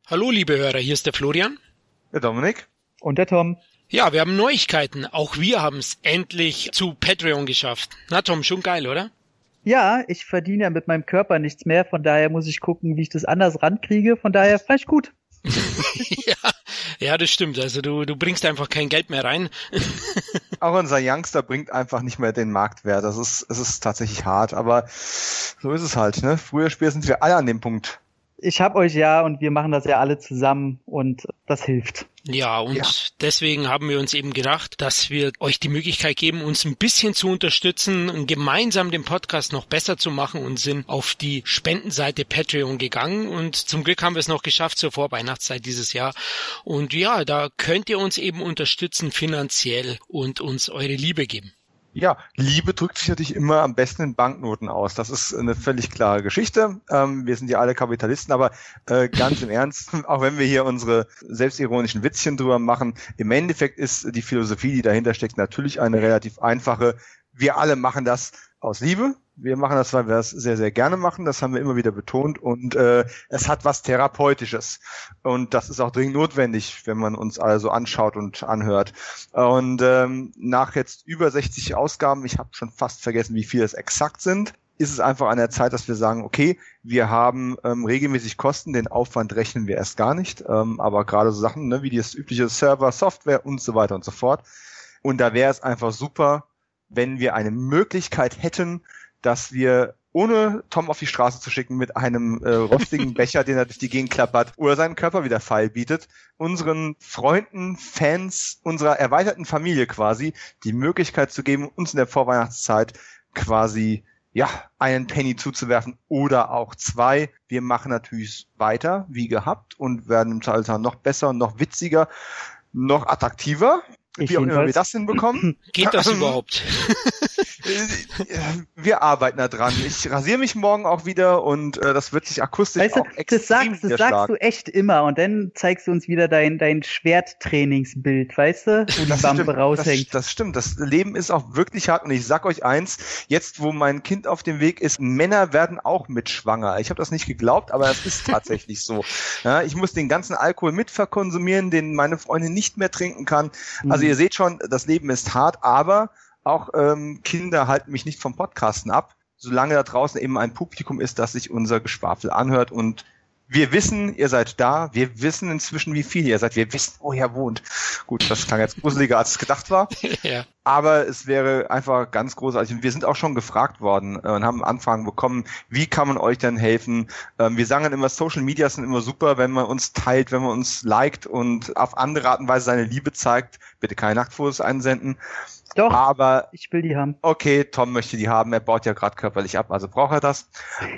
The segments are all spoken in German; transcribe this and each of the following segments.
Hallo liebe Hörer, hier ist der Florian. Der Dominik. Und der Tom. Ja, wir haben Neuigkeiten. Auch wir haben es endlich zu Patreon geschafft. Na Tom, schon geil, oder? Ja, ich verdiene ja mit meinem Körper nichts mehr, von daher muss ich gucken, wie ich das anders rankriege, von daher vielleicht gut. Ja, das stimmt. Also du bringst einfach kein Geld mehr rein. Auch unser Youngster bringt einfach nicht mehr den Marktwert. Es ist tatsächlich hart, aber so ist es halt, ne? Früher später sind wir alle an dem Punkt. Ich hab euch ja und wir machen das ja alle zusammen und das hilft. Ja, und deswegen haben wir uns eben gedacht, dass wir euch die Möglichkeit geben, uns ein bisschen zu unterstützen und gemeinsam den Podcast noch besser zu machen und sind auf die Spendenseite Patreon gegangen und zum Glück haben wir es noch geschafft zur Vorweihnachtszeit dieses Jahr. Und ja, da könnt ihr uns eben unterstützen finanziell und uns eure Liebe geben. Ja, Liebe drückt sich natürlich immer am besten in Banknoten aus. Das ist eine völlig klare Geschichte. Wir sind ja alle Kapitalisten, aber ganz im Ernst, auch wenn wir hier unsere selbstironischen Witzchen drüber machen, im Endeffekt ist die Philosophie, die dahinter steckt, natürlich eine relativ einfache. Wir alle machen das aus Liebe. Wir machen das, weil wir es sehr, sehr gerne machen. Das haben wir immer wieder betont. Und es hat was Therapeutisches. Und das ist auch dringend notwendig, wenn man uns alle so anschaut und anhört. Und nach jetzt über 60 Ausgaben, ich habe schon fast vergessen, wie viele es exakt sind, ist es einfach an der Zeit, dass wir sagen, okay, wir haben regelmäßig Kosten, den Aufwand rechnen wir erst gar nicht. Aber gerade so Sachen, ne, wie das übliche Server, Software und so weiter und so fort. Und da wäre es einfach super, wenn wir eine Möglichkeit hätten, dass wir, ohne Tom auf die Straße zu schicken mit einem rostigen Becher, den er durch die Gegend klappert oder seinen Körper wieder feil bietet, unseren Freunden, Fans, unserer erweiterten Familie quasi die Möglichkeit zu geben, uns in der Vorweihnachtszeit quasi einen Penny zuzuwerfen oder auch zwei. Wir machen natürlich weiter, wie gehabt, und werden im Alter noch besser, noch witziger, noch attraktiver. Wie auch immer wir das hinbekommen. Geht das überhaupt? Wir arbeiten da dran. Ich rasiere mich morgen auch wieder und das wird sich akustisch weißt du, auch extrem das sagst du echt immer und dann zeigst du uns wieder dein Schwerttrainingsbild, weißt du, wo die Wampe raushängt. Das stimmt. Das Leben ist auch wirklich hart und ich sag euch eins, jetzt wo mein Kind auf dem Weg ist, Männer werden auch mitschwanger. Ich habe das nicht geglaubt, aber es ist tatsächlich so. Ja, ich muss den ganzen Alkohol mitverkonsumieren, den meine Freundin nicht mehr trinken kann. Also ihr seht schon, das Leben ist hart, aber auch Kinder halten mich nicht vom Podcasten ab, solange da draußen eben ein Publikum ist, das sich unser Geschwafel anhört. Und wir wissen, ihr seid da. Wir wissen inzwischen, wie viele ihr seid. Wir wissen, wo ihr wohnt. Gut, das klang jetzt gruseliger, als es gedacht war. Ja. Aber es wäre einfach ganz großartig. Und wir sind auch schon gefragt worden und haben Anfragen bekommen, wie kann man euch denn helfen? Wir sagen immer, Social Media sind immer super, wenn man uns teilt, wenn man uns liked und auf andere Art und Weise seine Liebe zeigt. Bitte keine Nacktfotos einsenden. Doch, aber ich will die haben. Okay, Tom möchte die haben, er baut ja gerade körperlich ab, also braucht er das.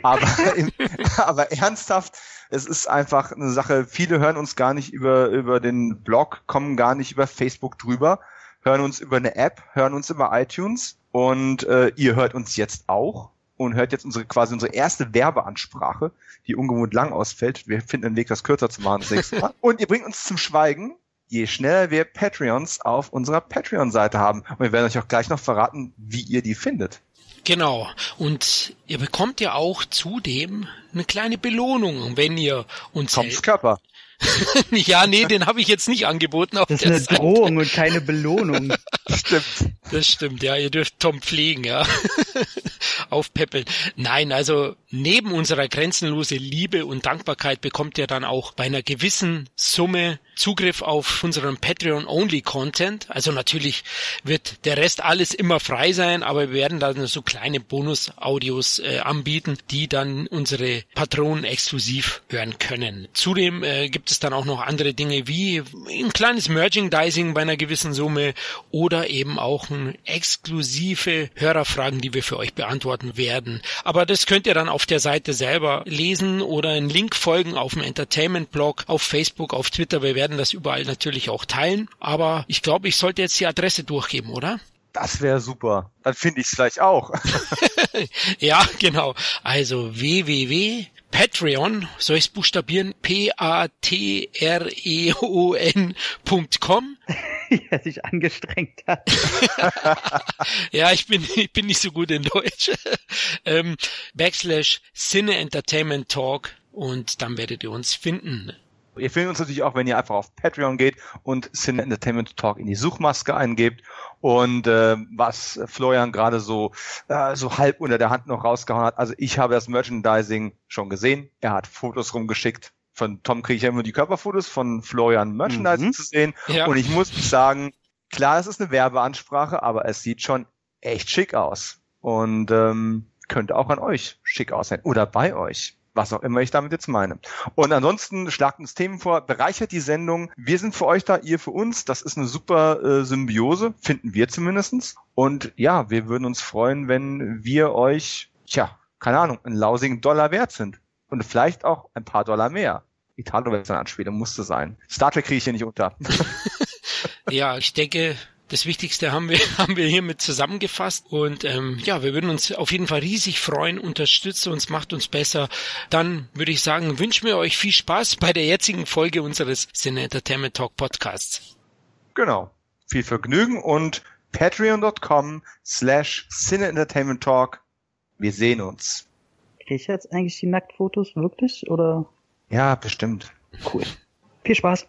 Aber ernsthaft, es ist einfach eine Sache, viele hören uns gar nicht über den Blog, kommen gar nicht über Facebook drüber, hören uns über eine App, hören uns über iTunes und ihr hört uns jetzt auch und hört jetzt unsere erste Werbeansprache, die ungewohnt lang ausfällt. Wir finden einen Weg, das kürzer zu machen das nächste Mal. Und ihr bringt uns zum Schweigen, je schneller wir Patreons auf unserer Patreon-Seite haben. Und wir werden euch auch gleich noch verraten, wie ihr die findet. Genau. Und ihr bekommt ja auch zudem eine kleine Belohnung, wenn ihr uns Toms Körper. Ja, nee, den habe ich jetzt nicht angeboten. Das ist eine Drohung und keine Belohnung. Stimmt. Das stimmt, ja, ihr dürft Tom pflegen, ja. Aufpäppeln. Nein, also neben unserer grenzenlose Liebe und Dankbarkeit bekommt ihr dann auch bei einer gewissen Summe Zugriff auf unseren Patreon-Only-Content. Also natürlich wird der Rest alles immer frei sein, aber wir werden da so kleine Bonus-Audios anbieten, die dann unsere Patronen exklusiv hören können. Zudem gibt es dann auch noch andere Dinge wie ein kleines Merchandising bei einer gewissen Summe oder eben auch exklusive Hörerfragen, die wir für euch beantworten werden. Aber das könnt ihr dann auf der Seite selber lesen oder einen Link folgen auf dem Entertainment-Blog, auf Facebook, auf Twitter. Wir werden das überall natürlich auch teilen. Aber ich glaube, ich sollte jetzt die Adresse durchgeben, oder? Das wäre super. Dann finde ich es gleich auch. Ja, genau. Also www.patreon, soll ich es buchstabieren? patreon.com. Ja, sich angestrengt hat. Ja, ich bin nicht so gut in Deutsch. /Cine Entertainment Talk und dann werdet ihr uns finden. Ihr findet uns natürlich auch, wenn ihr einfach auf Patreon geht und Cine Entertainment Talk in die Suchmaske eingebt. Und was Florian gerade so halb unter der Hand noch rausgehauen hat, also ich habe das Merchandising schon gesehen. Er hat Fotos rumgeschickt. Von Tom kriege ich ja immer die Körperfotos, von Florian Merchandising zu sehen. Ja. Und ich muss sagen, klar, es ist eine Werbeansprache, aber es sieht schon echt schick aus. Und könnte auch an euch schick aussehen. Oder bei euch. Was auch immer ich damit jetzt meine. Und ansonsten schlagt uns Themen vor, bereichert die Sendung. Wir sind für euch da, ihr für uns. Das ist eine super Symbiose, finden wir zumindestens. Und ja, wir würden uns freuen, wenn wir euch, keine Ahnung, einen lausigen $1 wert sind. Und vielleicht auch ein paar $1 mehr. Italo-Western-Anspielung musste sein. Star Trek kriege ich hier nicht unter. Ja, ich denke, das Wichtigste haben wir hiermit zusammengefasst. Und wir würden uns auf jeden Fall riesig freuen. Unterstützt uns, macht uns besser. Dann würde ich sagen, wünschen wir euch viel Spaß bei der jetzigen Folge unseres Cine Entertainment Talk Podcasts. Genau. Viel Vergnügen und patreon.com/Cine Entertainment Talk. Wir sehen uns. Kriege ich jetzt eigentlich die Nacktfotos wirklich, oder? Ja, bestimmt. Cool. Viel Spaß.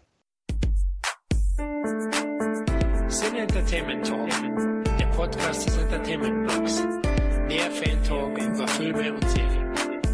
Cine Entertainment Talk, der Podcast des Entertainment Blogs. Mehr Fan-Talk über Filme und Serien.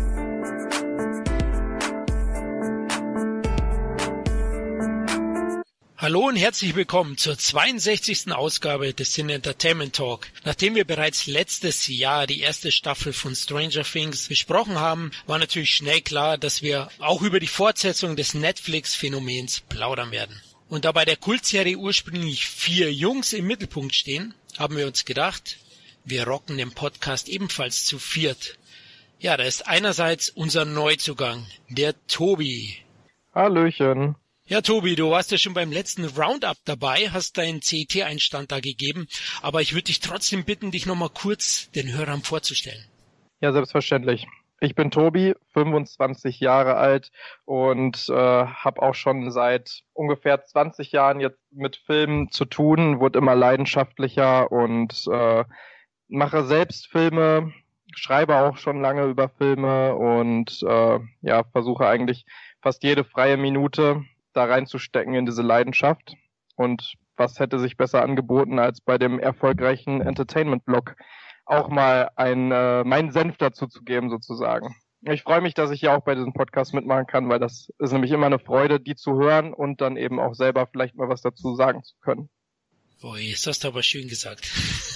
Hallo und herzlich willkommen zur 62. Ausgabe des Cine Entertainment Talk. Nachdem wir bereits letztes Jahr die erste Staffel von Stranger Things besprochen haben, war natürlich schnell klar, dass wir auch über die Fortsetzung des Netflix-Phänomens plaudern werden. Und da bei der Kultserie ursprünglich 4 Jungs im Mittelpunkt stehen, haben wir uns gedacht, wir rocken den Podcast ebenfalls zu 4. Ja, da ist einerseits unser Neuzugang, der Tobi. Hallöchen. Ja, Tobi, du warst ja schon beim letzten Roundup dabei, hast deinen CET-Einstand da gegeben, aber ich würde dich trotzdem bitten, dich nochmal kurz den Hörern vorzustellen. Ja, selbstverständlich. Ich bin Tobi, 25 Jahre alt und habe auch schon seit ungefähr 20 Jahren jetzt mit Filmen zu tun, wurde immer leidenschaftlicher und mache selbst Filme, schreibe auch schon lange über Filme und versuche eigentlich fast jede freie Minute da reinzustecken in diese Leidenschaft. Und was hätte sich besser angeboten, als bei dem erfolgreichen Entertainment-Blog auch mal meinen Senf dazu zu geben, sozusagen. Ich freue mich, dass ich hier auch bei diesem Podcast mitmachen kann, weil das ist nämlich immer eine Freude, die zu hören und dann eben auch selber vielleicht mal was dazu sagen zu können. Ui, das hast du aber schön gesagt.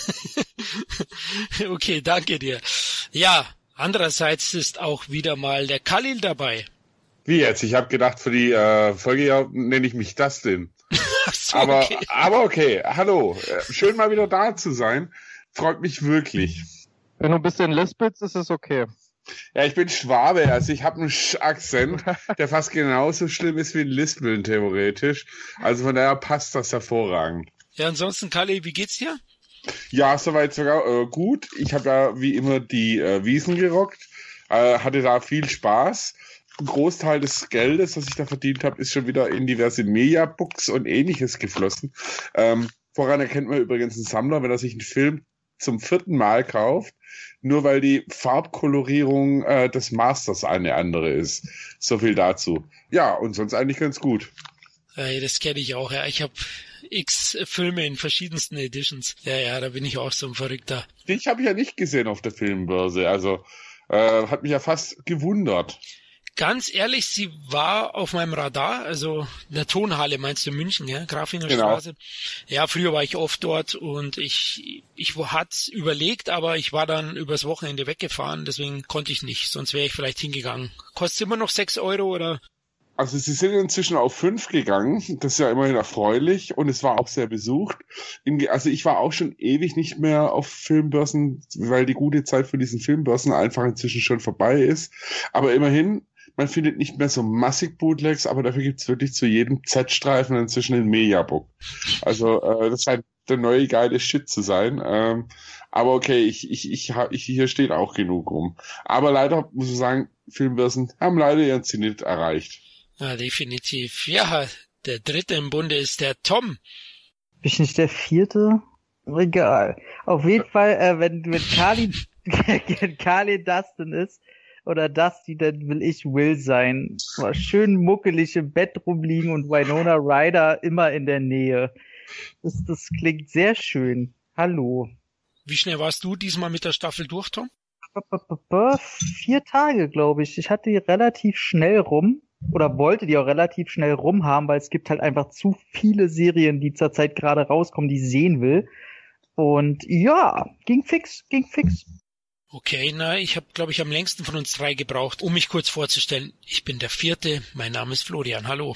Okay, danke dir. Ja, andererseits ist auch wieder mal der Khalil dabei. Wie jetzt? Ich habe gedacht, für die Folge nenne ich mich Dustin. So, okay. Aber okay, hallo. Schön mal wieder da zu sein. Freut mich wirklich. Wenn du ein bisschen lispelst, ist es okay. Ja, ich bin Schwabe, also ich habe einen Akzent, der fast genauso schlimm ist wie ein Lispeln theoretisch. Also von daher passt das hervorragend. Ja, ansonsten, Khalil, wie geht's dir? Ja, soweit sogar gut. Ich habe ja wie immer die Wiesn gerockt, hatte da viel Spaß. Ein Großteil des Geldes, das ich da verdient habe, ist schon wieder in diverse Mediabooks und Ähnliches geflossen. Voran erkennt man übrigens einen Sammler, wenn er sich einen Film zum 4. Mal kauft, nur weil die Farbkolorierung des Masters eine andere ist. So viel dazu. Ja, und sonst eigentlich ganz gut. Das kenne ich auch, ja. Ich habe x Filme in verschiedensten Editions. Ja, da bin ich auch so ein Verrückter. Dich habe ich ja nicht gesehen auf der Filmbörse, also hat mich ja fast gewundert. Ganz ehrlich, sie war auf meinem Radar, also in der Tonhalle, meinst du in München, ja? Grafinger Straße. Ja, früher war ich oft dort und ich hat's überlegt, aber ich war dann übers Wochenende weggefahren, deswegen konnte ich nicht, sonst wäre ich vielleicht hingegangen. Kostet immer noch 6 Euro oder? Also sie sind inzwischen auf 5 gegangen, das ist ja immerhin erfreulich und es war auch sehr besucht. Also ich war auch schon ewig nicht mehr auf Filmbörsen, weil die gute Zeit für diesen Filmbörsen einfach inzwischen schon vorbei ist, aber immerhin, man findet nicht mehr so massig Bootlegs, aber dafür gibt's wirklich zu jedem Z-Streifen inzwischen ein Mediabook. Also das scheint der neue geile Shit zu sein. Aber okay, hier steht auch genug rum. Aber leider muss ich sagen, Filmbörsen haben leider ihren Zenit erreicht. Ja, definitiv. Ja, der dritte im Bunde ist der Tom. Bin ich nicht der 4.? Egal. Auf jeden Fall, wenn Kali Dustin ist, oder Dusty, dann will ich Will sein. Mal schön muckelig im Bett rumliegen und Winona Ryder immer in der Nähe. Das klingt sehr schön. Hallo. Wie schnell warst du diesmal mit der Staffel durch, Tom? 4 Tage, glaube ich. Ich hatte die relativ schnell rum. Oder wollte die auch relativ schnell rum haben, weil es gibt halt einfach zu viele Serien, die zurzeit gerade rauskommen, die ich sehen will. Und ja, ging fix. Okay, ich habe, glaube ich, am längsten von uns 3 gebraucht, um mich kurz vorzustellen. Ich bin der 4., mein Name ist Florian, hallo.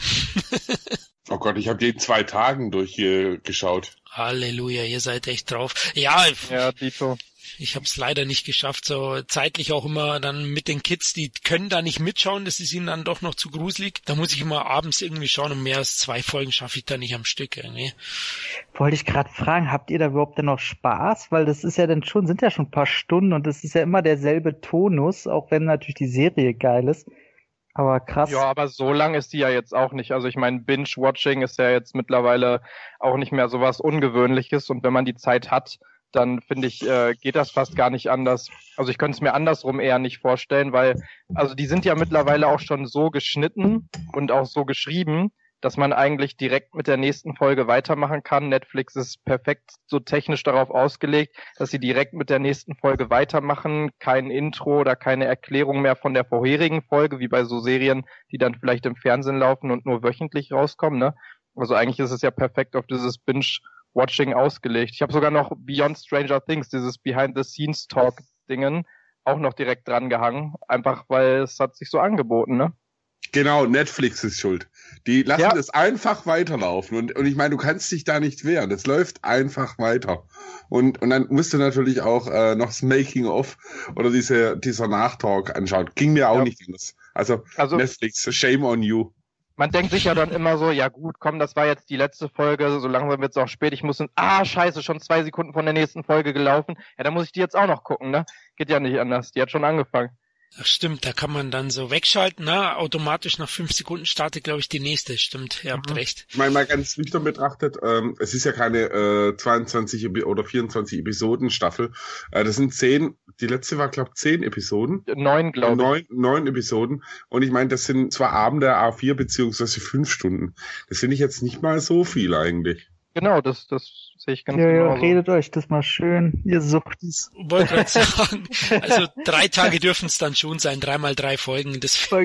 Oh Gott, ich habe die in 2 Tagen durchgeschaut. Halleluja, ihr seid echt drauf. Ja, Dito. Ich habe es leider nicht geschafft, so zeitlich auch immer dann mit den Kids, die können da nicht mitschauen, das ist ihnen dann doch noch zu gruselig. Da muss ich immer abends irgendwie schauen und mehr als 2 Folgen schaffe ich da nicht am Stück irgendwie. Wollte ich gerade fragen, habt ihr da überhaupt denn noch Spaß? Weil das ist ja dann schon, sind ja schon ein paar Stunden und das ist ja immer derselbe Tonus, auch wenn natürlich die Serie geil ist. Aber krass. Ja, aber so lang ist die ja jetzt auch nicht. Also ich meine, Binge-Watching ist ja jetzt mittlerweile auch nicht mehr so was Ungewöhnliches und wenn man die Zeit hat, dann finde ich, geht das fast gar nicht anders. Also ich könnte es mir andersrum eher nicht vorstellen, weil, also die sind ja mittlerweile auch schon so geschnitten und auch so geschrieben, dass man eigentlich direkt mit der nächsten Folge weitermachen kann. Netflix ist perfekt so technisch darauf ausgelegt, dass sie direkt mit der nächsten Folge weitermachen. Kein Intro oder keine Erklärung mehr von der vorherigen Folge, wie bei so Serien, die dann vielleicht im Fernsehen laufen und nur wöchentlich rauskommen, ne? Also eigentlich ist es ja perfekt auf dieses Binge-Watching ausgelegt. Ich habe sogar noch Beyond Stranger Things, dieses Behind-the-Scenes-Talk-Dingen, auch noch direkt dran gehangen. Einfach, weil es hat sich so angeboten, ne? Genau, Netflix ist schuld. Die lassen das einfach weiterlaufen. Und ich meine, du kannst dich da nicht wehren. Das läuft einfach weiter. Und dann musst du natürlich auch noch das Making-of oder dieser Nachtalk anschauen. Ging mir auch nicht anders. Also Netflix, shame on you. Man denkt sich ja dann immer so, ja gut, komm, das war jetzt die letzte Folge, so langsam wird's auch spät, ich muss scheiße, schon 2 Sekunden von der nächsten Folge gelaufen. Ja, dann muss ich die jetzt auch noch gucken, ne? Geht ja nicht anders, die hat schon angefangen. Ach stimmt, da kann man dann so wegschalten, ne? Automatisch nach 5 Sekunden startet, glaube ich, die nächste. Stimmt, ihr habt recht. Ich meine, mal ganz nüchtern betrachtet, es ist ja keine 22 oder 24 Episoden Staffel. Das sind 10, die letzte war, glaube ich, 10 Episoden. 9, glaube ich. 9 Episoden. Und ich meine, das sind zwar Abende A4 beziehungsweise 5 Stunden. Das finde ich jetzt nicht mal so viel eigentlich. Genau, das sehe ich ganz genau. Ja, so. Redet euch das mal schön, ihr Suchtis. Wollte gerade sagen, also 3 Tage dürfen es dann schon sein, 3 mal 3 Folgen. Das so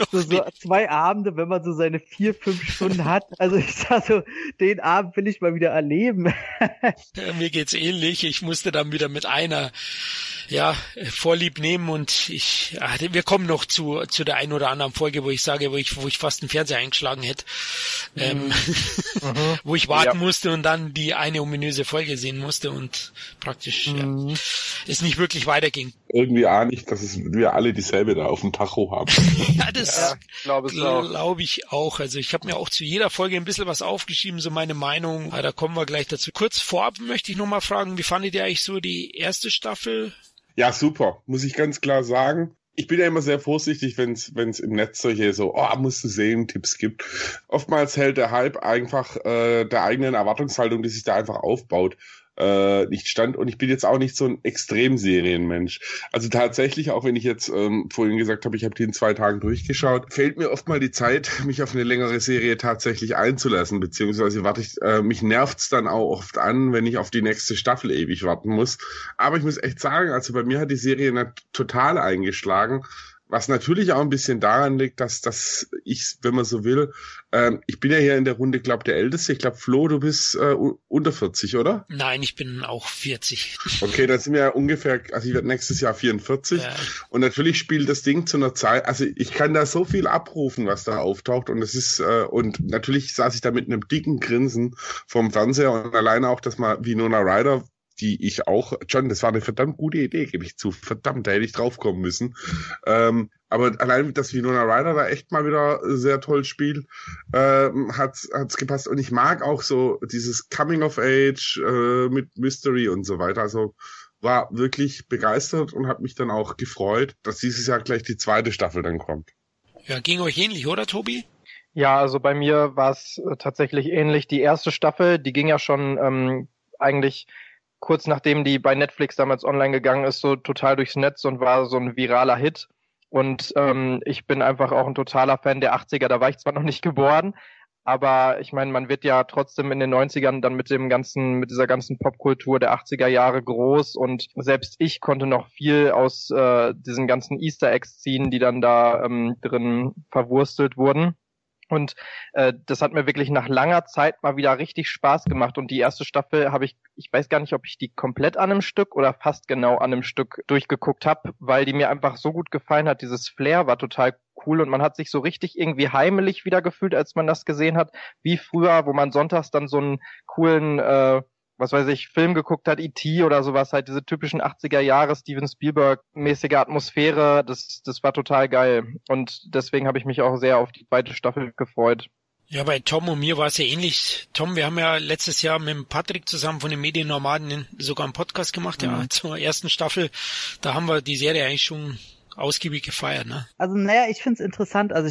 2 Abende, wenn man so seine 4-5 Stunden hat. Also ich sag so, den Abend will ich mal wieder erleben. Ja, mir geht's ähnlich. Ich musste dann wieder mit einer Vorlieb nehmen und wir kommen noch zu der einen oder anderen Folge, wo ich sage, wo ich fast den Fernseher eingeschlagen hätte, wo ich warten musste und dann die eine ominöse Folge sehen musste und praktisch es nicht wirklich weiterging. Irgendwie ahne ich, dass wir alle dieselbe da auf dem Tacho haben. Ja, das glaube ich auch. Also ich habe mir auch zu jeder Folge ein bisschen was aufgeschrieben, so meine Meinung. Da kommen wir gleich dazu. Kurz vorab möchte ich noch mal fragen, wie fandet ihr eigentlich so die erste Staffel? Ja, super, muss ich ganz klar sagen. Ich bin ja immer sehr vorsichtig, wenn es im Netz solche musst du sehen, Tipps gibt. Oftmals hält der Hype einfach der eigenen Erwartungshaltung, die sich da einfach aufbaut, nicht stand. Und ich bin jetzt auch nicht so ein Extremserienmensch. Also tatsächlich, auch wenn ich jetzt vorhin gesagt habe, ich habe die in 2 Tagen durchgeschaut, fehlt mir oft mal die Zeit, mich auf eine längere Serie tatsächlich einzulassen, beziehungsweise mich nervt's dann auch oft an, wenn ich auf die nächste Staffel ewig warten muss. Aber ich muss echt sagen, also bei mir hat die Serie total eingeschlagen. Was natürlich auch ein bisschen daran liegt, dass ich, wenn man so will, ich bin ja hier in der Runde, glaube der Älteste. Ich glaube, Flo, du bist unter 40, oder? Nein, ich bin auch 40. Okay, dann sind wir ja ungefähr, also ich werde nächstes Jahr 44. Ja. Und natürlich spielt das Ding zu einer Zeit, also ich kann da so viel abrufen, was da auftaucht. Und das ist, und natürlich saß ich da mit einem dicken Grinsen vorm Fernseher und alleine auch, dass mal Winona Ryder, die ich auch, John, das war eine verdammt gute Idee, gebe ich zu. Verdammt, da hätte ich drauf kommen müssen. Aber allein, dass Winona Ryder da echt mal wieder sehr toll spielt, hat's gepasst. Und ich mag auch so dieses Coming of Age mit Mystery und so weiter. Also war wirklich begeistert und hat mich dann auch gefreut, dass dieses Jahr gleich die 2. Staffel dann kommt. Ja, ging euch ähnlich, oder Tobi? Ja, also bei mir war es tatsächlich ähnlich. Die erste Staffel, die ging ja schon eigentlich kurz nachdem die bei Netflix damals online gegangen ist, so total durchs Netz und war so ein viraler Hit. Und ich bin einfach auch ein totaler Fan der 80er. Da war ich zwar noch nicht geboren, aber ich meine, man wird ja trotzdem in den 90ern dann mit dieser ganzen Popkultur der 80er Jahre groß, und selbst ich konnte noch viel aus diesen ganzen Easter Eggs ziehen, die dann da drin verwurstelt wurden. Und das hat mir wirklich nach langer Zeit mal wieder richtig Spaß gemacht. Und die erste Staffel habe ich weiß gar nicht, ob ich die komplett an einem Stück oder fast genau an einem Stück durchgeguckt habe, weil die mir einfach so gut gefallen hat. Dieses Flair war total cool und man hat sich so richtig irgendwie heimelig wieder gefühlt, als man das gesehen hat, wie früher, wo man sonntags dann so einen coolen Film geguckt hat, E.T. oder sowas, halt diese typischen 80er Jahre Steven Spielberg-mäßige Atmosphäre, das war total geil. Und deswegen habe ich mich auch sehr auf die zweite Staffel gefreut. Ja, bei Tom und mir war es ja ähnlich. Tom, wir haben ja letztes Jahr mit dem Patrick zusammen von den Mediennomaden sogar einen Podcast gemacht, ja, zur ersten Staffel. Da haben wir die Serie eigentlich schon ausgiebig gefeiert, ne? Also, ich find's interessant. Also,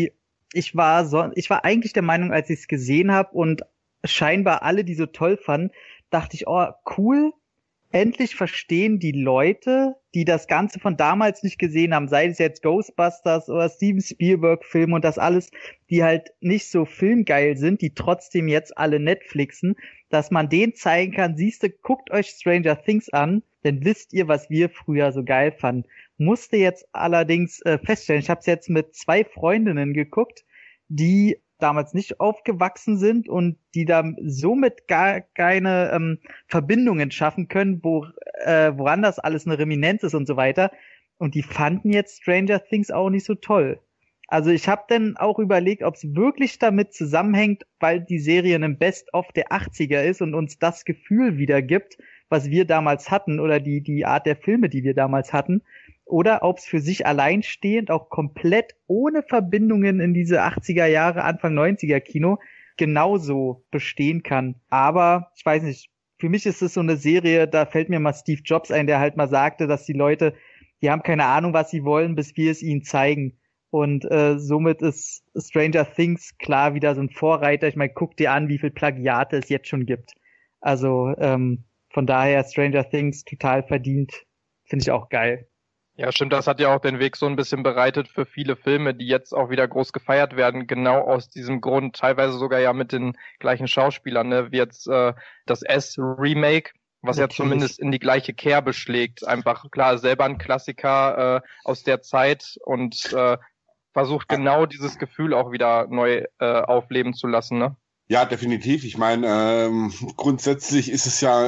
ich war eigentlich der Meinung, als ich es gesehen habe und scheinbar alle, die so toll fanden, dachte ich, oh, cool, endlich verstehen die Leute, die das Ganze von damals nicht gesehen haben, sei es jetzt Ghostbusters oder Steven Spielberg-Filme und das alles, die halt nicht so filmgeil sind, die trotzdem jetzt alle Netflixen, dass man denen zeigen kann, siehste, guckt euch Stranger Things an, dann wisst ihr, was wir früher so geil fanden. Musste jetzt allerdings feststellen, ich habe es jetzt mit 2 Freundinnen geguckt, die damals nicht aufgewachsen sind und die da somit gar keine Verbindungen schaffen können, woran das alles eine Reminiszenz ist und so weiter. Und die fanden jetzt Stranger Things auch nicht so toll. Also ich habe dann auch überlegt, ob es wirklich damit zusammenhängt, weil die Serie ein Best-of der 80er ist und uns das Gefühl wiedergibt, was wir damals hatten oder die Art der Filme, die wir damals hatten. Oder ob es für sich alleinstehend auch komplett ohne Verbindungen in diese 80er Jahre, Anfang 90er Kino genauso bestehen kann. Aber ich weiß nicht, für mich ist es so eine Serie, da fällt mir mal Steve Jobs ein, der halt mal sagte, dass die Leute, die haben keine Ahnung, was sie wollen, bis wir es ihnen zeigen. Und somit ist Stranger Things klar wieder so ein Vorreiter. Ich meine, guck dir an, wie viel Plagiate es jetzt schon gibt. Also von daher Stranger Things total verdient. Finde ich auch geil. Ja, stimmt, das hat ja auch den Weg so ein bisschen bereitet für viele Filme, die jetzt auch wieder groß gefeiert werden, genau aus diesem Grund, teilweise sogar ja mit den gleichen Schauspielern, ne? Wie jetzt das S-Remake, was ja zumindest in die gleiche Kerbe schlägt. Einfach, klar, selber ein Klassiker aus der Zeit und versucht genau dieses Gefühl auch wieder neu aufleben zu lassen, ne? Ja, definitiv. Ich meine, grundsätzlich ist es ja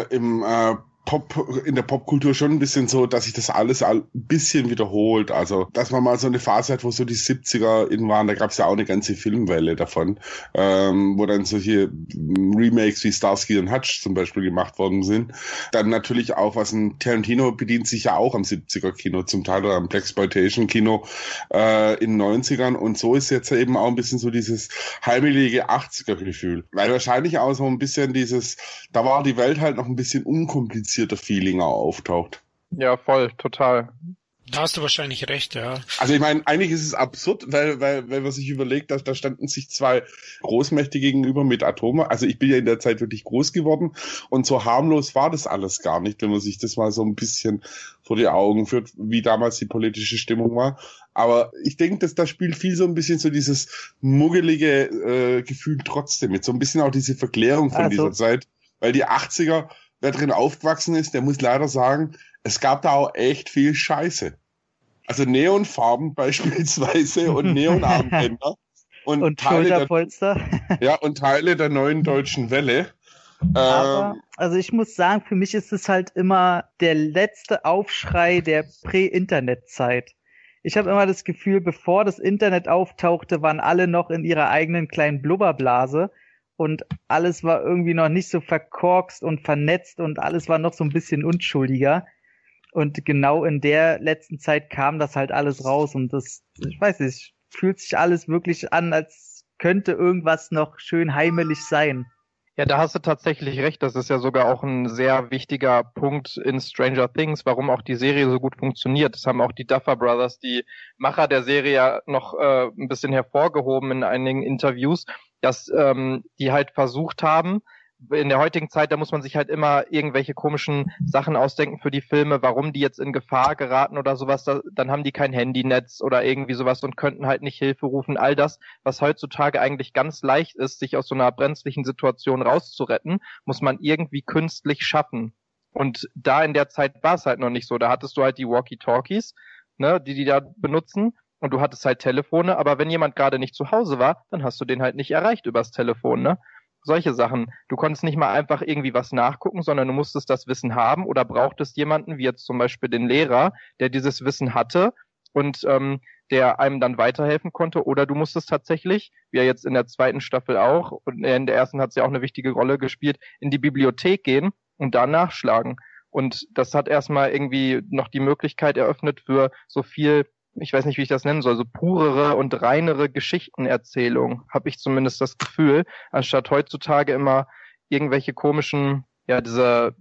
in der Popkultur schon ein bisschen so, dass sich das alles ein bisschen wiederholt. Also, dass man mal so eine Phase hat, wo so die 70er in waren, da gab es ja auch eine ganze Filmwelle davon, wo dann solche Remakes wie Starsky und Hutch zum Beispiel gemacht worden sind. Dann natürlich auch, was ein Tarantino bedient sich ja auch am 70er-Kino, zum Teil oder am Blaxploitation-Kino in den 90ern. Und so ist jetzt eben auch ein bisschen so dieses heimelige 80er-Gefühl. Weil wahrscheinlich auch so ein bisschen da war die Welt halt noch ein bisschen unkompliziert, Feeling auftaucht. Ja, voll, total. Da hast du wahrscheinlich recht, ja. Also ich meine, eigentlich ist es absurd, weil man sich überlegt, dass da standen sich 2 Großmächte gegenüber mit Atomen. Also ich bin ja in der Zeit wirklich groß geworden und so harmlos war das alles gar nicht, wenn man sich das mal so ein bisschen vor die Augen führt, wie damals die politische Stimmung war. Aber ich denke, dass da spielt viel so ein bisschen so dieses muggelige Gefühl trotzdem mit, so ein bisschen auch diese Verklärung von dieser Zeit, weil die 80er, wer drin aufgewachsen ist, der muss leider sagen, es gab da auch echt viel Scheiße. Also Neonfarben beispielsweise und Neonarmbänder. Und Schulterpolster. Und Teile der neuen deutschen Welle. Aber, also ich muss sagen, für mich ist es halt immer der letzte Aufschrei der Prä-Internet-Zeit. Ich habe immer das Gefühl, bevor das Internet auftauchte, waren alle noch in ihrer eigenen kleinen Blubberblase. Und alles war irgendwie noch nicht so verkorkst und vernetzt und alles war noch so ein bisschen unschuldiger. Und genau in der letzten Zeit kam das halt alles raus und ich weiß nicht, fühlt sich alles wirklich an, als könnte irgendwas noch schön heimelig sein. Ja, da hast du tatsächlich recht. Das ist ja sogar auch ein sehr wichtiger Punkt in Stranger Things, warum auch die Serie so gut funktioniert. Das haben auch die Duffer Brothers, die Macher der Serie, ja noch ein bisschen hervorgehoben in einigen Interviews, dass die halt versucht haben, in der heutigen Zeit, da muss man sich halt immer irgendwelche komischen Sachen ausdenken für die Filme, warum die jetzt in Gefahr geraten oder sowas, dann haben die kein Handynetz oder irgendwie sowas und könnten halt nicht Hilfe rufen. All das, was heutzutage eigentlich ganz leicht ist, sich aus so einer brenzlichen Situation rauszuretten, muss man irgendwie künstlich schaffen. Und da in der Zeit war es halt noch nicht so. Da hattest du halt die Walkie-Talkies, ne, die da benutzen. Und du hattest halt Telefone, aber wenn jemand gerade nicht zu Hause war, dann hast du den halt nicht erreicht übers Telefon, ne? Solche Sachen. Du konntest nicht mal einfach irgendwie was nachgucken, sondern du musstest das Wissen haben oder brauchtest jemanden, wie jetzt zum Beispiel den Lehrer, der dieses Wissen hatte und der einem dann weiterhelfen konnte. Oder du musstest tatsächlich, wie ja jetzt in der zweiten Staffel auch, und in der ersten hat es ja auch eine wichtige Rolle gespielt, in die Bibliothek gehen und da nachschlagen. Und das hat erstmal irgendwie noch die Möglichkeit eröffnet für so viel, ich weiß nicht, wie ich das nennen soll, so purere und reinere Geschichtenerzählung, habe ich zumindest das Gefühl, anstatt heutzutage immer irgendwelche komischen, ja, diese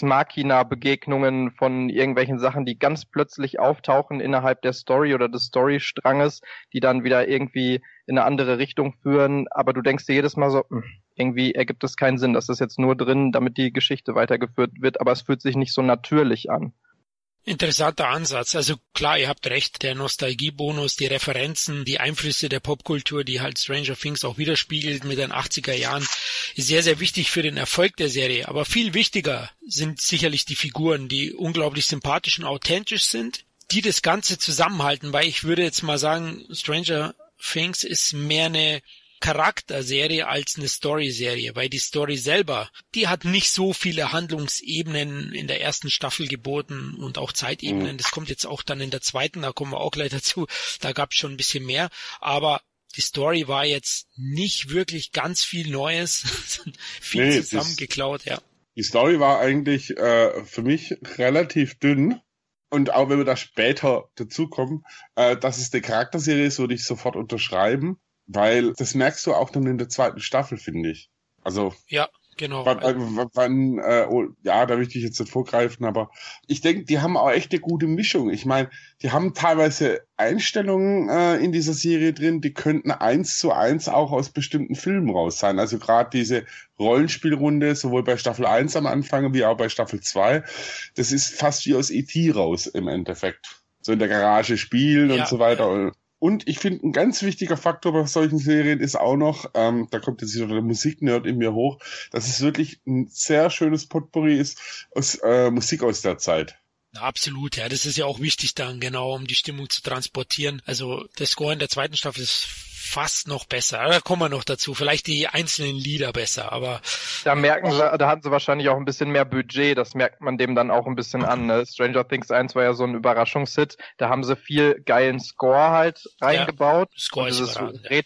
Ex-Machina-Begegnungen von irgendwelchen Sachen, die ganz plötzlich auftauchen innerhalb der Story oder des Storystranges, die dann wieder irgendwie in eine andere Richtung führen, aber du denkst dir jedes Mal so, irgendwie ergibt es keinen Sinn, das ist jetzt nur drin, damit die Geschichte weitergeführt wird, aber es fühlt sich nicht so natürlich an. Interessanter Ansatz. Also klar, ihr habt recht, der Nostalgiebonus, die Referenzen, die Einflüsse der Popkultur, die halt Stranger Things auch widerspiegelt mit den 80er Jahren, ist sehr, sehr wichtig für den Erfolg der Serie. Aber viel wichtiger sind sicherlich die Figuren, die unglaublich sympathisch und authentisch sind, die das Ganze zusammenhalten, weil ich würde jetzt mal sagen, Stranger Things ist mehr eine Charakterserie als eine Storyserie, weil die Story selber, die hat nicht so viele Handlungsebenen in der ersten Staffel geboten und auch Zeitebenen. Das kommt jetzt auch dann in der zweiten, da kommen wir auch gleich dazu. Da gab es schon ein bisschen mehr, aber die Story war jetzt nicht wirklich ganz viel Neues, viel zusammengeklaut, ja. Die Story war eigentlich für mich relativ dünn. Und auch wenn wir da später dazukommen, dass es eine Charakterserie ist, würde ich sofort unterschreiben. Weil das merkst du auch dann in der zweiten Staffel, finde ich. Also ja, genau. Ja, da möchte ich jetzt nicht vorgreifen, aber ich denke, die haben auch echt eine gute Mischung. Ich meine, die haben teilweise Einstellungen in dieser Serie drin, die könnten 1:1 auch aus bestimmten Filmen raus sein. Also gerade diese Rollenspielrunde, sowohl bei Staffel 1 am Anfang wie auch bei Staffel 2, das ist fast wie aus E.T. raus im Endeffekt. So in der Garage spielen und so weiter. Und ich finde, ein ganz wichtiger Faktor bei solchen Serien ist auch noch, da kommt jetzt wieder der Musiknerd in mir hoch, dass es wirklich ein sehr schönes Potpourri ist aus Musik aus der Zeit. Absolut, ja, das ist ja auch wichtig dann, genau, um die Stimmung zu transportieren. Also der Score in der zweiten Staffel ist fast noch besser. Da kommen wir noch dazu. Vielleicht die einzelnen Lieder besser, aber da hatten sie wahrscheinlich auch ein bisschen mehr Budget. Das merkt man dem dann auch ein bisschen an. Ne? Stranger Things 1 war ja so ein Überraschungshit. Da haben sie viel geilen Score halt reingebaut. Ja, Score ist dieses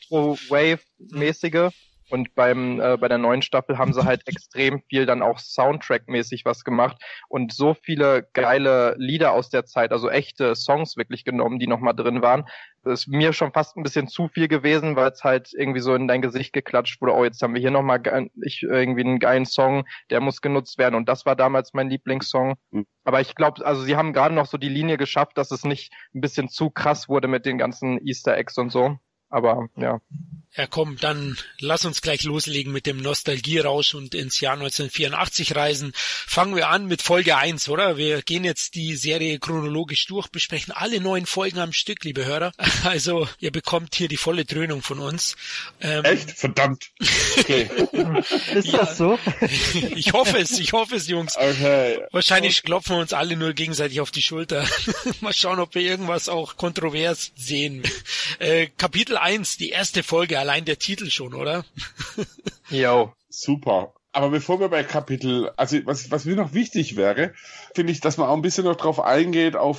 Retro-Wave-mäßige. Und bei der neuen Staffel haben sie halt extrem viel dann auch Soundtrack-mäßig was gemacht und so viele geile Lieder aus der Zeit, also echte Songs wirklich genommen, die nochmal drin waren. Das ist mir schon fast ein bisschen zu viel gewesen, weil es halt irgendwie so in dein Gesicht geklatscht wurde, oh, jetzt haben wir hier nochmal irgendwie einen geilen Song, der muss genutzt werden. Und das war damals mein Lieblingssong. Aber ich glaube, also sie haben gerade noch so die Linie geschafft, dass es nicht ein bisschen zu krass wurde mit den ganzen Easter Eggs und so. Aber ja. Ja, komm, dann lass uns gleich loslegen mit dem Nostalgierausch und ins Jahr 1984 reisen. Fangen wir an mit Folge 1, oder? Wir gehen jetzt die Serie chronologisch durch, besprechen alle 9 Folgen am Stück, liebe Hörer. Also, ihr bekommt hier die volle Dröhnung von uns. Echt? Verdammt. Okay. Ist das so? Ich hoffe es, Jungs. Okay. Wahrscheinlich klopfen wir uns alle nur gegenseitig auf die Schulter. Mal schauen, ob wir irgendwas auch kontrovers sehen. Kapitel 1, die erste Folge, allein der Titel schon, oder? Jo. Super. Aber bevor wir bei Kapitel, also was mir noch wichtig wäre, finde ich, dass man auch ein bisschen noch drauf eingeht, auf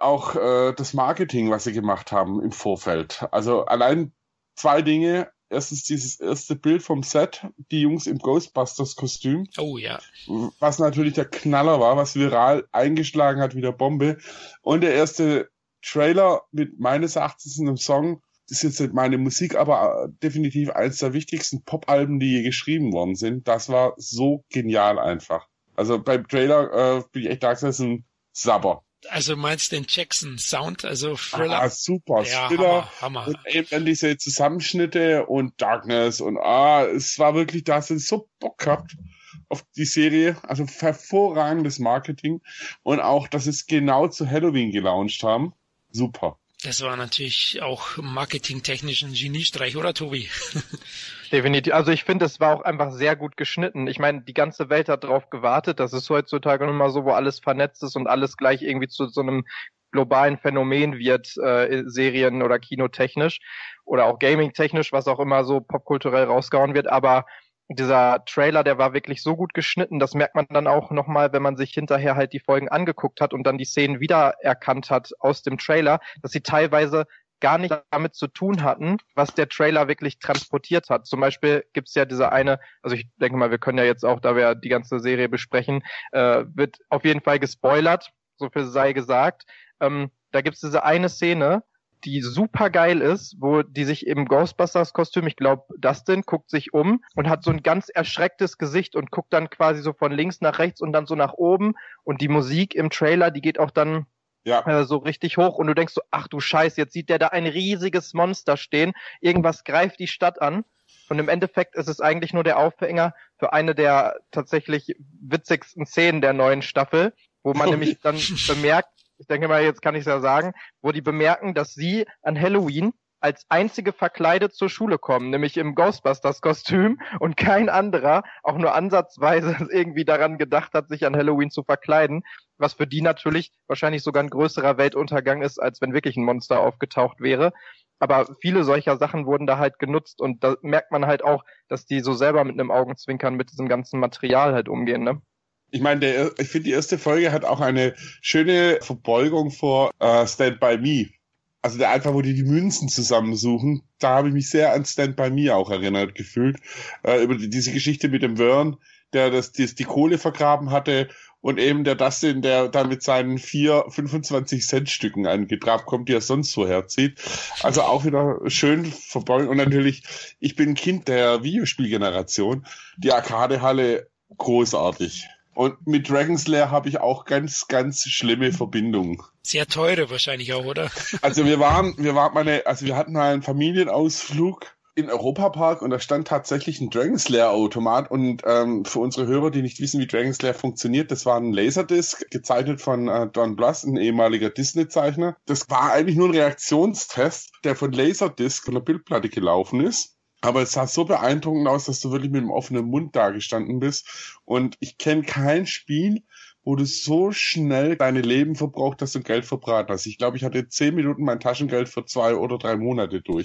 das Marketing, was sie gemacht haben im Vorfeld. Also allein 2 Dinge. Erstens dieses erste Bild vom Set, die Jungs im Ghostbusters-Kostüm. Oh ja. Was natürlich der Knaller war, was viral eingeschlagen hat wie der Bombe. Und der erste Trailer mit meines Erachtens einem Song, das ist jetzt nicht meine Musik, aber definitiv eines der wichtigsten Pop-Alben, die je geschrieben worden sind. Das war so genial einfach. Also beim Trailer bin ich echt da gesessen, Sabber. Also meinst du den Jackson-Sound, also Thriller? Ah, super, ja, Thriller. Hammer. Und eben dann diese Zusammenschnitte und Darkness und es war wirklich, da hast du so Bock gehabt. auf die Serie. Also hervorragendes Marketing. Und auch, dass es genau zu Halloween gelauncht haben. Super. Das war natürlich auch marketingtechnisch ein Geniestreich, oder Tobi? Definitiv. Also ich finde, es war auch einfach sehr gut geschnitten. Ich meine, die ganze Welt hat drauf gewartet. Das ist heutzutage nun mal so, wo alles vernetzt ist und alles gleich irgendwie zu so einem globalen Phänomen wird, Serien- oder kinotechnisch oder auch gaming-technisch, was auch immer so popkulturell rausgehauen wird. Aber dieser Trailer, der war wirklich so gut geschnitten, das merkt man dann auch nochmal, wenn man sich hinterher halt die Folgen angeguckt hat und dann die Szenen wiedererkannt hat aus dem Trailer, dass sie teilweise gar nicht damit zu tun hatten, was der Trailer wirklich transportiert hat. Zum Beispiel gibt's ja diese eine, also ich denke mal, wir können ja jetzt auch, da wir die ganze Serie besprechen, wird auf jeden Fall gespoilert, so viel sei gesagt. Da gibt's diese eine Szene, die super geil ist, wo die sich im Ghostbusters-Kostüm, ich glaube, Dustin guckt sich um und hat so ein ganz erschrecktes Gesicht und guckt dann quasi so von links nach rechts und dann so nach oben und die Musik im Trailer, die geht auch dann so richtig hoch und du denkst so, ach du Scheiß, jetzt sieht der da ein riesiges Monster stehen, irgendwas greift die Stadt an und im Endeffekt ist es eigentlich nur der Aufhänger für eine der tatsächlich witzigsten Szenen der neuen Staffel, wo man nämlich dann bemerkt, ich denke mal, jetzt kann ich es ja sagen, wo die bemerken, dass sie an Halloween als einzige verkleidet zur Schule kommen, nämlich im Ghostbusters-Kostüm und kein anderer auch nur ansatzweise irgendwie daran gedacht hat, sich an Halloween zu verkleiden, was für die natürlich wahrscheinlich sogar ein größerer Weltuntergang ist, als wenn wirklich ein Monster aufgetaucht wäre. Aber viele solcher Sachen wurden da halt genutzt und da merkt man halt auch, dass die so selber mit einem Augenzwinkern mit diesem ganzen Material halt umgehen, ne? Ich meine, ich finde, die erste Folge hat auch eine schöne Verbeugung vor Stand By Me. Also der einfach, wo die Münzen zusammensuchen, da habe ich mich sehr an Stand By Me auch erinnert gefühlt. Über diese Geschichte mit dem Wern, der die Kohle vergraben hatte und eben der Dustin, der da mit seinen 4 25-Cent-Stücken angetrabt kommt, die er sonst so herzieht. Also auch wieder schön verbeugen. Und natürlich, ich bin Kind der Videospielgeneration. Die Arcadehalle, großartig. Und mit Dragon's Lair habe ich auch ganz, ganz schlimme Verbindungen. Sehr teure wahrscheinlich auch, oder? Also wir hatten einen Familienausflug in Europapark und da stand tatsächlich ein Dragon's Lair Automat und für unsere Hörer, die nicht wissen, wie Dragon's Lair funktioniert, das war ein Laserdisc, gezeichnet von Don Bluth, ein ehemaliger Disney-Zeichner. Das war eigentlich nur ein Reaktionstest, der von Laserdisc, von der Bildplatte gelaufen ist. Aber es sah so beeindruckend aus, dass du wirklich mit dem offenen Mund da gestanden bist. Und ich kenne kein Spiel, wo du so schnell deine Leben verbraucht hast und Geld verbraten hast. Ich glaube, ich hatte 10 Minuten mein Taschengeld für 2 oder 3 Monate durch.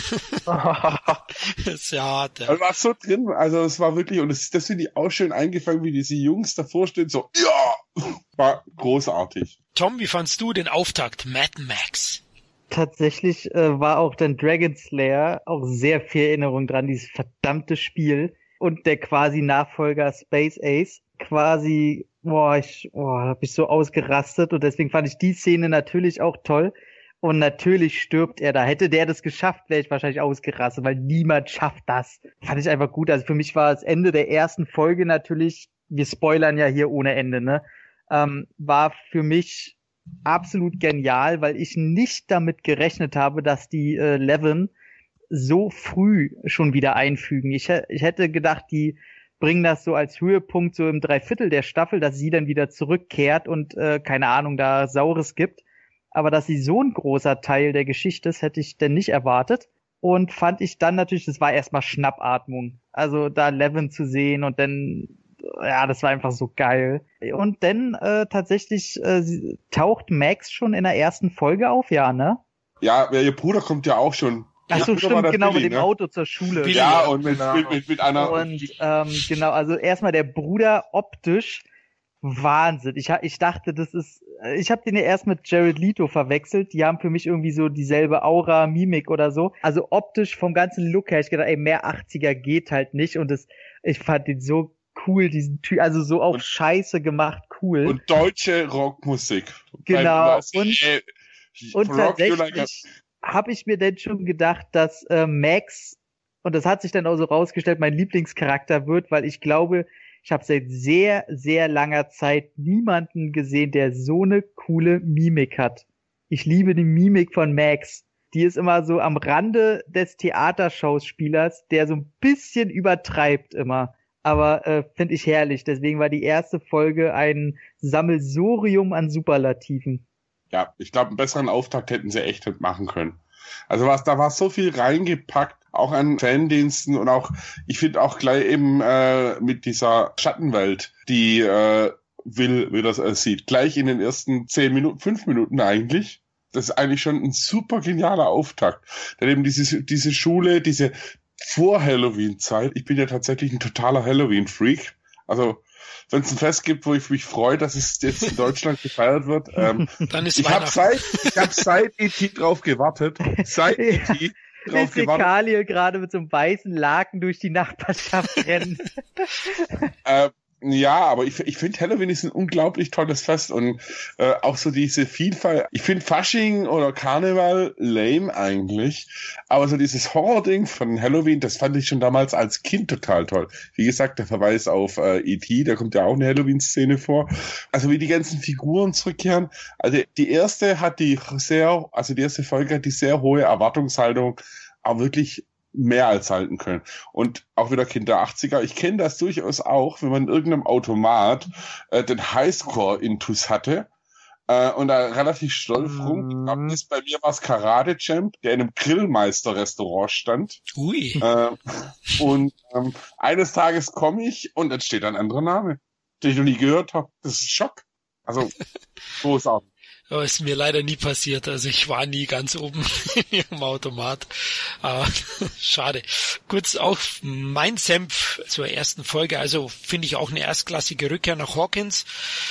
Das ist ja hart, ja. Also war so drin, also es war wirklich, und das finde ich auch schön eingefangen, wie diese Jungs davor stehen, so, ja, war großartig. Tom, wie fandst du den Auftakt Mad Max? Tatsächlich war auch dann Dragon's Lair auch sehr viel Erinnerung dran, dieses verdammte Spiel. Und der quasi Nachfolger Space Ace. Quasi, hab ich so ausgerastet. Und deswegen fand ich die Szene natürlich auch toll. Und natürlich stirbt er da. Hätte der das geschafft, wäre ich wahrscheinlich ausgerastet, weil niemand schafft das. Fand ich einfach gut. Also für mich war das Ende der ersten Folge natürlich, wir spoilern ja hier ohne Ende, ne? War für mich absolut genial, weil ich nicht damit gerechnet habe, dass die Leven so früh schon wieder einfügen. Ich hätte gedacht, die bringen das so als Höhepunkt so im 3/4 der Staffel, dass sie dann wieder zurückkehrt und keine Ahnung, da Saures gibt. Aber dass sie so ein großer Teil der Geschichte ist, hätte ich denn nicht erwartet. Und fand ich dann natürlich, das war erstmal Schnappatmung. Also da Leven zu sehen und dann ja, das war einfach so geil. Und dann tatsächlich taucht Max schon in der ersten Folge auf, ja, ne? Ja, ihr Bruder kommt ja auch schon. Ach so, stimmt, genau, Billy, mit dem Auto zur Schule. Billy, ja, und mit einer... Und genau, also erstmal der Bruder optisch Wahnsinn. Ich dachte, ich habe den ja erst mit Jared Leto verwechselt. Die haben für mich irgendwie so dieselbe Aura, Mimik oder so. Also optisch vom ganzen Look her, ich gedacht, ey, mehr 80er geht halt nicht. Und ich fand den so cool, diesen Typ, also so auf Scheiße gemacht, cool. Und deutsche Rockmusik. Genau. Und tatsächlich habe ich mir denn schon gedacht, dass Max, und das hat sich dann auch so rausgestellt, mein Lieblingscharakter wird, weil ich glaube, ich habe seit sehr, sehr langer Zeit niemanden gesehen, der so eine coole Mimik hat. Ich liebe die Mimik von Max. Die ist immer so am Rande des Theaterschauspielers, der so ein bisschen übertreibt immer. aber finde ich herrlich. Deswegen war die erste Folge ein Sammelsurium an Superlativen. Ja, ich glaube, einen besseren Auftakt hätten sie echt nicht machen können. Also da war so viel reingepackt, auch an Fandiensten und auch, ich finde auch gleich eben mit dieser Schattenwelt, die Will, wie das sieht, gleich in den ersten 5 Minuten eigentlich. Das ist eigentlich schon ein super genialer Auftakt. Dann eben diese Schule, diese Vor-Halloween-Zeit. Ich bin ja tatsächlich ein totaler Halloween-Freak. Also, wenn es ein Fest gibt, wo ich mich freue, dass es jetzt in Deutschland gefeiert wird. Dann ist ich habe seit E.T. drauf gewartet. Seit E.T. drauf gewartet. Fäkalie gerade mit so einem weißen Laken durch die Nachbarschaft rennen. Ja, aber ich finde Halloween ist ein unglaublich tolles Fest und auch so diese Vielfalt. Ich finde Fasching oder Karneval lame eigentlich, aber so dieses Horror-Ding von Halloween, das fand ich schon damals als Kind total toll. Wie gesagt, der Verweis auf E.T., da kommt ja auch eine Halloween-Szene vor. Also wie die ganzen Figuren zurückkehren. Also die erste Folge hat die sehr hohe Erwartungshaltung, aber wirklich mehr als halten können. Und auch wieder Kind der 80er. Ich kenne das durchaus auch, wenn man in irgendeinem Automat den Highscore-Intus hatte und da relativ stolz ist. Bei mir war es Karate-Champ, der in einem Grillmeister-Restaurant stand. Ui. Und eines Tages komme ich und dann steht ein anderer Name, den ich noch nie gehört habe. Das ist ein Schock. Also, großartig. Aber ist mir leider nie passiert. Also ich war nie ganz oben im Automat. Aber schade. Kurz auch mein Senf zur ersten Folge. Also finde ich auch eine erstklassige Rückkehr nach Hawkins.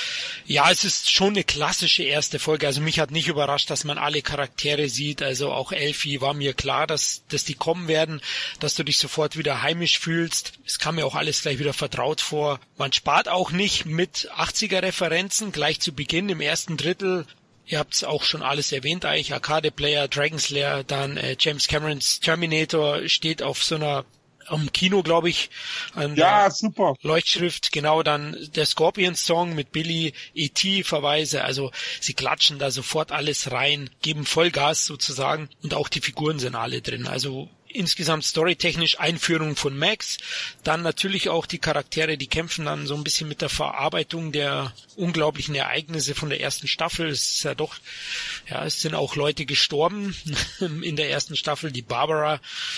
Ja, es ist schon eine klassische erste Folge. Also mich hat nicht überrascht, dass man alle Charaktere sieht. Also auch Elfie war mir klar, dass die kommen werden, dass du dich sofort wieder heimisch fühlst. Es kam mir auch alles gleich wieder vertraut vor. Man spart auch nicht mit 80er-Referenzen gleich zu Beginn im ersten Drittel. Ihr habt es auch schon alles erwähnt eigentlich. Arcade Player, Dragon Slayer, dann James Camerons Terminator steht auf so einer am Kino, glaube ich, an der super Leuchtschrift, genau, dann der Scorpions-Song mit Billy, E.T.-Verweise, also sie klatschen da sofort alles rein, geben Vollgas sozusagen und auch die Figuren sind alle drin, also insgesamt storytechnisch Einführung von Max, dann natürlich auch die Charaktere, die kämpfen dann so ein bisschen mit der Verarbeitung der unglaublichen Ereignisse von der ersten Staffel. Es ist ja doch, es sind auch Leute gestorben in der ersten Staffel, die Barbara,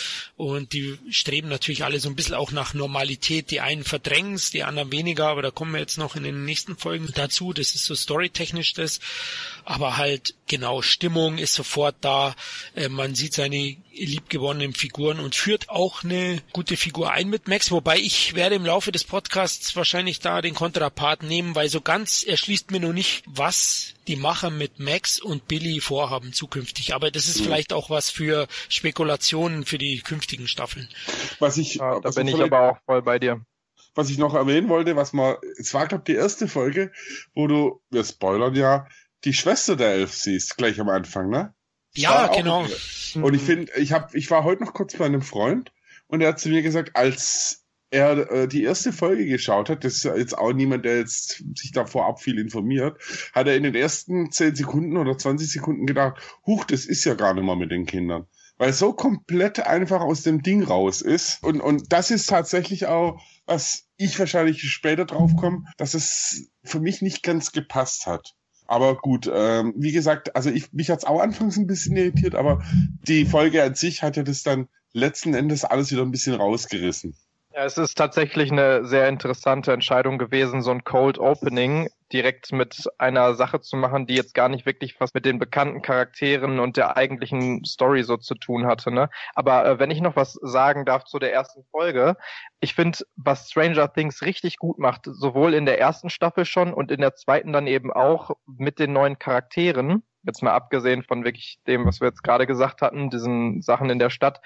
und die streben natürlich alle so ein bisschen auch nach Normalität. Die einen verdrängen's, die anderen weniger, aber da kommen wir jetzt noch in den nächsten Folgen dazu. Das ist so storytechnisch das, aber halt genau, Stimmung ist sofort da. Man sieht seine liebgewonnenen Figuren und führt auch eine gute Figur ein mit Max, wobei ich werde im Laufe des Podcasts wahrscheinlich da den Kontrapart nehmen, weil so ganz erschließt mir noch nicht, was die Macher mit Max und Billy vorhaben zukünftig. Aber das ist vielleicht auch was für Spekulationen für die künftigen Staffeln. Da bin ich aber auch voll bei dir. Was ich noch erwähnen wollte, es war, glaube ich, die erste Folge, wo wir spoilern ja, die Schwester der Elf siehst, gleich am Anfang, ne? Ja, genau. Und ich finde, ich war heute noch kurz bei einem Freund und er hat zu mir gesagt, als er die erste Folge geschaut hat, das ist ja jetzt auch niemand, der jetzt sich da vorab viel informiert, hat er in den ersten 10 Sekunden oder 20 Sekunden gedacht, das ist ja gar nicht mal mit den Kindern. Weil es so komplett einfach aus dem Ding raus ist. Und das ist tatsächlich auch, was ich wahrscheinlich später drauf komme, dass es für mich nicht ganz gepasst hat. Aber gut, wie gesagt, also mich hat's auch anfangs ein bisschen irritiert, aber die Folge an sich hat ja das dann letzten Endes alles wieder ein bisschen rausgerissen. Ja, es ist tatsächlich eine sehr interessante Entscheidung gewesen, so ein Cold Opening direkt mit einer Sache zu machen, die jetzt gar nicht wirklich was mit den bekannten Charakteren und der eigentlichen Story so zu tun hatte, ne? Aber wenn ich noch was sagen darf zu der ersten Folge, ich finde, was Stranger Things richtig gut macht, sowohl in der ersten Staffel schon und in der zweiten dann eben auch mit den neuen Charakteren, jetzt mal abgesehen von wirklich dem, was wir jetzt gerade gesagt hatten, diesen Sachen in der Stadt,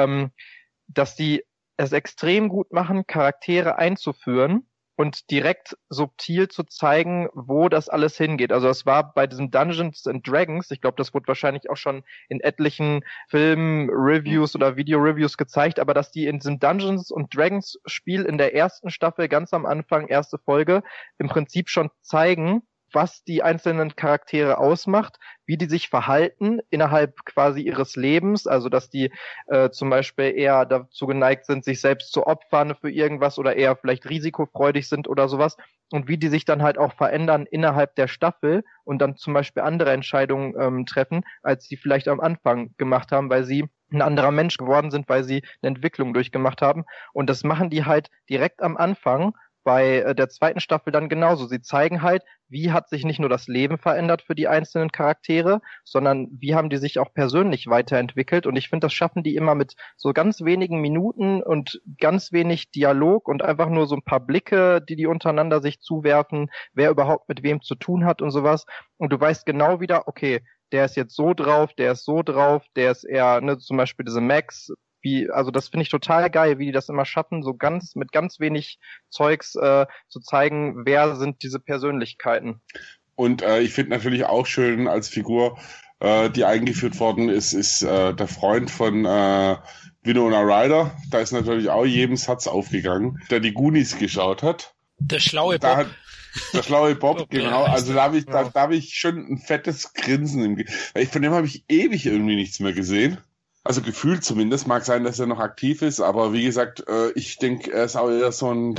dass die es extrem gut machen, Charaktere einzuführen und direkt subtil zu zeigen, wo das alles hingeht. Also es war bei diesem Dungeons and Dragons, ich glaube, das wurde wahrscheinlich auch schon in etlichen Film-Reviews oder Video-Reviews gezeigt, aber dass die in diesem Dungeons and Dragons Spiel in der ersten Staffel ganz am Anfang, erste Folge, im Prinzip schon zeigen, was die einzelnen Charaktere ausmacht, wie die sich verhalten innerhalb quasi ihres Lebens, also dass die zum Beispiel eher dazu geneigt sind, sich selbst zu opfern für irgendwas oder eher vielleicht risikofreudig sind oder sowas und wie die sich dann halt auch verändern innerhalb der Staffel und dann zum Beispiel andere Entscheidungen treffen, als sie vielleicht am Anfang gemacht haben, weil sie ein anderer Mensch geworden sind, weil sie eine Entwicklung durchgemacht haben. Und das machen die halt direkt am Anfang bei der zweiten Staffel dann genauso. Sie zeigen halt, wie hat sich nicht nur das Leben verändert für die einzelnen Charaktere, sondern wie haben die sich auch persönlich weiterentwickelt. Und ich finde, das schaffen die immer mit so ganz wenigen Minuten und ganz wenig Dialog und einfach nur so ein paar Blicke, die untereinander sich zuwerfen, wer überhaupt mit wem zu tun hat und sowas. Und du weißt genau wieder, okay, der ist jetzt so drauf, der ist so drauf, der ist eher, ne, zum Beispiel diese Max, also das finde ich total geil, wie die das immer schaffen, so mit ganz wenig Zeugs zu zeigen, wer sind diese Persönlichkeiten. Und ich finde natürlich auch schön als Figur, die eingeführt worden ist der Freund von Winona Ryder. Da ist natürlich auch jedem Satz aufgegangen, der die Goonies geschaut hat. Der schlaue Bob. Der schlaue Bob, genau. Also da habe ich schon ein fettes Grinsen von dem habe ich ewig irgendwie nichts mehr gesehen. Also gefühlt zumindest, mag sein, dass er noch aktiv ist, aber wie gesagt, ich denke, er ist auch eher so ein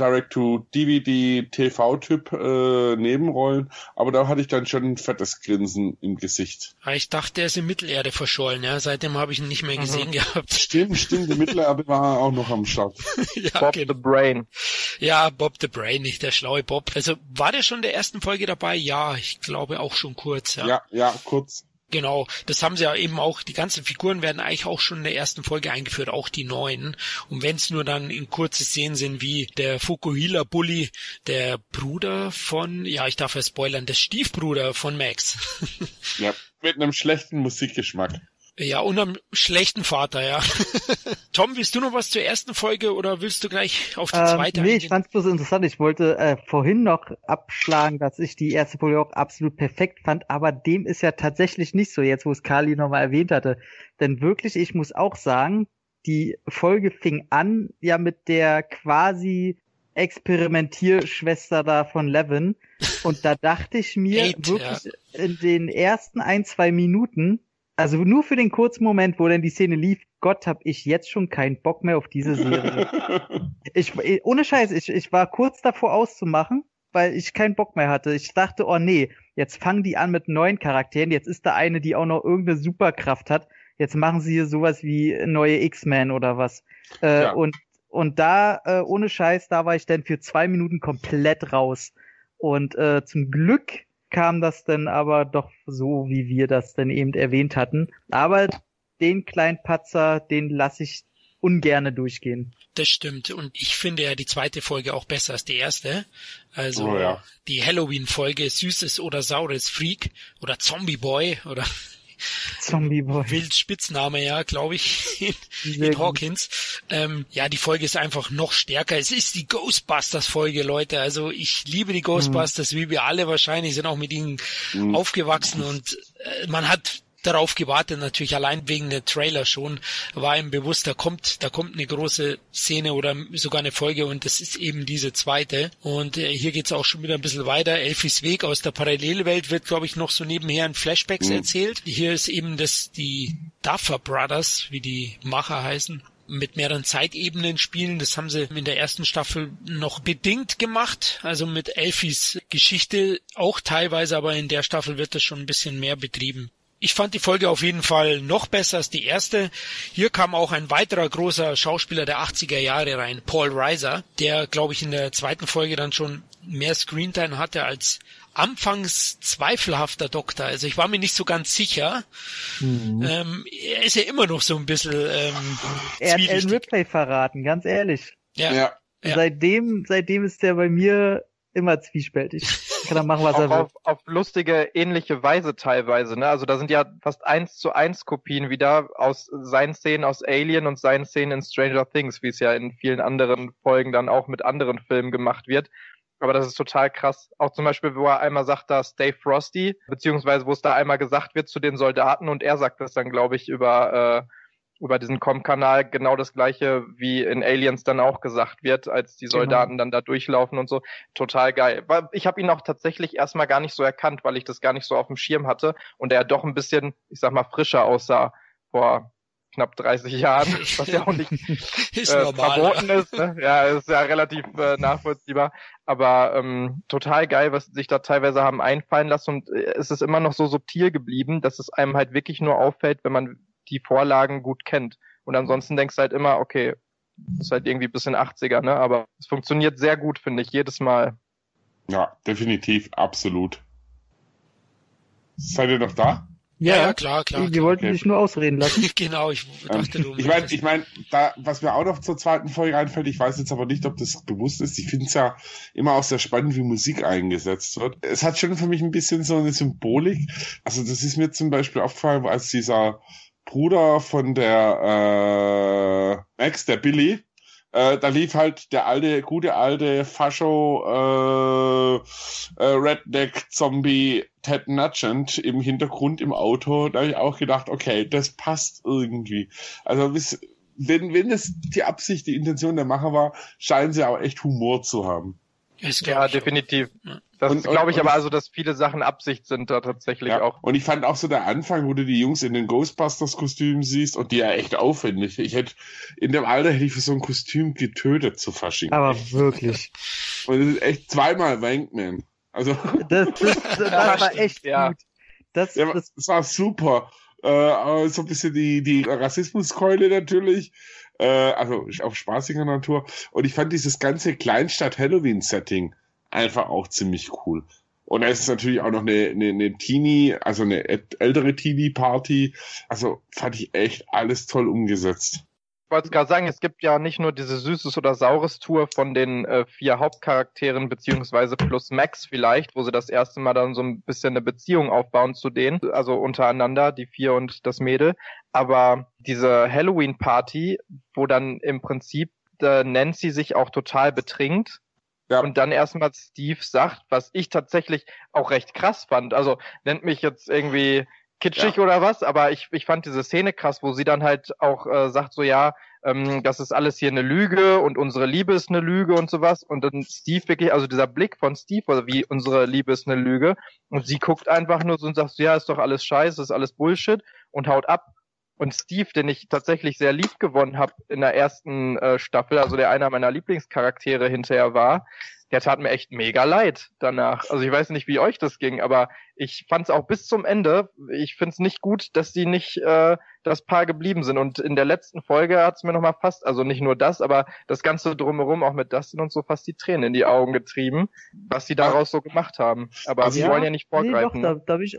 Direct-to-DVD-TV-Typ, Nebenrollen, aber da hatte ich dann schon ein fettes Grinsen im Gesicht. Ich dachte, er ist in Mittelerde verschollen, ja, seitdem habe ich ihn nicht mehr gesehen gehabt. Stimmt, die Mittelerde war auch noch am Start. Ja, Bob the Brain. Ja, Bob the Brain, nicht der schlaue Bob. Also war der schon in der ersten Folge dabei? Ja, ich glaube auch schon kurz. Ja, kurz. Genau, das haben sie ja eben auch, die ganzen Figuren werden eigentlich auch schon in der ersten Folge eingeführt, auch die neuen. Und wenn es nur dann in kurze Szenen sind, wie der Fukuhila Bully, der Bruder von, ja, ich darf ja spoilern, der Stiefbruder von Max. Ja, mit einem schlechten Musikgeschmack. Ja, und einem schlechten Vater, ja. Tom, willst du noch was zur ersten Folge oder willst du gleich auf die zweite eingehen? Ich fand's bloß interessant. Ich wollte vorhin noch abschlagen, dass ich die erste Folge auch absolut perfekt fand, aber dem ist ja tatsächlich nicht so, jetzt wo es Kali nochmal erwähnt hatte. Denn wirklich, ich muss auch sagen, die Folge fing an ja mit der quasi Experimentierschwester da von Levin und da dachte ich mir in den ersten 1-2 Minuten, also nur für den kurzen Moment, wo dann die Szene lief, Gott, hab ich jetzt schon keinen Bock mehr auf diese Serie. Ohne Scheiß, ich war kurz davor auszumachen, weil ich keinen Bock mehr hatte. Ich dachte, oh nee, jetzt fangen die an mit neuen Charakteren, jetzt ist da eine, die auch noch irgendeine Superkraft hat, jetzt machen sie hier sowas wie neue X-Men oder was. Und da, ohne Scheiß, da war ich dann für 2 Minuten komplett raus. Und zum Glück kam das dann aber doch so, wie wir das dann eben erwähnt hatten. Aber den kleinen Patzer, den lasse ich ungerne durchgehen. Das stimmt. Und ich finde ja die zweite Folge auch besser als die erste. Also die Halloween-Folge Süßes oder Saures Freak oder Zombie Boy oder Zombie Boy. Wildspitzname, ja, glaube ich, in Hawkins. Ja, die Folge ist einfach noch stärker. Es ist die Ghostbusters-Folge, Leute. Also ich liebe die Ghostbusters, wie wir alle wahrscheinlich, sind auch mit ihnen aufgewachsen und man hat darauf gewartet, natürlich allein wegen der Trailer schon, war ihm bewusst, da kommt eine große Szene oder sogar eine Folge und das ist eben diese zweite. Und hier geht's auch schon wieder ein bisschen weiter. Elfis Weg aus der Parallelwelt wird, glaube ich, noch so nebenher in Flashbacks erzählt. Hier ist eben die Duffer Brothers, wie die Macher heißen, mit mehreren Zeitebenen spielen. Das haben sie in der ersten Staffel noch bedingt gemacht, also mit Elfis Geschichte auch teilweise, aber in der Staffel wird das schon ein bisschen mehr betrieben. Ich fand die Folge auf jeden Fall noch besser als die erste. Hier kam auch ein weiterer großer Schauspieler der 80er Jahre rein, Paul Reiser, der, glaube ich, in der zweiten Folge dann schon mehr Screentime hatte als anfangs zweifelhafter Doktor. Also ich war mir nicht so ganz sicher. Er ist ja immer noch so ein bisschen er hat Ellen Ripley verraten, ganz ehrlich. Ja. Seitdem ist der bei mir immer zwiespältig. Kann er machen, was er will. Auf lustige, ähnliche Weise teilweise, ne? Also da sind ja fast 1:1 Kopien wieder aus seinen Szenen aus Alien und seinen Szenen in Stranger Things, wie es ja in vielen anderen Folgen dann auch mit anderen Filmen gemacht wird. Aber das ist total krass. Auch zum Beispiel, wo er einmal sagt, da Stay Frosty, beziehungsweise wo es da einmal gesagt wird zu den Soldaten und er sagt das dann, glaube ich, über über diesen Com-Kanal genau das gleiche wie in Aliens dann auch gesagt wird, als die Soldaten dann da durchlaufen und so. Total geil. Ich habe ihn auch tatsächlich erstmal gar nicht so erkannt, weil ich das gar nicht so auf dem Schirm hatte und er doch ein bisschen, ich sag mal, frischer aussah vor knapp 30 Jahren, was ja auch nicht verboten ist. Ne? Ja, ist ja relativ nachvollziehbar. Aber total geil, was sich da teilweise haben einfallen lassen und es ist immer noch so subtil geblieben, dass es einem halt wirklich nur auffällt, wenn man die Vorlagen gut kennt. Und ansonsten denkst du halt immer, okay, ist halt irgendwie ein bisschen 80er, ne? Aber es funktioniert sehr gut, finde ich, jedes Mal. Ja, definitiv, absolut. Seid ihr noch da? Ja, klar. Wir wollten dich nur ausreden lassen. Genau, ich dachte, du... Ich meine, da, was mir auch noch zur zweiten Folge einfällt, ich weiß jetzt aber nicht, ob das bewusst ist, ich finde es ja immer auch sehr spannend, wie Musik eingesetzt wird. Es hat schon für mich ein bisschen so eine Symbolik. Also das ist mir zum Beispiel aufgefallen, als dieser Bruder von der Max, der Billy, da lief halt der gute alte Fascho Redneck-Zombie Ted Nugent im Hintergrund im Auto. Da habe ich auch gedacht, okay, das passt irgendwie. Also wenn das die Absicht, die Intention der Macher war, scheinen sie auch echt Humor zu haben. Ja, definitiv. Das glaube ich aber also, dass viele Sachen Absicht sind da tatsächlich auch. Und ich fand auch so der Anfang, wo du die Jungs in den Ghostbusters-Kostümen siehst und die ja echt aufwendig. In dem Alter hätte ich für so ein Kostüm getötet zu Fasching. Aber wirklich. Und das ist echt zweimal Wankman. Also. Das war echt gut. Das war super. Aber so ein bisschen die Rassismuskeule natürlich. Also auf spaßiger Natur. Und ich fand dieses ganze Kleinstadt-Halloween-Setting einfach auch ziemlich cool. Und da ist natürlich auch noch eine Teenie, also eine ältere Teenie-Party. Also fand ich echt alles toll umgesetzt. Ich wollte gerade sagen, es gibt ja nicht nur diese Süßes oder Saures Tour von den 4 Hauptcharakteren, beziehungsweise plus Max vielleicht, wo sie das erste Mal dann so ein bisschen eine Beziehung aufbauen zu denen, also untereinander, die 4 und das Mädel. Aber diese Halloween-Party, wo dann im Prinzip Nancy sich auch total betrinkt, ja. Und dann erstmal Steve sagt, was ich tatsächlich auch recht krass fand. Also nennt mich jetzt irgendwie kitschig oder was, aber ich fand diese Szene krass, wo sie dann halt auch sagt so, ja, das ist alles hier eine Lüge und unsere Liebe ist eine Lüge und sowas. Und dann Steve wirklich, also dieser Blick von Steve, also wie unsere Liebe ist eine Lüge. Und sie guckt einfach nur so und sagt so, ja, ist doch alles scheiße, ist alles Bullshit und haut ab. Und Steve, den ich tatsächlich sehr lieb gewonnen habe in der ersten Staffel, also der einer meiner Lieblingscharaktere hinterher war, der tat mir echt mega leid danach. Also ich weiß nicht, wie euch das ging, aber ich fand es auch bis zum Ende, ich finde es nicht gut, dass die nicht das Paar geblieben sind. Und in der letzten Folge hat es mir nochmal fast, also nicht nur das, aber das Ganze drumherum auch mit Dustin und so fast die Tränen in die Augen getrieben, was sie daraus so gemacht haben. Aber also wir wollen ja nicht vorgreifen. Nee, doch, da bin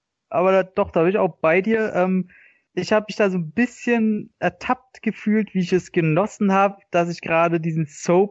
ich auch bei dir. Ich habe mich da so ein bisschen ertappt gefühlt, wie ich es genossen habe, dass ich gerade diesen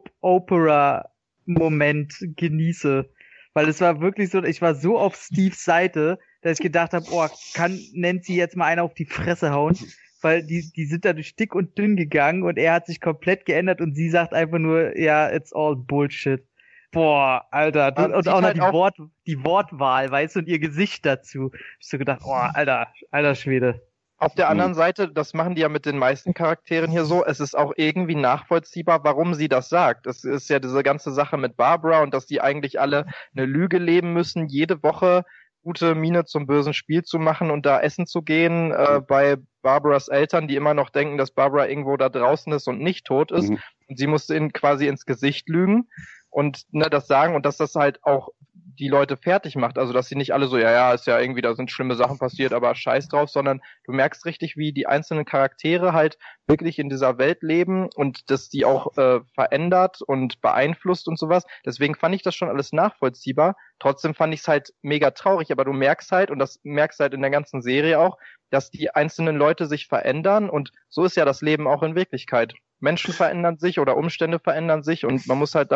Soap-Opera-Moment genieße. Weil es war wirklich so, ich war so auf Steves Seite, dass ich gedacht habe, kann Nancy jetzt mal einer auf die Fresse hauen? Weil die sind da durch dick und dünn gegangen und er hat sich komplett geändert und sie sagt einfach nur, ja, it's all Bullshit. Boah, Alter. Und auch noch die Wortwahl, weißt du, und ihr Gesicht dazu. Ich so gedacht, alter Schwede. Auf der anderen Seite, das machen die ja mit den meisten Charakteren hier so, es ist auch irgendwie nachvollziehbar, warum sie das sagt. Es ist ja diese ganze Sache mit Barbara und dass die eigentlich alle eine Lüge leben müssen, jede Woche gute Miene zum bösen Spiel zu machen und da essen zu gehen bei Barbaras Eltern, die immer noch denken, dass Barbara irgendwo da draußen ist und nicht tot ist. Und sie musste ihnen quasi ins Gesicht lügen und das sagen und dass das halt auch die Leute fertig macht, also dass sie nicht alle so, ja, ist ja irgendwie, da sind schlimme Sachen passiert, aber scheiß drauf, sondern du merkst richtig, wie die einzelnen Charaktere halt wirklich in dieser Welt leben und dass die auch verändert und beeinflusst und sowas. Deswegen fand ich das schon alles nachvollziehbar. Trotzdem fand ich es halt mega traurig, aber du merkst halt, und das merkst halt in der ganzen Serie auch, dass die einzelnen Leute sich verändern und so ist ja das Leben auch in Wirklichkeit. Menschen verändern sich oder Umstände verändern sich und man muss halt darauf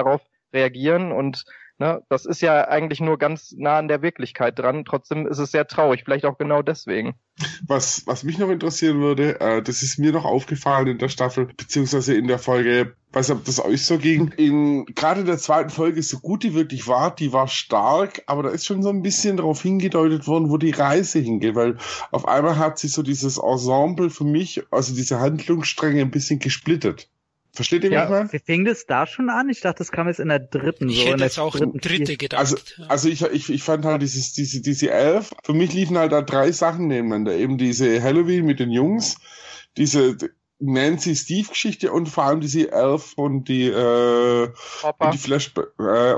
reagieren und ne, das ist ja eigentlich nur ganz nah an der Wirklichkeit dran. Trotzdem ist es sehr traurig, vielleicht auch genau deswegen. Was mich noch interessieren würde, das ist mir noch aufgefallen in der Staffel, beziehungsweise in der Folge, weiß nicht, ob das euch so ging, gerade in der zweiten Folge, so gut die wirklich war, die war stark, aber da ist schon so ein bisschen darauf hingedeutet worden, wo die Reise hingeht, weil auf einmal hat sich so dieses Ensemble für mich, also diese Handlungsstränge ein bisschen gesplittet. Versteht ihr, wie ich meine? Fing das da schon an? Ich dachte, das kam jetzt in der dritten. Ich hätte jetzt auch dritte gedacht. Also ich fand halt diese 11, für mich liefen halt da 3 Sachen nebeneinander. Eben diese Halloween mit den Jungs, diese Nancy-Steve-Geschichte und vor allem diese 11 und die Hopper. Und die Flashbacks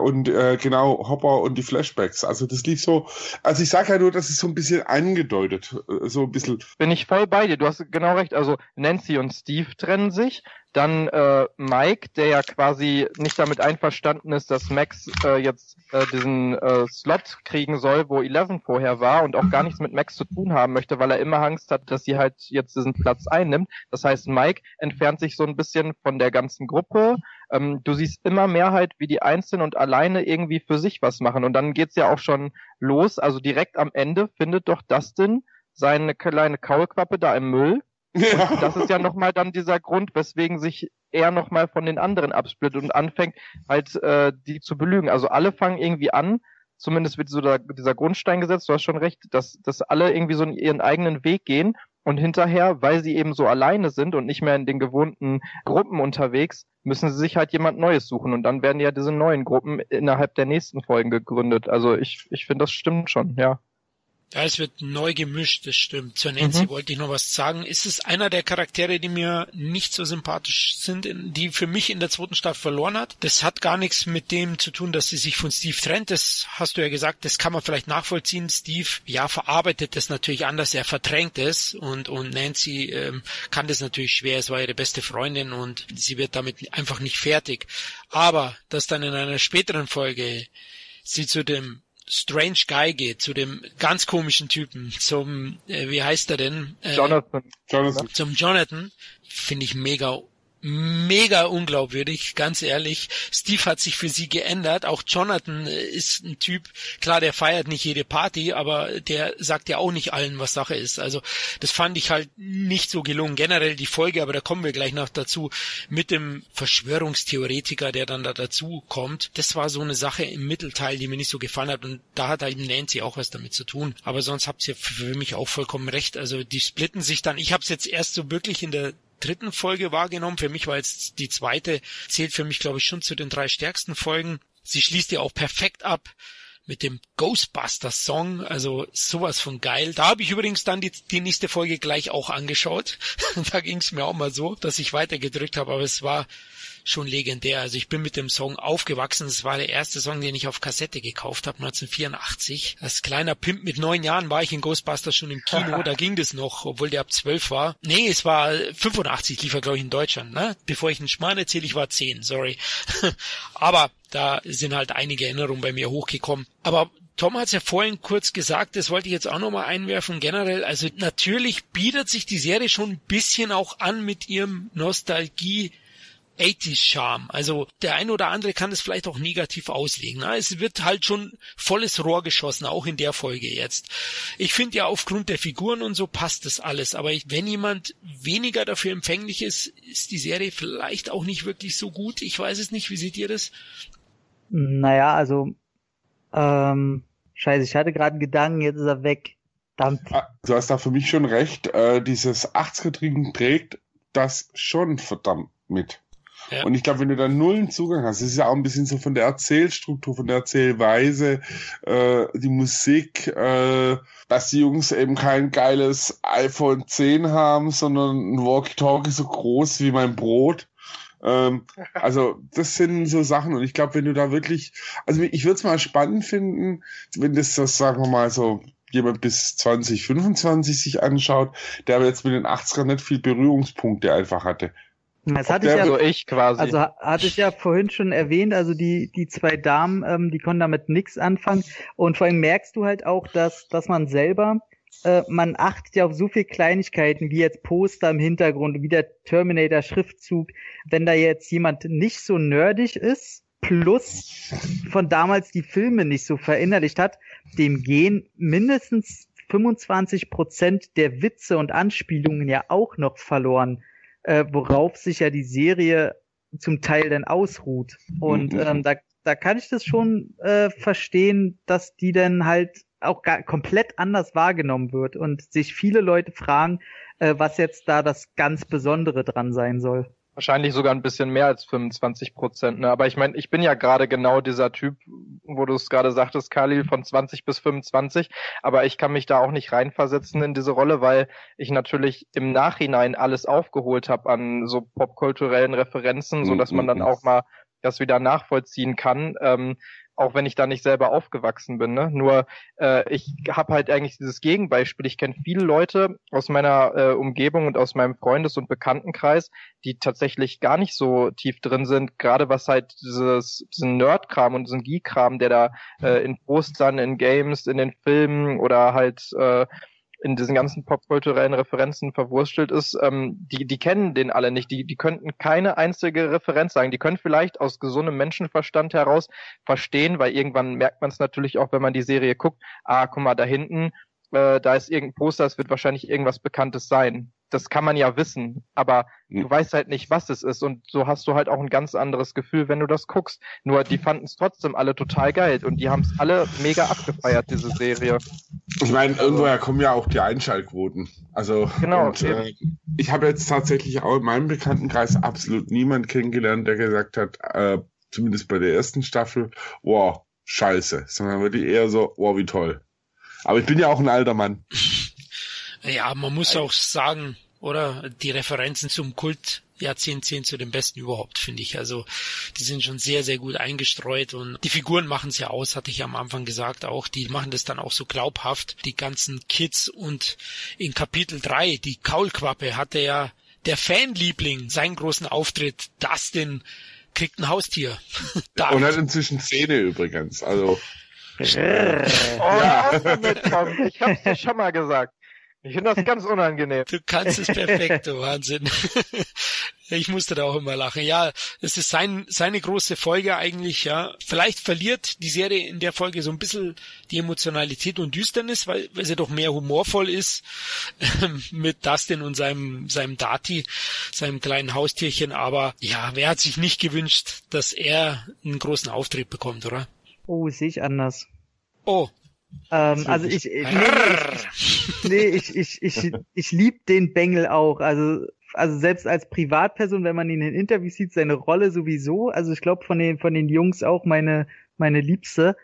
genau, Hopper und die Flashbacks. Also das lief so, also ich sag ja nur, das ist so ein bisschen angedeutet, so ein bisschen. Bin ich voll bei dir, du hast genau recht, also Nancy und Steve trennen sich, dann Mike, der ja quasi nicht damit einverstanden ist, dass Max jetzt diesen Slot kriegen soll, wo 11 vorher war und auch gar nichts mit Max zu tun haben möchte, weil er immer Angst hat, dass sie halt jetzt diesen Platz einnimmt. Das heißt, Mike entfernt sich so ein bisschen von der ganzen Gruppe. Du siehst immer mehr halt, wie die einzeln und alleine irgendwie für sich was machen. Und dann geht's ja auch schon los. Also direkt am Ende findet doch Dustin seine kleine Kaulquappe da im Müll. Ja. Und das ist ja nochmal dann dieser Grund, weswegen sich er nochmal von den anderen absplittet und anfängt halt die zu belügen. Also alle fangen irgendwie an, zumindest wird so dieser Grundstein gesetzt, du hast schon recht, dass alle irgendwie so ihren eigenen Weg gehen und hinterher, weil sie eben so alleine sind und nicht mehr in den gewohnten Gruppen unterwegs, müssen sie sich halt jemand Neues suchen und dann werden ja diese neuen Gruppen innerhalb der nächsten Folgen gegründet. Also ich finde, das stimmt schon, ja. Ja, es wird neu gemischt, das stimmt. Zur Nancy wollte ich noch was sagen. Ist es einer der Charaktere, die mir nicht so sympathisch sind, die für mich in der zweiten Staffel verloren hat? Das hat gar nichts mit dem zu tun, dass sie sich von Steve trennt. Das hast du ja gesagt, das kann man vielleicht nachvollziehen. Steve, ja, verarbeitet das natürlich anders, er verdrängt es und Nancy kann das natürlich schwer. Es war ihre beste Freundin und sie wird damit einfach nicht fertig. Aber, dass dann in einer späteren Folge sie zu dem Strange Guy geht, zu dem ganz komischen Typen, zum, wie heißt er denn? Jonathan. Zum Jonathan, finde ich mega unglaubwürdig, ganz ehrlich. Steve hat sich für sie geändert, auch Jonathan ist ein Typ, klar, der feiert nicht jede Party, aber der sagt ja auch nicht allen, was Sache ist. Also das fand ich halt nicht so gelungen. Generell die Folge, aber da kommen wir gleich noch dazu, mit dem Verschwörungstheoretiker, der dann da dazu kommt. Das war so eine Sache im Mittelteil, die mir nicht so gefallen hat und da hat halt Nancy auch was damit zu tun. Aber sonst habt ihr für mich auch vollkommen recht. Also die splitten sich dann, ich habe es jetzt erst so wirklich in der dritten Folge wahrgenommen. Für mich war jetzt die zweite, zählt für mich, glaube ich, schon zu den 3 stärksten Folgen. Sie schließt ja auch perfekt ab mit dem Ghostbusters-Song, also sowas von geil. Da habe ich übrigens dann die nächste Folge gleich auch angeschaut. Da ging es mir auch mal so, dass ich weitergedrückt habe, aber es war schon legendär. Also ich bin mit dem Song aufgewachsen. Es war der erste Song, den ich auf Kassette gekauft habe, 1984. Als kleiner Pimp mit 9 Jahren war ich in Ghostbusters schon im Kino. Da ging das noch, obwohl der ab 12 war. Nee, es war 85, lief er, glaube ich, in Deutschland. Ne? Bevor ich einen Schmarrn erzähle, ich war 10, sorry. Aber da sind halt einige Erinnerungen bei mir hochgekommen. Aber Tom hat es ja vorhin kurz gesagt, das wollte ich jetzt auch nochmal einwerfen. Generell, also natürlich bietet sich die Serie schon ein bisschen auch an mit ihrem Nostalgie 80s-Charme. Also der eine oder andere kann es vielleicht auch negativ auslegen. Es wird halt schon volles Rohr geschossen, auch in der Folge jetzt. Ich finde ja aufgrund der Figuren und so passt das alles. Aber wenn jemand weniger dafür empfänglich ist, ist die Serie vielleicht auch nicht wirklich so gut. Ich weiß es nicht. Wie seht ihr das? Naja, also scheiße, ich hatte gerade einen Gedanken, jetzt ist er weg. Verdammt. Du hast da für mich schon recht. Dieses 80er-Trinken trägt das schon verdammt mit. Ja. Und ich glaube, wenn du da null einen Zugang hast, das ist ja auch ein bisschen so von der Erzählstruktur, von der Erzählweise, die Musik, dass die Jungs eben kein geiles iPhone 10 haben, sondern ein Walkie-Talkie so groß wie mein Brot. Also das sind so Sachen und ich glaube, wenn du da wirklich, also ich würde es mal spannend finden, wenn das, sagen wir mal so, jemand bis 2025 sich anschaut, der aber jetzt mit den 80ern nicht viel Berührungspunkte einfach hatte. Das hatte ich ja vorhin schon erwähnt, also die 2 Damen, die konnten damit nichts anfangen und vor allem merkst du halt auch, dass man selber, man achtet ja auf so viel Kleinigkeiten, wie jetzt Poster im Hintergrund, wie der Terminator-Schriftzug, wenn da jetzt jemand nicht so nerdig ist, Plus von damals die Filme nicht so verinnerlicht hat, dem gehen mindestens 25% der Witze und Anspielungen ja auch noch verloren, worauf sich ja die Serie zum Teil dann ausruht. Und da kann ich das schon verstehen, dass die dann halt auch komplett anders wahrgenommen wird und sich viele Leute fragen, was jetzt da das ganz Besondere dran sein soll. Wahrscheinlich sogar ein bisschen mehr als 25%, ne? Aber ich meine, ich bin ja gerade genau dieser Typ, wo du es gerade sagtest, Khalil, von 20 bis 25, aber ich kann mich da auch nicht reinversetzen in diese Rolle, weil ich natürlich im Nachhinein alles aufgeholt habe an so popkulturellen Referenzen, so dass man dann auch mal das wieder nachvollziehen kann, auch wenn ich da nicht selber aufgewachsen bin, ne? Nur ich habe halt eigentlich dieses Gegenbeispiel. Ich kenne viele Leute aus meiner Umgebung und aus meinem Freundes- und Bekanntenkreis, die tatsächlich gar nicht so tief drin sind, gerade was halt diesen Nerd-Kram und diesen Geek-Kram, der da in Postern, in Games, in den Filmen oder halt in diesen ganzen popkulturellen Referenzen verwurstelt ist, die kennen den alle nicht. Die könnten keine einzige Referenz sagen. Die können vielleicht aus gesundem Menschenverstand heraus verstehen, weil irgendwann merkt man es natürlich auch, wenn man die Serie guckt, guck mal, da hinten, da ist irgendein Poster, es wird wahrscheinlich irgendwas Bekanntes sein. Das kann man ja wissen, aber du weißt halt nicht, was es ist, und so hast du halt auch ein ganz anderes Gefühl, wenn du das guckst. Nur die fanden es trotzdem alle total geil und die haben es alle mega abgefeiert, diese Serie. Ich meine, irgendwoher kommen ja auch die Einschaltquoten. Also genau. Und, ich habe jetzt tatsächlich auch in meinem Bekanntenkreis absolut niemanden kennengelernt, der gesagt hat, zumindest bei der ersten Staffel, wow, scheiße. Sondern wirklich eher so, wow, wie toll. Aber ich bin ja auch ein alter Mann. Ja, man muss auch sagen, oder? Die Referenzen zum Kultjahrzehnt zählen zu den besten überhaupt, finde ich. Also, die sind schon sehr, sehr gut eingestreut und die Figuren machen es ja aus, hatte ich ja am Anfang gesagt auch. Die machen das dann auch so glaubhaft, die ganzen Kids. Und in Kapitel 3, die Kaulquappe, hatte ja der Fanliebling seinen großen Auftritt, Dustin kriegt ein Haustier. Und hat inzwischen Zähne übrigens, also. Ja. Ich hab's dir schon mal gesagt. Ich finde das ganz unangenehm. Du kannst es perfekt, du Wahnsinn. Ich musste da auch immer lachen. Ja, es ist seine große Folge eigentlich, ja. Vielleicht verliert die Serie in der Folge so ein bisschen die Emotionalität und Düsternis, weil sie doch mehr humorvoll ist mit Dustin und seinem Dati, seinem kleinen Haustierchen. Aber ja, wer hat sich nicht gewünscht, dass er einen großen Auftritt bekommt, oder? Oh, sehe ich anders. Oh. Also ich lieb den Bengel auch. Also selbst als Privatperson, wenn man ihn in Interviews sieht, seine Rolle sowieso. Also ich glaube von den Jungs auch meine Liebste.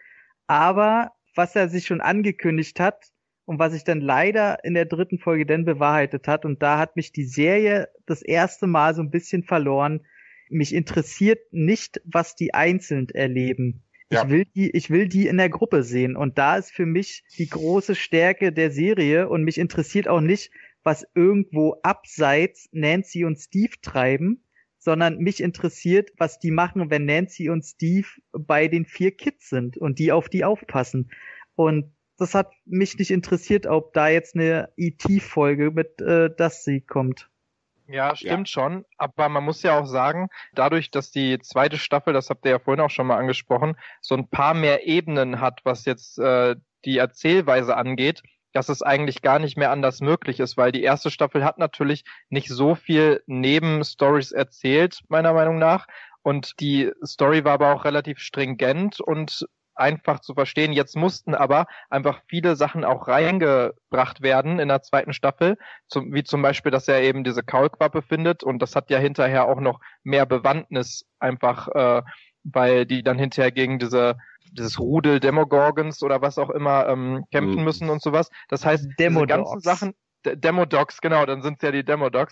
Aber was er sich schon angekündigt hat und was sich dann leider in der 3. Folge dann bewahrheitet hat, und da hat mich die Serie das erste Mal so ein bisschen verloren. Mich interessiert nicht, was die einzeln erleben. Ja. Ich will die in der Gruppe sehen, und da ist für mich die große Stärke der Serie, und mich interessiert auch nicht, was irgendwo abseits Nancy und Steve treiben, sondern mich interessiert, was die machen, wenn Nancy und Steve bei den 4 Kids sind und die auf die aufpassen. Und das hat mich nicht interessiert, ob da jetzt eine E.T.-Folge mit Dusty kommt. Ja, stimmt schon, aber man muss ja auch sagen, dadurch, dass die 2. Staffel, das habt ihr ja vorhin auch schon mal angesprochen, so ein paar mehr Ebenen hat, was jetzt die Erzählweise angeht, dass es eigentlich gar nicht mehr anders möglich ist, weil die 1. Staffel hat natürlich nicht so viel Nebenstories erzählt, meiner Meinung nach, und die Story war aber auch relativ stringent und einfach zu verstehen. Jetzt mussten aber einfach viele Sachen auch reingebracht werden in der 2. Staffel, wie zum Beispiel, dass er eben diese Kaulquappe findet, und das hat ja hinterher auch noch mehr Bewandtnis, einfach weil die dann hinterher gegen dieses Rudel Demogorgons oder was auch immer kämpfen müssen und sowas. Das heißt, diese ganzen Sachen, Demodogs, genau, dann sind es ja die Demodogs,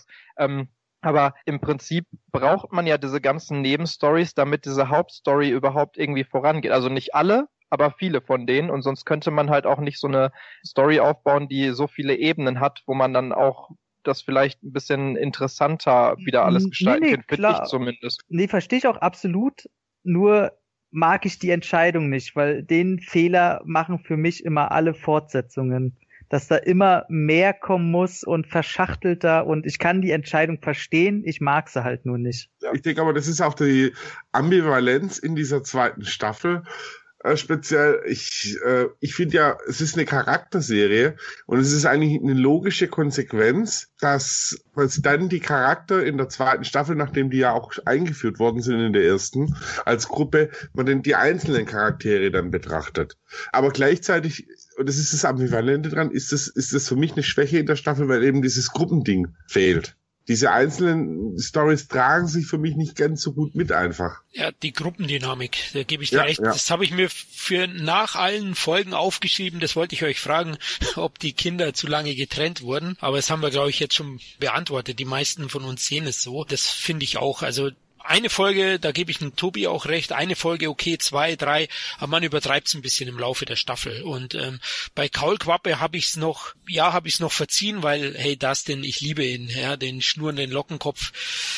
aber im Prinzip braucht man ja diese ganzen Nebenstories, damit diese Hauptstory überhaupt irgendwie vorangeht. Also nicht alle, aber viele von denen. Und sonst könnte man halt auch nicht so eine Story aufbauen, die so viele Ebenen hat, wo man dann auch das vielleicht ein bisschen interessanter wieder alles gestalten kann, finde ich zumindest. Nee, verstehe ich auch absolut. Nur mag ich die Entscheidung nicht, weil den Fehler machen für mich immer alle Fortsetzungen. dass da immer mehr kommen muss und verschachtelter, und ich kann die Entscheidung verstehen, ich mag sie halt nur nicht. Ich denke aber, das ist auch die Ambivalenz in dieser zweiten Staffel. Speziell, ich finde ja, es ist eine Charakterserie und es ist eigentlich eine logische Konsequenz, dass man dann die Charakter in der zweiten Staffel, nachdem die ja auch eingeführt worden sind in der ersten, als Gruppe, man dann die einzelnen Charaktere dann betrachtet. Aber gleichzeitig, und das ist das Ambivalente dran, ist das für mich eine Schwäche in der Staffel, weil eben dieses Gruppending fehlt. Diese einzelnen Stories tragen sich für mich nicht ganz so gut mit einfach. Ja, die Gruppendynamik, da gebe ich dir recht. Ja. Das habe ich mir für nach allen Folgen aufgeschrieben. Das wollte ich euch fragen, ob die Kinder zu lange getrennt wurden. Aber das haben wir, glaube ich, jetzt schon beantwortet. Die meisten von uns sehen es so. Das finde ich auch. Also eine Folge, da gebe ich dem Tobi auch recht, eine Folge okay, 2, 3, aber man übertreibt es ein bisschen im Laufe der Staffel. Und bei Kaulquappe habe ich es noch verziehen, weil, hey Dustin, ich liebe ihn, ja, den schnurrenden Lockenkopf.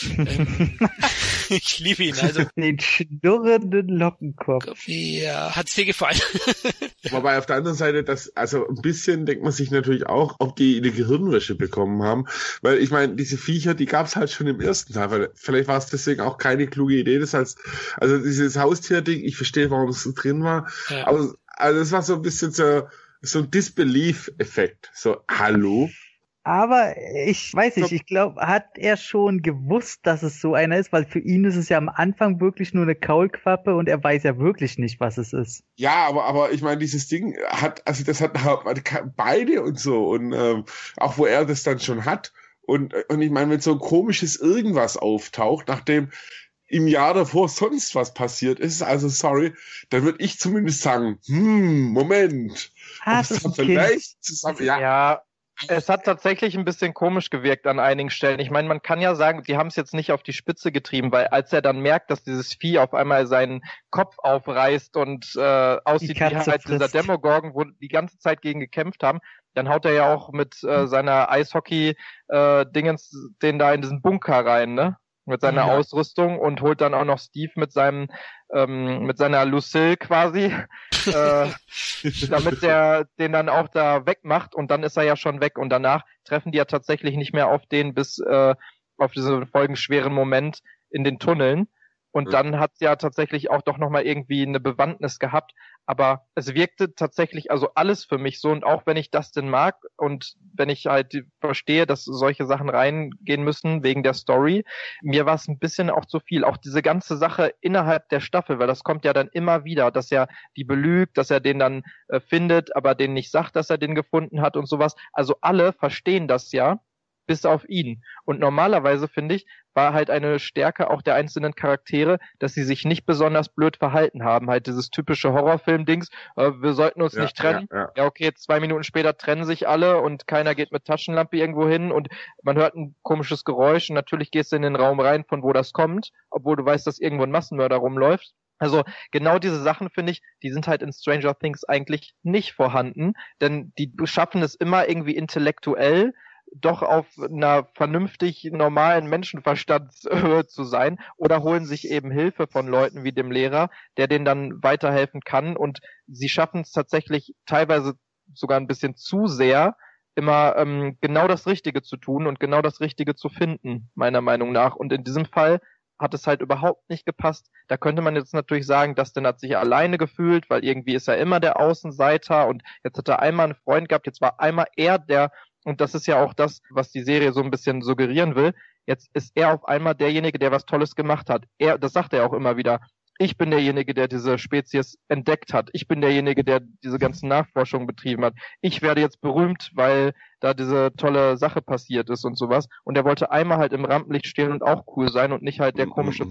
Ich liebe ihn, also. Den schnurrenden Lockenkopf. Ja, hat's dir gefallen? Wobei auf der anderen Seite, also ein bisschen denkt man sich natürlich auch, ob die eine Gehirnwäsche bekommen haben, weil ich meine, diese Viecher, die gab's halt schon im ersten Teil, weil vielleicht war es deswegen auch keine kluge Idee, das heißt, also dieses Haustier-Ding, ich verstehe, warum es so drin war, ja. Aber also es war so ein bisschen so ein Disbelief-Effekt, so, hallo? Aber ich weiß nicht, ich glaube, hat er schon gewusst, dass es so einer ist, weil für ihn ist es ja am Anfang wirklich nur eine Kaulquappe und er weiß ja wirklich nicht, was es ist. Ja, aber ich meine, dieses Ding das hat beide und so und auch wo er das dann schon hat. Und ich meine, wenn so ein komisches Irgendwas auftaucht, nachdem im Jahr davor sonst was passiert ist, also sorry, dann würde ich zumindest sagen, Moment. Das ist vielleicht zusammen, ja. Es hat tatsächlich ein bisschen komisch gewirkt an einigen Stellen. Ich meine, man kann ja sagen, die haben es jetzt nicht auf die Spitze getrieben, weil als er dann merkt, dass dieses Vieh auf einmal seinen Kopf aufreißt und aussieht wie halt dieser Demogorgon, wo die ganze Zeit gegen gekämpft haben, dann haut er ja auch mit seiner Eishockey-Dingens den da in diesen Bunker rein, ne? Mit seiner Ausrüstung und holt dann auch noch Steve mit seiner Lucille quasi, damit der den dann auch da wegmacht und dann ist er ja schon weg und danach treffen die ja tatsächlich nicht mehr auf den bis auf diesen folgenschweren Moment in den Tunneln. Und dann hat es ja tatsächlich auch doch nochmal irgendwie eine Bewandtnis gehabt. Aber es wirkte tatsächlich also alles für mich so. Und auch wenn ich Dustin mag und wenn ich halt verstehe, dass solche Sachen reingehen müssen wegen der Story, mir war es ein bisschen auch zu viel. Auch diese ganze Sache innerhalb der Staffel, weil das kommt ja dann immer wieder, dass er die belügt, dass er den dann findet, aber denen nicht sagt, dass er den gefunden hat und sowas. Also alle verstehen das ja. Bis auf ihn. Und normalerweise, finde ich, war halt eine Stärke auch der einzelnen Charaktere, dass sie sich nicht besonders blöd verhalten haben. Halt dieses typische Horrorfilm-Dings, wir sollten uns nicht trennen. Ja, okay, 2 Minuten später trennen sich alle und keiner geht mit Taschenlampe irgendwo hin und man hört ein komisches Geräusch und natürlich gehst du in den Raum rein, von wo das kommt, obwohl du weißt, dass irgendwo ein Massenmörder rumläuft. Also genau diese Sachen, finde ich, die sind halt in Stranger Things eigentlich nicht vorhanden, denn die schaffen es immer irgendwie intellektuell, doch auf einer vernünftig normalen Menschenverstandshöhe zu sein oder holen sich eben Hilfe von Leuten wie dem Lehrer, der denen dann weiterhelfen kann und sie schaffen es tatsächlich teilweise sogar ein bisschen zu sehr, immer genau das Richtige zu tun und genau das Richtige zu finden, meiner Meinung nach. Und in diesem Fall hat es halt überhaupt nicht gepasst. Da könnte man jetzt natürlich sagen, Dustin hat sich alleine gefühlt, weil irgendwie ist er immer der Außenseiter und jetzt hat er einmal einen Freund gehabt, jetzt war einmal er der. Und das ist ja auch das, was die Serie so ein bisschen suggerieren will. Jetzt ist er auf einmal derjenige, der was Tolles gemacht hat. Das sagt er auch immer wieder. Ich bin derjenige, der diese Spezies entdeckt hat. Ich bin derjenige, der diese ganzen Nachforschungen betrieben hat. Ich werde jetzt berühmt, weil da diese tolle Sache passiert ist und sowas. Und er wollte einmal halt im Rampenlicht stehen und auch cool sein und nicht halt der komische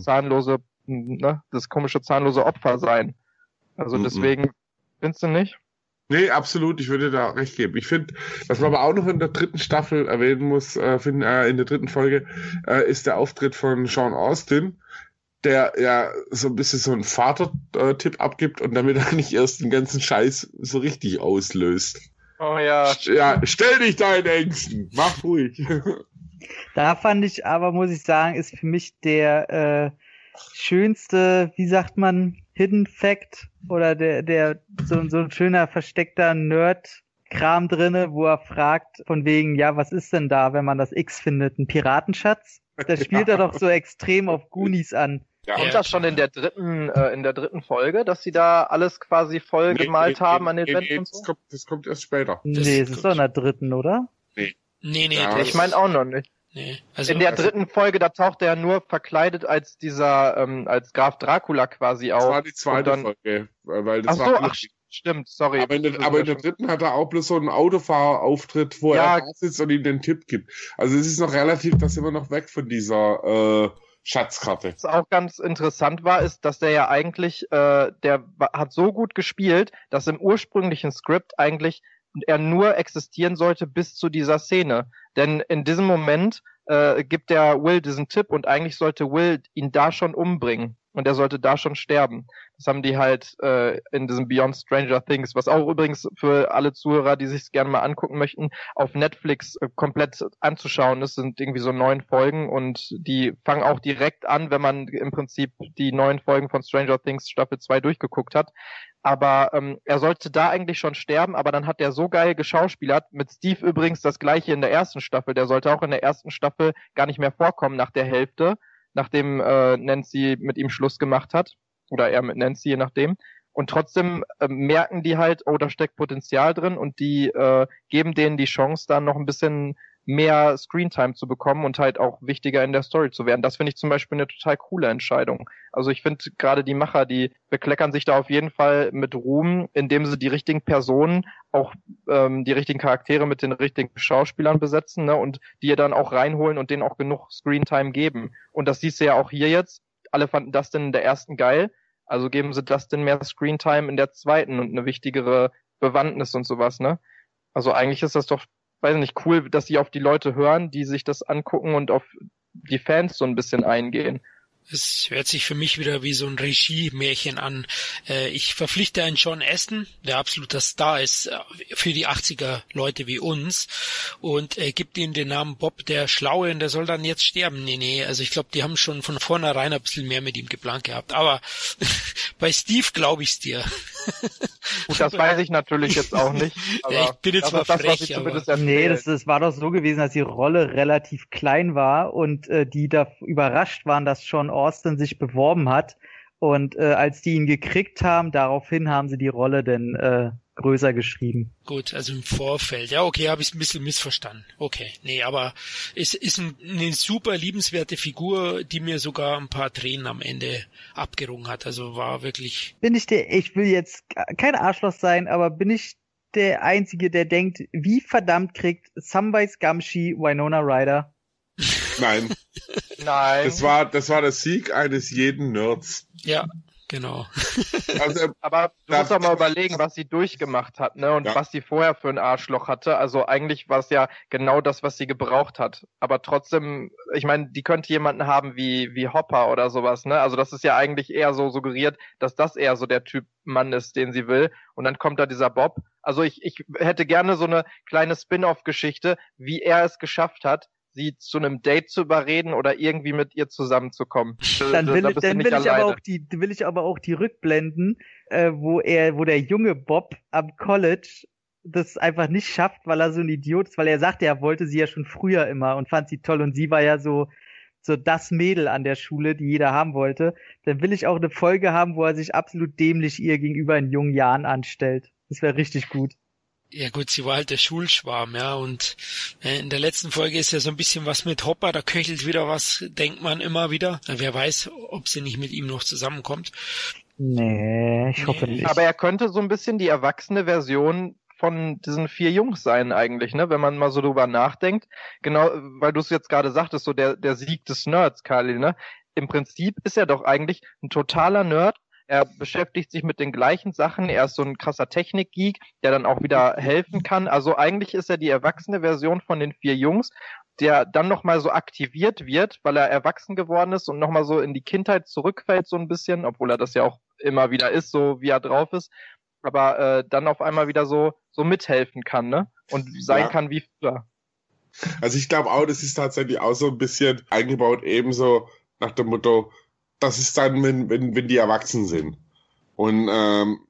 das komische zahnlose Opfer sein. Also deswegen, findest du nicht? Nee, absolut, ich würde da recht geben. Ich finde, was man aber auch noch in der 3. Staffel erwähnen muss, in der 3. Folge, ist der Auftritt von Sean Astin, der ja so ein bisschen so einen Vater-Tipp abgibt und damit er nicht erst den ganzen Scheiß so richtig auslöst. Oh ja. Ja, stell dich deinen Ängsten, mach ruhig. Da fand ich aber, muss ich sagen, ist für mich der schönste, wie sagt man, Hidden Fact oder der so ein schöner versteckter Nerd Kram drinne, wo er fragt von wegen, ja, was ist denn da, wenn man das X findet? Ein Piratenschatz? Das spielt er doch so extrem auf Goonies an. Ja, kommt das schon in der dritten Folge, dass sie da alles quasi voll gemalt haben an den Wänden und so? Das kommt erst später. Nee, es ist doch in der dritten, oder? Nee. Ja, ich meine auch noch nicht. Nee. Also, in der dritten Folge, da taucht er ja nur verkleidet als als Graf Dracula quasi auf. Das war die zweite Folge, weil das stimmt, sorry. Aber in der dritten hat er auch bloß so einen Autofahrerauftritt, wo er da sitzt und ihm den Tipp gibt. Also es ist noch relativ, da sind wir noch weg von dieser Schatzkarte. Was auch ganz interessant war, ist, dass der ja eigentlich, der hat so gut gespielt, dass im ursprünglichen Skript eigentlich er nur existieren sollte bis zu dieser Szene. Denn in diesem Moment gibt der Will diesen Tipp und eigentlich sollte Will ihn da schon umbringen. Und er sollte da schon sterben. Das haben die halt in diesem Beyond Stranger Things, was auch übrigens für alle Zuhörer, die sich gerne mal angucken möchten, auf Netflix komplett anzuschauen ist, sind irgendwie so 9 Folgen und die fangen auch direkt an, wenn man im Prinzip die 9 Folgen von Stranger Things Staffel 2 durchgeguckt hat. Aber er sollte da eigentlich schon sterben, aber dann hat er so geil geschauspielert, mit Steve übrigens das gleiche in der ersten Staffel, der sollte auch in der ersten Staffel gar nicht mehr vorkommen nach der Hälfte, nachdem Nancy mit ihm Schluss gemacht hat. Oder er mit Nancy, je nachdem. Und trotzdem merken die halt, oh, da steckt Potenzial drin und die geben denen die Chance, dann noch ein bisschen mehr Screentime zu bekommen und halt auch wichtiger in der Story zu werden. Das finde ich zum Beispiel eine total coole Entscheidung. Also ich finde gerade die Macher, die bekleckern sich da auf jeden Fall mit Ruhm, indem sie die richtigen Personen, auch die richtigen Charaktere mit den richtigen Schauspielern besetzen, ne, und die dann auch reinholen und denen auch genug Screentime geben. Und das siehst du ja auch hier jetzt. Alle fanden Dustin in der ersten geil, also geben sie Dustin mehr Screentime in der zweiten und eine wichtigere Bewandtnis und sowas, ne? Also eigentlich ist das doch, weiß nicht, cool, dass sie auf die Leute hören, die sich das angucken und auf die Fans so ein bisschen eingehen. Es hört sich für mich wieder wie so ein Regie-Märchen an. Ich verpflichte einen John Aston, der absoluter Star ist für die 80er-Leute wie uns, und gibt ihm den Namen Bob der Schlaue und der soll dann jetzt sterben. Nee, also ich glaube, die haben schon von vornherein ein bisschen mehr mit ihm geplant gehabt. Aber bei Steve glaube ich's dir. Gut, das weiß ich natürlich jetzt auch nicht. Aber ja, ich bin jetzt zwar frech, aber... Nee, das war doch so gewesen, dass die Rolle relativ klein war und die da überrascht waren, dass Sean Astin sich beworben hat. Und als die ihn gekriegt haben, daraufhin haben sie die Rolle denn größer geschrieben. Gut, also im Vorfeld. Ja, okay, habe ich ein bisschen missverstanden. Okay, nee, aber es ist eine super liebenswerte Figur, die mir sogar ein paar Tränen am Ende abgerungen hat. Also war wirklich... Ich will jetzt kein Arschloch sein, aber bin ich der Einzige, der denkt, wie verdammt kriegt Samwise Gamgee Winona Ryder? Nein. Nein. Das war der Sieg eines jeden Nerds. Ja, genau. Also, aber du musst doch mal überlegen, was sie durchgemacht hat, ne? Und was sie vorher für ein Arschloch hatte. Also eigentlich war es ja genau das, was sie gebraucht hat. Aber trotzdem, ich meine, die könnte jemanden haben wie Hopper oder sowas, ne? Also das ist ja eigentlich eher so suggeriert, dass das eher so der Typ Mann ist, den sie will. Und dann kommt da dieser Bob. Also ich hätte gerne so eine kleine Spin-off-Geschichte, wie er es geschafft hat, sie zu einem Date zu überreden oder irgendwie mit ihr zusammenzukommen. Dann will ich aber auch die Rückblenden, wo der junge Bob am College das einfach nicht schafft, weil er so ein Idiot ist, weil er sagte, er wollte sie ja schon früher immer und fand sie toll und sie war ja so das Mädel an der Schule, die jeder haben wollte. Dann will ich auch eine Folge haben, wo er sich absolut dämlich ihr gegenüber in jungen Jahren anstellt. Das wäre richtig gut. Ja gut, sie war halt der Schulschwarm, ja, und in der letzten Folge ist ja so ein bisschen was mit Hopper, da köchelt wieder was, denkt man immer wieder. Wer weiß, ob sie nicht mit ihm noch zusammenkommt. Nee, ich hoffe nicht. Aber er könnte so ein bisschen die erwachsene Version von diesen 4 Jungs sein eigentlich, ne, wenn man mal so drüber nachdenkt. Genau, weil du es jetzt gerade sagtest, so der Sieg des Nerds, Kali, ne? Im Prinzip ist er doch eigentlich ein totaler Nerd. Er beschäftigt sich mit den gleichen Sachen. Er ist so ein krasser Technik-Geek, der dann auch wieder helfen kann. Also eigentlich ist er die erwachsene Version von den 4 Jungs, der dann nochmal so aktiviert wird, weil er erwachsen geworden ist und nochmal so in die Kindheit zurückfällt so ein bisschen, obwohl er das ja auch immer wieder ist, so wie er drauf ist. Aber dann auf einmal wieder so mithelfen kann, ne? Und sein kann wie früher. Also ich glaube auch, das ist tatsächlich auch so ein bisschen eingebaut, ebenso nach dem Motto, das ist dann, wenn die erwachsen sind. Und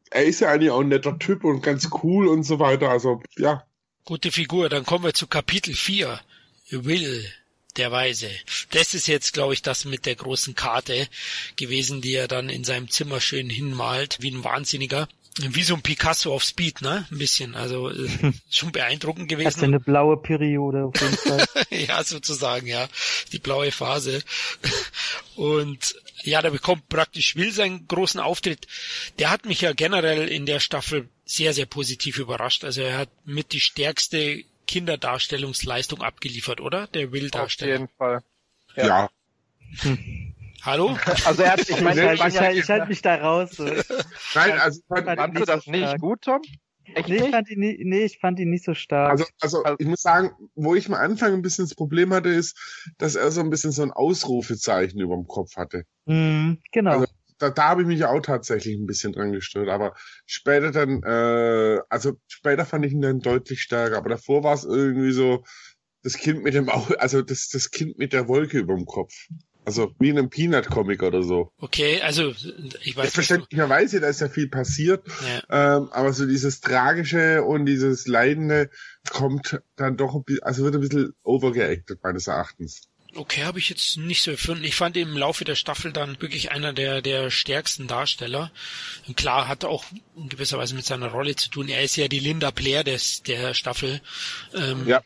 er ist ja eigentlich auch ein netter Typ und ganz cool und so weiter. Also, ja. Gute Figur. Dann kommen wir zu Kapitel 4. Will, der Weise. Das ist jetzt, glaube ich, das mit der großen Karte gewesen, die er dann in seinem Zimmer schön hinmalt, wie ein Wahnsinniger. Wie so ein Picasso auf Speed, ne? Ein bisschen. Also schon beeindruckend gewesen. Hat ja eine blaue Periode auf jeden Fall. Ja, sozusagen, ja. Die blaue Phase. Und ja, da bekommt praktisch Will seinen großen Auftritt. Der hat mich ja generell in der Staffel sehr, sehr positiv überrascht. Also er hat mit die stärkste Kinderdarstellungsleistung abgeliefert, oder? Der Will-Darsteller. Auf jeden Fall. Ja. Hallo? Also er hat, ich meine, ich halte mich da raus. So. Nein, also fandst du das nicht gut, Tom? Echt nicht? Ich fand ihn nicht so stark. Also ich muss sagen, wo ich am Anfang ein bisschen das Problem hatte, ist, dass er so ein bisschen so ein Ausrufezeichen über dem Kopf hatte. Genau. Also, da habe ich mich auch tatsächlich ein bisschen dran gestört, aber später dann, später fand ich ihn dann deutlich stärker, aber davor war es irgendwie so das Kind mit dem das Kind mit der Wolke über dem Kopf. Also wie in einem Peanut-Comic oder so. Okay, also ich weiß. Verständlicherweise, da ist ja viel passiert, aber so dieses Tragische und dieses Leidende kommt dann doch wird ein bisschen overgeacted meines Erachtens. Okay, habe ich jetzt nicht so empfunden. Ich fand ihn im Laufe der Staffel dann wirklich einer der stärksten Darsteller. Und klar, hat auch in gewisser Weise mit seiner Rolle zu tun. Er ist ja die Linda Blair der Staffel. Ja.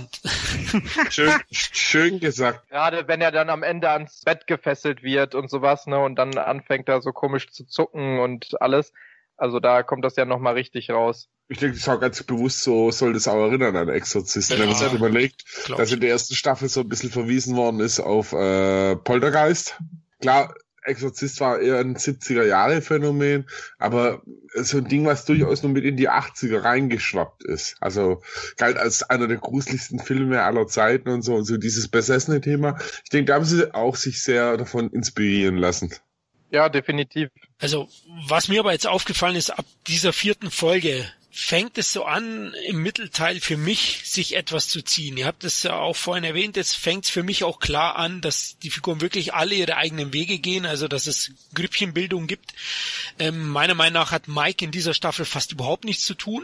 Schön gesagt. Gerade wenn er dann am Ende ans Bett gefesselt wird und sowas, ne, und dann anfängt er so komisch zu zucken und alles. Also da kommt das ja nochmal richtig raus. Ich denke, das ist auch ganz bewusst so, soll das auch erinnern an Exorzisten. Wenn man sich überlegt, dass in der ersten Staffel so ein bisschen verwiesen worden ist auf Poltergeist. Klar, Exorzist war eher ein 70er-Jahre-Phänomen, aber so ein Ding, was durchaus nur mit in die 80er reingeschwappt ist. Also galt als einer der gruseligsten Filme aller Zeiten und so dieses besessene Thema. Ich denke, da haben sie auch sich sehr davon inspirieren lassen. Ja, definitiv. Also, was mir aber jetzt aufgefallen ist, ab dieser 4. Folge fängt es so an, im Mittelteil für mich sich etwas zu ziehen. Ihr habt es ja auch vorhin erwähnt, jetzt fängt es für mich auch klar an, dass die Figuren wirklich alle ihre eigenen Wege gehen, also dass es Grüppchenbildung gibt. Meiner Meinung nach hat Mike in dieser Staffel fast überhaupt nichts zu tun.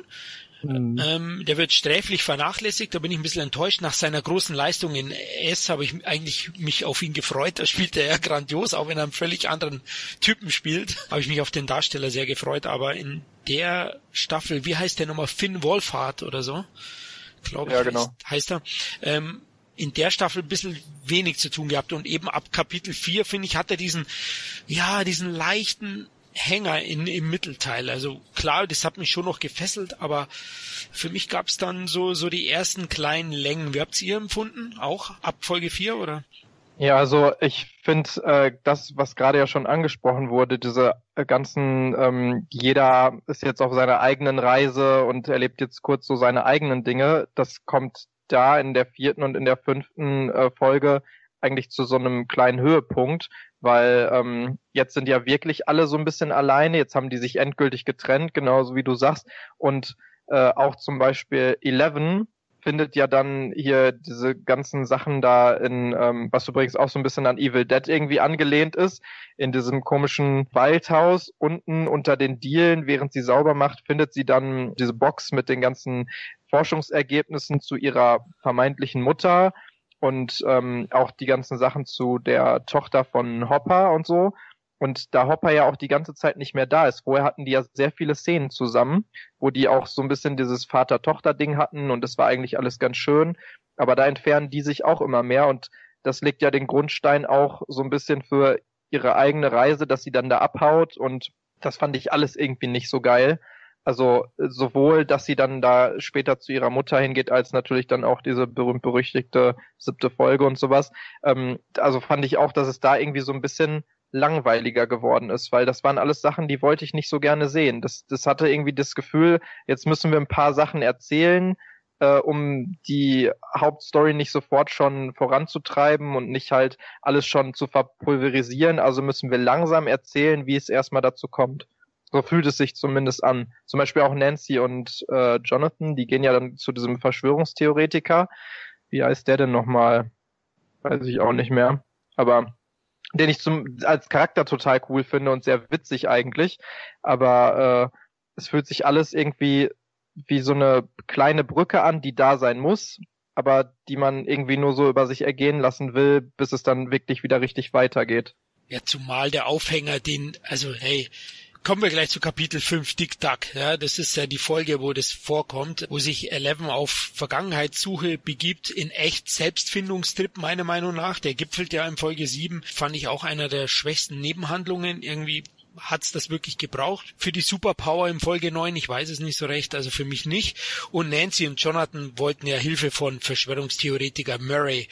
Der wird sträflich vernachlässigt, da bin ich ein bisschen enttäuscht. Nach seiner großen Leistung in S habe ich eigentlich mich auf ihn gefreut, da spielt er ja grandios, auch wenn er einen völlig anderen Typen spielt, habe ich mich auf den Darsteller sehr gefreut, aber in der Staffel, wie heißt der nochmal, Finn Wolfhard oder so, glaube ich, ja, genau. heißt er, in der Staffel ein bisschen wenig zu tun gehabt und eben ab Kapitel 4, finde ich, hat er diesen leichten Hänger im Mittelteil. Also klar, das hat mich schon noch gefesselt, aber für mich gab es dann so die ersten kleinen Längen. Wie habt ihr empfunden? Auch ab Folge 4, oder? Ja, also ich finde, das, was gerade ja schon angesprochen wurde, diese ganzen, jeder ist jetzt auf seiner eigenen Reise und erlebt jetzt kurz so seine eigenen Dinge, das kommt da in der 4. und in der 5. Folge eigentlich zu so einem kleinen Höhepunkt, weil jetzt sind ja wirklich alle so ein bisschen alleine, jetzt haben die sich endgültig getrennt, genauso wie du sagst, und auch zum Beispiel Eleven findet ja dann hier diese ganzen Sachen da in, was übrigens auch so ein bisschen an Evil Dead irgendwie angelehnt ist, in diesem komischen Waldhaus unten unter den Dielen, während sie sauber macht, findet sie dann diese Box mit den ganzen Forschungsergebnissen zu ihrer vermeintlichen Mutter und auch die ganzen Sachen zu der Tochter von Hopper und so. Und da Hopper ja auch die ganze Zeit nicht mehr da ist. Vorher hatten die ja sehr viele Szenen zusammen, wo die auch so ein bisschen dieses Vater-Tochter-Ding hatten und das war eigentlich alles ganz schön. Aber da entfernen die sich auch immer mehr und das legt ja den Grundstein auch so ein bisschen für ihre eigene Reise, dass sie dann da abhaut und das fand ich alles irgendwie nicht so geil. Also sowohl, dass sie dann da später zu ihrer Mutter hingeht, als natürlich dann auch diese berühmt-berüchtigte 7. Folge und sowas. Also fand ich auch, dass es da irgendwie so ein bisschen langweiliger geworden ist, weil das waren alles Sachen, die wollte ich nicht so gerne sehen. Das hatte irgendwie das Gefühl, jetzt müssen wir ein paar Sachen erzählen, um die Hauptstory nicht sofort schon voranzutreiben und nicht halt alles schon zu verpulverisieren. Also müssen wir langsam erzählen, wie es erstmal dazu kommt. So fühlt es sich zumindest an. Zum Beispiel auch Nancy und Jonathan, die gehen ja dann zu diesem Verschwörungstheoretiker. Wie heißt der denn nochmal? Weiß ich auch nicht mehr. Aber den ich als Charakter total cool finde und sehr witzig eigentlich. Aber es fühlt sich alles irgendwie wie so eine kleine Brücke an, die da sein muss, aber die man irgendwie nur so über sich ergehen lassen will, bis es dann wirklich wieder richtig weitergeht. Ja, zumal der Aufhänger, kommen wir gleich zu Kapitel 5, Dick Duck. Ja, das ist ja die Folge, wo das vorkommt, wo sich Eleven auf Vergangenheitssuche begibt, in echt Selbstfindungstrip, meiner Meinung nach. Der gipfelt ja in Folge 7, fand ich auch einer der schwächsten Nebenhandlungen. Irgendwie hat's das wirklich gebraucht für die Superpower in Folge 9? Ich weiß es nicht so recht, also für mich nicht. Und Nancy und Jonathan wollten ja Hilfe von Verschwörungstheoretiker Murray.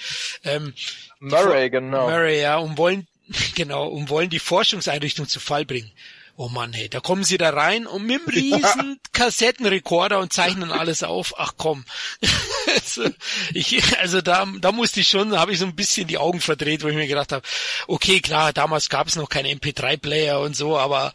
Murray, ja, und wollen die Forschungseinrichtung zu Fall bringen. Oh Mann, hey, da kommen sie da rein und mit einem riesen Kassettenrekorder und zeichnen alles auf. Ach komm. Da musste ich schon, habe ich so ein bisschen die Augen verdreht, wo ich mir gedacht habe, okay, klar, damals gab es noch keinen MP3-Player und so, aber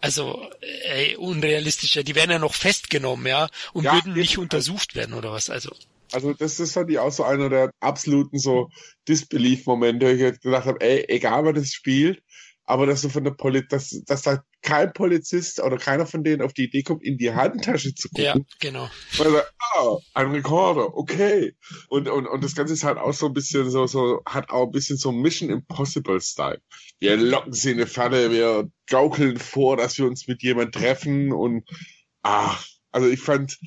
unrealistischer. Die werden ja noch festgenommen, ja, und würden nicht untersucht werden oder was, also. Also das fand ich auch so einer der absoluten so Disbelief-Momente, wo ich gedacht habe, egal wer das spielt, aber dass du von der dass da kein Polizist oder keiner von denen auf die Idee kommt, in die Handtasche zu gucken. Ja, genau. Weil er sagt, ein Rekorder, okay. Und das Ganze ist halt auch so ein bisschen hat auch ein bisschen so Mission Impossible Style. Wir locken sie in eine Falle, wir gaukeln vor, dass wir uns mit jemand treffen und also ich fand,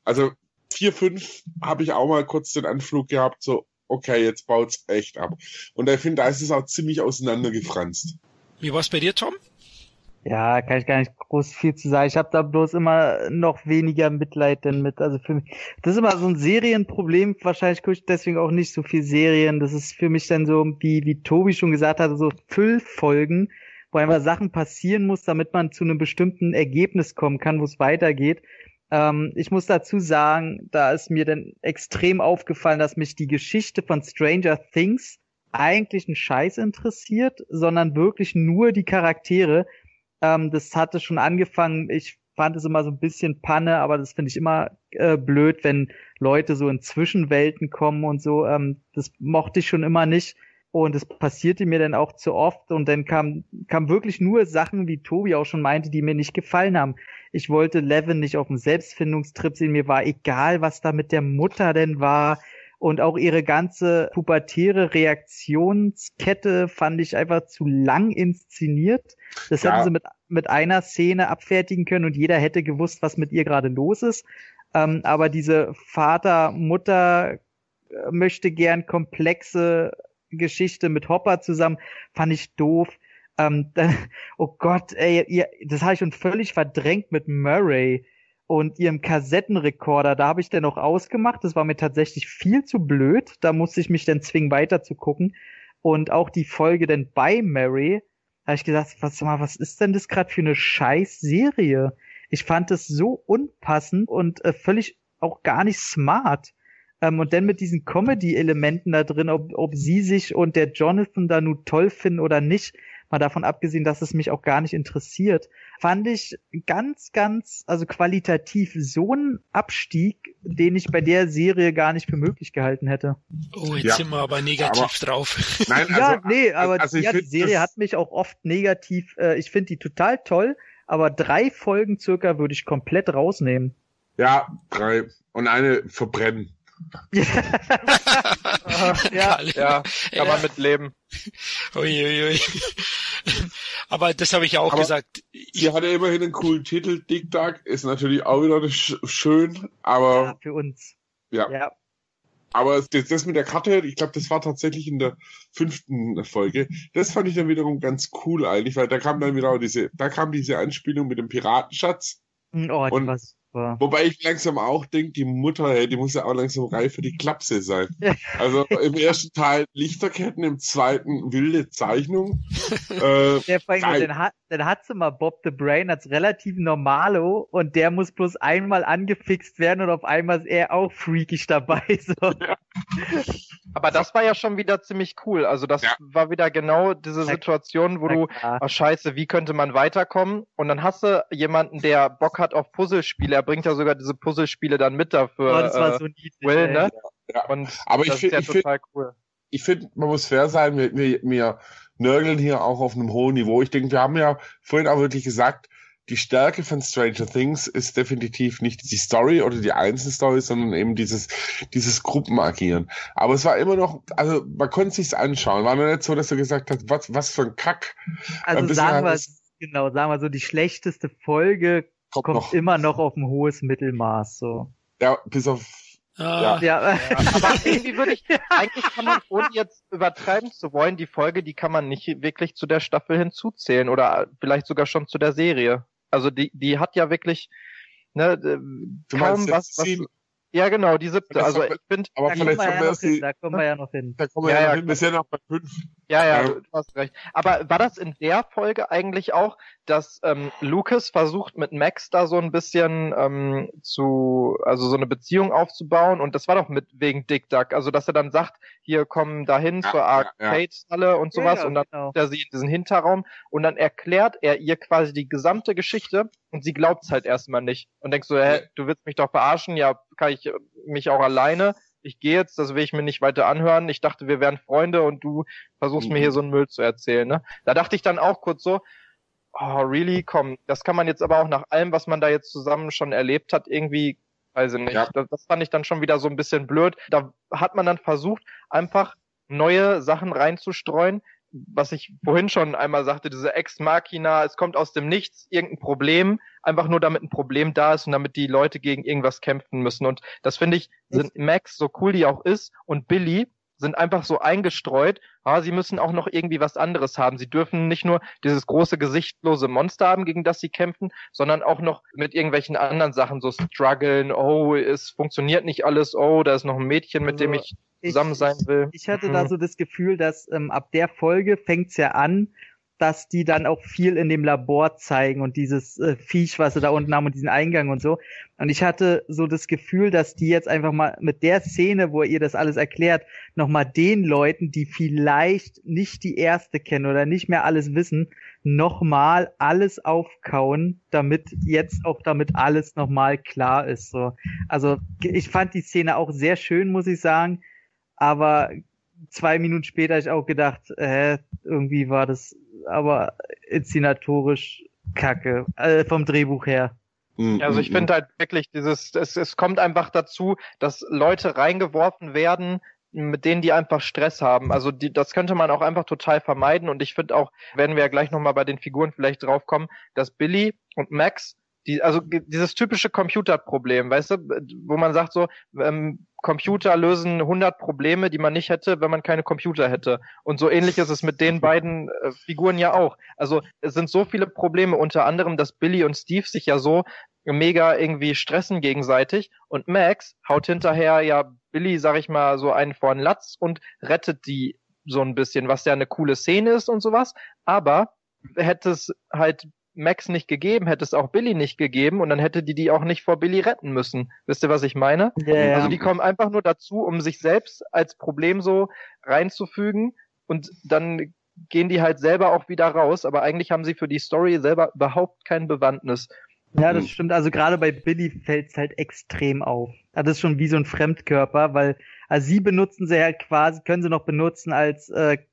4, 5 habe ich auch mal kurz den Anflug gehabt, so, okay, jetzt baut's echt ab. Und ich finde, da ist es auch ziemlich auseinandergefranst. Wie war's bei dir, Tom? Ja, kann ich gar nicht groß viel zu sagen. Ich habe da bloß immer noch weniger Mitleid denn mit. Also für mich, das ist immer so ein Serienproblem. Wahrscheinlich gucke ich deswegen auch nicht so viel Serien. Das ist für mich dann so, wie Tobi schon gesagt hatte, so Füllfolgen, wo einfach Sachen passieren muss, damit man zu einem bestimmten Ergebnis kommen kann, wo es weitergeht. Ich muss dazu sagen, da ist mir dann extrem aufgefallen, dass mich die Geschichte von Stranger Things eigentlich einen Scheiß interessiert, sondern wirklich nur die Charaktere. Das hatte schon angefangen, ich fand es immer so ein bisschen Panne, aber das finde ich immer blöd, wenn Leute so in Zwischenwelten kommen und so. Das mochte ich schon immer nicht. Und es passierte mir dann auch zu oft und dann kam wirklich nur Sachen, wie Tobi auch schon meinte, die mir nicht gefallen haben. Ich wollte Levin nicht auf dem Selbstfindungstrip sehen, mir war egal, was da mit der Mutter denn war und auch ihre ganze pubertäre Reaktionskette fand ich einfach zu lang inszeniert. Das hätten sie mit einer Szene abfertigen können und jeder hätte gewusst, was mit ihr gerade los ist. Aber diese Vater-Mutter möchte gern komplexe Geschichte mit Hopper zusammen, fand ich doof. Oh Gott, das habe ich schon völlig verdrängt mit Murray und ihrem Kassettenrekorder. Da habe ich dann auch ausgemacht. Das war mir tatsächlich viel zu blöd. Da musste ich mich dann zwingen, weiter zu gucken. Und auch die Folge dann bei Murray, habe ich gedacht, was ist denn das gerade für eine Scheiß-Serie? Ich fand es so unpassend und völlig auch gar nicht smart. Und dann mit diesen Comedy-Elementen da drin, ob sie sich und der Jonathan da nun toll finden oder nicht, mal davon abgesehen, dass es mich auch gar nicht interessiert, fand ich ganz, also qualitativ so einen Abstieg, den ich bei der Serie gar nicht für möglich gehalten hätte. Oh, jetzt sind wir aber negativ drauf. Nein, die Serie hat mich auch oft negativ, ich finde die total toll, aber 3 Folgen circa würde ich komplett rausnehmen. Ja, 3. Und eine verbrennen. Ja, kann man mit leben. Uiuiui. Aber das habe ich ja auch gesagt. Sie hatte immerhin einen coolen Titel. Dick Duck ist natürlich auch wieder schön, aber... Ja, für uns. Ja. Aber das mit der Karte, ich glaube, das war tatsächlich in der 5. Folge. Das fand ich dann wiederum ganz cool eigentlich, weil da kam dann wieder auch diese Anspielung mit dem Piratenschatz. Oh, die war super. Wobei ich langsam auch denke, die Mutter, die muss ja auch langsam reif für die Klapse sein. Also im ersten Teil Lichterketten, im zweiten wilde Zeichnung. Dann hat sie mal Bob the Brain als relativ normalo und der muss bloß einmal angefixt werden und auf einmal ist er auch freakig dabei. So. Ja. Aber das war ja schon wieder ziemlich cool. Also das war wieder genau diese Situation, wo scheiße, wie könnte man weiterkommen? Und dann hast du jemanden, der Bock hat auf Puzzlespiele. Er bringt ja sogar diese Puzzlespiele dann mit dafür. Das war so niedlich, Will, ne? Ja. Und aber das ist ja total cool. Ich finde, man muss fair sein, wir nörgeln hier auch auf einem hohen Niveau. Ich denke, wir haben ja vorhin auch wirklich gesagt, die Stärke von Stranger Things ist definitiv nicht die Story oder die Einzelstory, sondern eben dieses Gruppenagieren. Aber es war immer noch, also man konnte sich's anschauen. War nur nicht so, dass du gesagt hast, was für ein Kack. Also sagen wir so, die schlechteste Folge kommt immer noch auf ein hohes Mittelmaß, so. Ja, bis auf Ja. Aber irgendwie eigentlich kann man, ohne jetzt übertreiben zu wollen, die Folge, die kann man nicht wirklich zu der Staffel hinzuzählen oder vielleicht sogar schon zu der Serie. Also die hat ja wirklich, ne, kaum was. Ja, genau, die 7. Also ich finde, aber vielleicht da kommen wir ja noch hin. Da kommen wir ja noch hin, bisher noch bei 5. Ja, du hast recht. Aber war das in der Folge eigentlich auch, dass Lucas versucht mit Max da so ein bisschen so eine Beziehung aufzubauen, und das war doch wegen Dick Duck, also dass er dann sagt, hier kommen dahin zur Arcade-Halle und sowas, und dann nimmt er sie in diesen Hinterraum und dann erklärt er ihr quasi die gesamte Geschichte und sie glaubt's halt erstmal nicht und denkt so, du willst mich doch verarschen, ja, kann ich mich auch alleine, ich gehe jetzt, das will ich mir nicht weiter anhören, ich dachte, wir wären Freunde und du versuchst mir hier so einen Müll zu erzählen, ne? Da dachte ich dann auch kurz so, oh, really, komm, das kann man jetzt aber auch nach allem, was man da jetzt zusammen schon erlebt hat, irgendwie, weiß ich nicht, das fand ich dann schon wieder so ein bisschen blöd. Da hat man dann versucht, einfach neue Sachen reinzustreuen, was ich vorhin schon einmal sagte, diese Ex Machina, es kommt aus dem Nichts irgendein Problem, einfach nur damit ein Problem da ist und damit die Leute gegen irgendwas kämpfen müssen. Und das finde ich, sind Max, so cool die auch ist, und Billy sind einfach so eingestreut, sie müssen auch noch irgendwie was anderes haben. Sie dürfen nicht nur dieses große, gesichtlose Monster haben, gegen das sie kämpfen, sondern auch noch mit irgendwelchen anderen Sachen so strugglen, es funktioniert nicht alles, da ist noch ein Mädchen, mit dem ich zusammen sein will. Ich hatte da so das Gefühl, dass ab der Folge fängt's ja an, dass die dann auch viel in dem Labor zeigen und dieses Viech, was sie da unten haben und diesen Eingang und so. Und ich hatte so das Gefühl, dass die jetzt einfach mal mit der Szene, wo ihr das alles erklärt, nochmal den Leuten, die vielleicht nicht die erste kennen oder nicht mehr alles wissen, nochmal alles aufkauen, damit jetzt auch damit alles nochmal klar ist. So. Also ich fand die Szene auch sehr schön, muss ich sagen, aber 2 Minuten später habe ich auch gedacht, irgendwie war das aber inszenatorisch kacke, vom Drehbuch her. Also ich finde halt wirklich es kommt einfach dazu, dass Leute reingeworfen werden, mit denen die einfach Stress haben. Also das könnte man auch einfach total vermeiden, und ich finde auch, werden wir ja gleich nochmal bei den Figuren vielleicht drauf kommen, dass Billy und Max, dieses typische Computerproblem, weißt du, wo man sagt so, Computer lösen 100 Probleme, die man nicht hätte, wenn man keine Computer hätte. Und so ähnlich ist es mit den beiden Figuren ja auch. Also es sind so viele Probleme, unter anderem, dass Billy und Steve sich ja so mega irgendwie stressen gegenseitig, und Max haut hinterher ja Billy, sag ich mal, so einen vor den Latz und rettet die so ein bisschen, was ja eine coole Szene ist und sowas, aber hätte es halt Max nicht gegeben, hätte es auch Billy nicht gegeben, und dann hätte die auch nicht vor Billy retten müssen. Wisst ihr, was ich meine? Yeah. Also die kommen einfach nur dazu, um sich selbst als Problem so reinzufügen, und dann gehen die halt selber auch wieder raus, aber eigentlich haben sie für die Story selber überhaupt kein Bewandtnis. Ja, das stimmt. Also gerade bei Billy fällt's halt extrem auf. Das ist schon wie so ein Fremdkörper, weil sie benutzen sie halt quasi, können sie noch benutzen als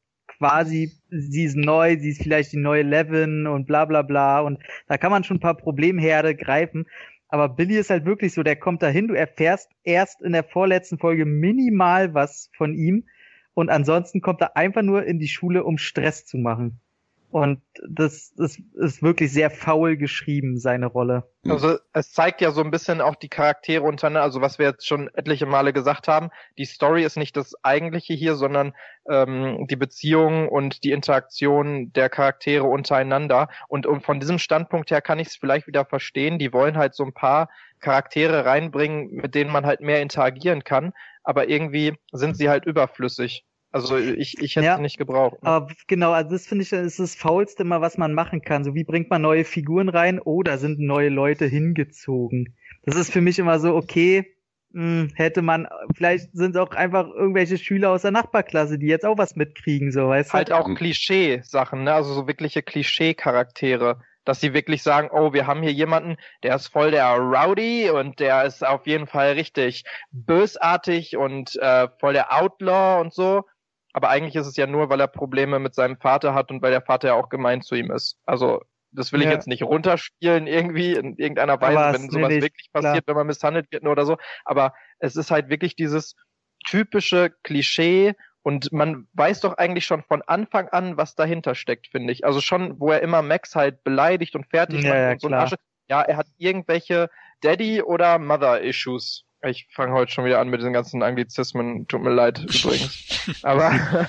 quasi, sie ist neu, sie ist vielleicht die neue Levin und bla bla bla, und da kann man schon ein paar Problemherde greifen, aber Billy ist halt wirklich so, der kommt dahin, du erfährst erst in der vorletzten Folge minimal was von ihm, und ansonsten kommt er einfach nur in die Schule, um Stress zu machen. Und das ist wirklich sehr faul geschrieben, seine Rolle. Also es zeigt ja so ein bisschen auch die Charaktere untereinander, also was wir jetzt schon etliche Male gesagt haben, die Story ist nicht das Eigentliche hier, sondern die Beziehung und die Interaktion der Charaktere untereinander. Und von diesem Standpunkt her kann ich es vielleicht wieder verstehen, die wollen halt so ein paar Charaktere reinbringen, mit denen man halt mehr interagieren kann, aber irgendwie sind sie halt überflüssig. Also ich hätte sie nicht gebraucht. Aber genau, also das finde ich, ist das Faulste immer, was man machen kann. So, wie bringt man neue Figuren rein? Da sind neue Leute hingezogen. Das ist für mich immer so, okay, hätte man, vielleicht sind es auch einfach irgendwelche Schüler aus der Nachbarklasse, die jetzt auch was mitkriegen, so, weißt du? Halt auch Klischee-Sachen, ne? Also so wirkliche Klischee-Charaktere. Dass sie wirklich sagen, wir haben hier jemanden, der ist voll der Rowdy und der ist auf jeden Fall richtig bösartig und voll der Outlaw und so. Aber eigentlich ist es ja nur, weil er Probleme mit seinem Vater hat und weil der Vater ja auch gemein zu ihm ist. Also Das will ich jetzt nicht runterspielen irgendwie in irgendeiner Weise, Aber wenn sowas wirklich passiert, wenn man misshandelt wird oder so. Aber es ist halt wirklich dieses typische Klischee und man weiß doch eigentlich schon von Anfang an, was dahinter steckt, finde ich. Also schon, wo er immer Max halt beleidigt und fertig macht und so ein Asche. Ja, er hat irgendwelche Daddy- oder Mother-Issues. Ich fange heute schon wieder an mit diesen ganzen Anglizismen. Tut mir leid übrigens. Aber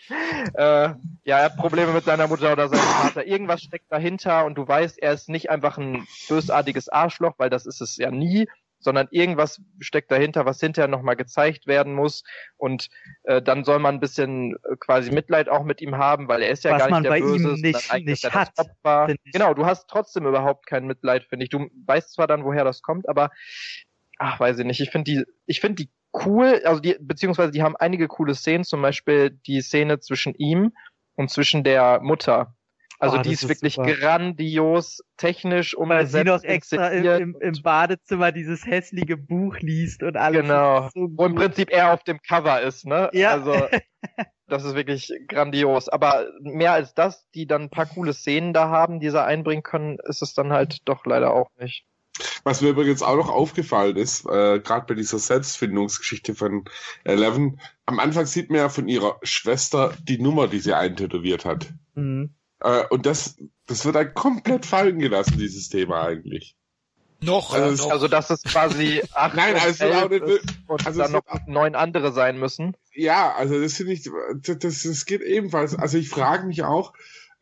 ja, er hat Probleme mit seiner Mutter oder seinem Vater. Irgendwas steckt dahinter und du weißt, er ist nicht einfach ein bösartiges Arschloch, weil das ist es ja nie, sondern irgendwas steckt dahinter, was hinterher nochmal gezeigt werden muss. Und dann soll man ein bisschen quasi Mitleid auch mit ihm haben, weil er ist ja was gar nicht der bei Böse. ihm nicht hat. Genau, du hast trotzdem überhaupt kein Mitleid, finde ich. Du weißt zwar dann, woher das kommt, aber weiß ich nicht. Ich finde die cool, also beziehungsweise die haben einige coole Szenen, zum Beispiel die Szene zwischen ihm und zwischen der Mutter. Also die ist wirklich super. Grandios, technisch umgesetzt. Weil sie noch extra im Badezimmer dieses hässliche Buch liest und alles. Genau, so wo im Prinzip er auf dem Cover ist, ne? Ja. Also das ist wirklich grandios. Aber mehr als das, die dann ein paar coole Szenen da haben, die sie einbringen können, ist es dann halt doch leider auch nicht. Was mir übrigens auch noch aufgefallen ist, gerade bei dieser Selbstfindungsgeschichte von Eleven, am Anfang sieht man ja von ihrer Schwester die Nummer, die sie eintätowiert hat. Mhm. Und das wird dann komplett fallen gelassen, dieses Thema eigentlich. Also dass es quasi 8 Nein, also und also dann noch 9 andere sein müssen. Ja, also das finde ich, das geht ebenfalls. Also ich frage mich auch,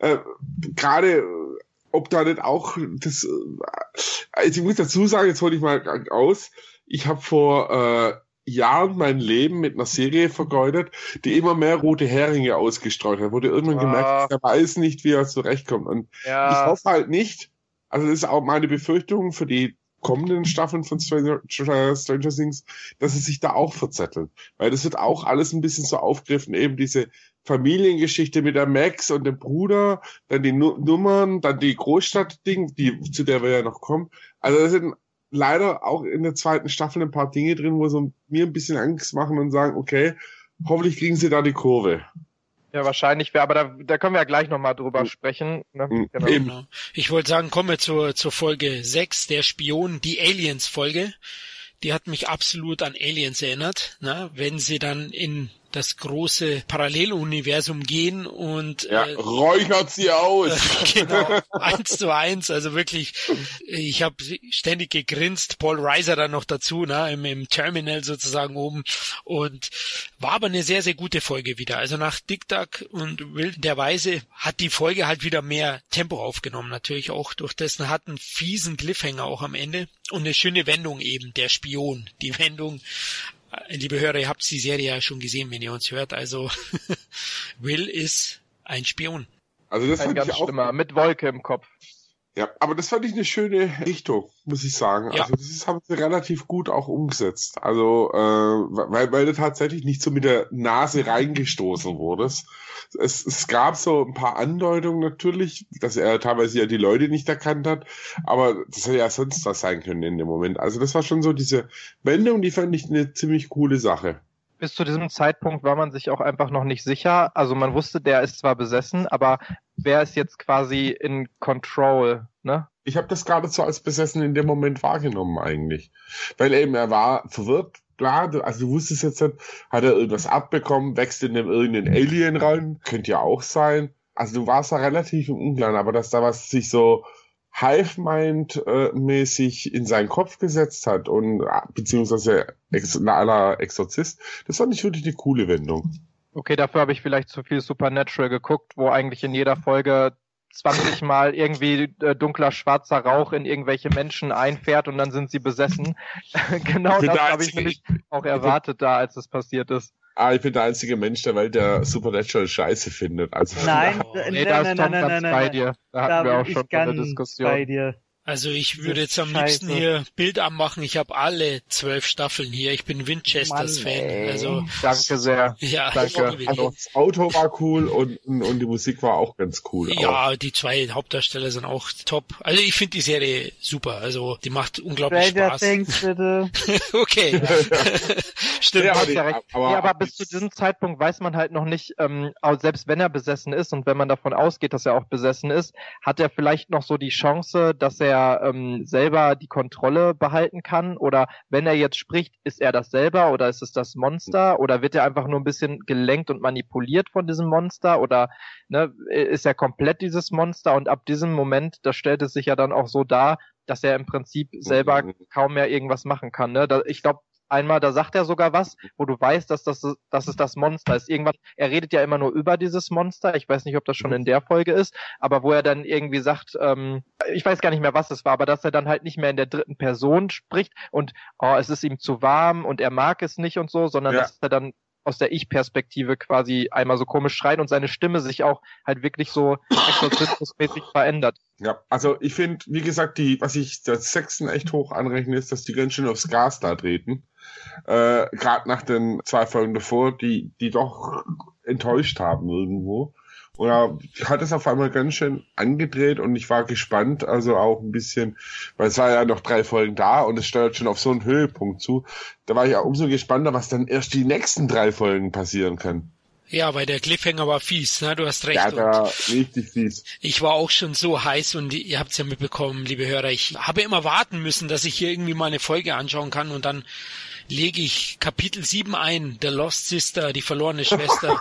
gerade ob da nicht auch das, also ich muss dazu sagen, jetzt hole ich mal aus, ich habe vor Jahren mein Leben mit einer Serie vergeudet, die immer mehr rote Heringe ausgestreut hat, wurde irgendwann gemerkt, er weiß nicht, wie er zurechtkommt. Und ich hoffe halt nicht, also das ist auch meine Befürchtung für die kommenden Staffeln von Stranger Things, dass es sich da auch verzettelt. Weil das wird auch alles ein bisschen so aufgegriffen, eben diese Familiengeschichte mit der Max und dem Bruder, dann die Nummern, dann die Großstadt-Ding, zu der wir ja noch kommen. Also das sind leider auch in der zweiten Staffel ein paar Dinge drin, wo so mir ein bisschen Angst machen und sagen, okay, hoffentlich kriegen sie da die Kurve. Ja, wahrscheinlich aber da können wir ja gleich nochmal drüber sprechen. Ne? Genau. Ich wollte sagen, kommen wir zur Folge 6, der Spion, die Aliens-Folge. Die hat mich absolut an Aliens erinnert, ne? Wenn sie dann in das große Paralleluniversum gehen und räuchert sie aus. Genau, 1:1, also wirklich, ich habe ständig gegrinst, Paul Reiser dann noch dazu, ne, im Terminal sozusagen oben, und war aber eine sehr, sehr gute Folge wieder. Also nach Dick Duck und Wild der Weise hat die Folge halt wieder mehr Tempo aufgenommen, natürlich auch durch dessen hat einen fiesen Cliffhanger auch am Ende und eine schöne Wendung eben, der Spion, die Wendung. Liebe Hörer, ihr habt die Serie ja schon gesehen, wenn ihr uns hört. Also Will ist ein Spion. Also das fand ganz ich auch schlimmer, mit Wolke im Kopf. Ja, aber das fand ich eine schöne Richtung, muss ich sagen. Ja. Also das haben sie relativ gut auch umgesetzt. Also weil du tatsächlich nicht so mit der Nase reingestoßen wurdest. Es gab so ein paar Andeutungen natürlich, dass er teilweise ja die Leute nicht erkannt hat, aber das hätte ja sonst was sein können in dem Moment. Also das war schon so diese Wendung, die fand ich eine ziemlich coole Sache. Bis zu diesem Zeitpunkt war man sich auch einfach noch nicht sicher. Also man wusste, der ist zwar besessen, aber wer ist jetzt quasi in Control, ne? Ich habe das geradezu als besessen in dem Moment wahrgenommen eigentlich. Weil eben er war verwirrt, klar, also du wusstest jetzt nicht, hat er irgendwas abbekommen, wächst in dem irgendeinen Alien rein, könnte ja auch sein. Also du warst da relativ im Unklaren, aber dass da was sich so Hive-Mind-mäßig in seinen Kopf gesetzt hat und beziehungsweise aller Exorzist, das fand ich wirklich eine coole Wendung. Okay, dafür habe ich vielleicht zu viel Supernatural geguckt, wo eigentlich in jeder Folge 20 Mal irgendwie dunkler schwarzer Rauch in irgendwelche Menschen einfährt und dann sind sie besessen. Genau das habe ich nämlich auch erwartet da, als es passiert ist. Ich bin der einzige Mensch der Welt, der Supernatural scheiße findet. Also nein, da ist Tom ganz bei dir. Da hatten wir auch schon eine Diskussion. Bei dir. Also ich würde jetzt am Scheiße. liebsten hier Bild anmachen. Ich habe alle 12 Staffeln hier. Ich bin Winchesters-Fan. ey. Also Danke sehr. ja, Danke. ich liebe die. Also das Auto war cool und die Musik war auch ganz cool. Ja, die 2 Hauptdarsteller sind auch top. Also ich finde die Serie super. Also die macht unglaublich Stranger Spaß. Things, bitte. Okay. Stimmt. Ja, Hast ja recht. aber- Nee, aber bis zu diesem Zeitpunkt weiß man halt noch nicht, auch selbst wenn er besessen ist und wenn man davon ausgeht, dass er auch besessen ist, hat er vielleicht noch so die Chance, dass er selber die Kontrolle behalten kann, oder wenn er jetzt spricht, ist er das selber oder ist es das Monster, oder wird er einfach nur ein bisschen gelenkt und manipuliert von diesem Monster, oder ne, ist er komplett dieses Monster, und ab diesem Moment, da stellt es sich ja dann auch so dar, dass er im Prinzip selber kaum mehr irgendwas machen kann. Ne? Ich glaube, einmal, da sagt er sogar was, wo du weißt, dass es das Monster ist. Irgendwann, er redet ja immer nur über dieses Monster. Ich weiß nicht, ob das schon in der Folge ist, aber wo er dann irgendwie sagt, ich weiß gar nicht mehr, was es war, aber dass er dann halt nicht mehr in der dritten Person spricht und es ist ihm zu warm und er mag es nicht und so, sondern dass er dann aus der Ich-Perspektive quasi einmal so komisch schreit und seine Stimme sich auch halt wirklich so exorzismusmäßig verändert. Ja, also ich finde, wie gesagt, was ich der Sechsten echt hoch anrechne, ist, dass die ganz schön aufs Gas da treten. Gerade nach den 2 Folgen davor, die doch enttäuscht haben irgendwo. Oder hat es auf einmal ganz schön angedreht und ich war gespannt, also auch ein bisschen, weil es war ja noch 3 Folgen da und es steuert schon auf so einen Höhepunkt zu. Da war ich ja umso gespannter, was dann erst die nächsten 3 Folgen passieren kann. Ja, weil der Cliffhanger war fies, ne? Du hast recht. Ja, da Und richtig fies. ich war auch schon so heiß und ihr habt's ja mitbekommen, liebe Hörer. Ich habe immer warten müssen, dass ich hier irgendwie mal eine Folge anschauen kann und dann lege ich Kapitel 7 ein, The Lost Sister, die verlorene Schwester.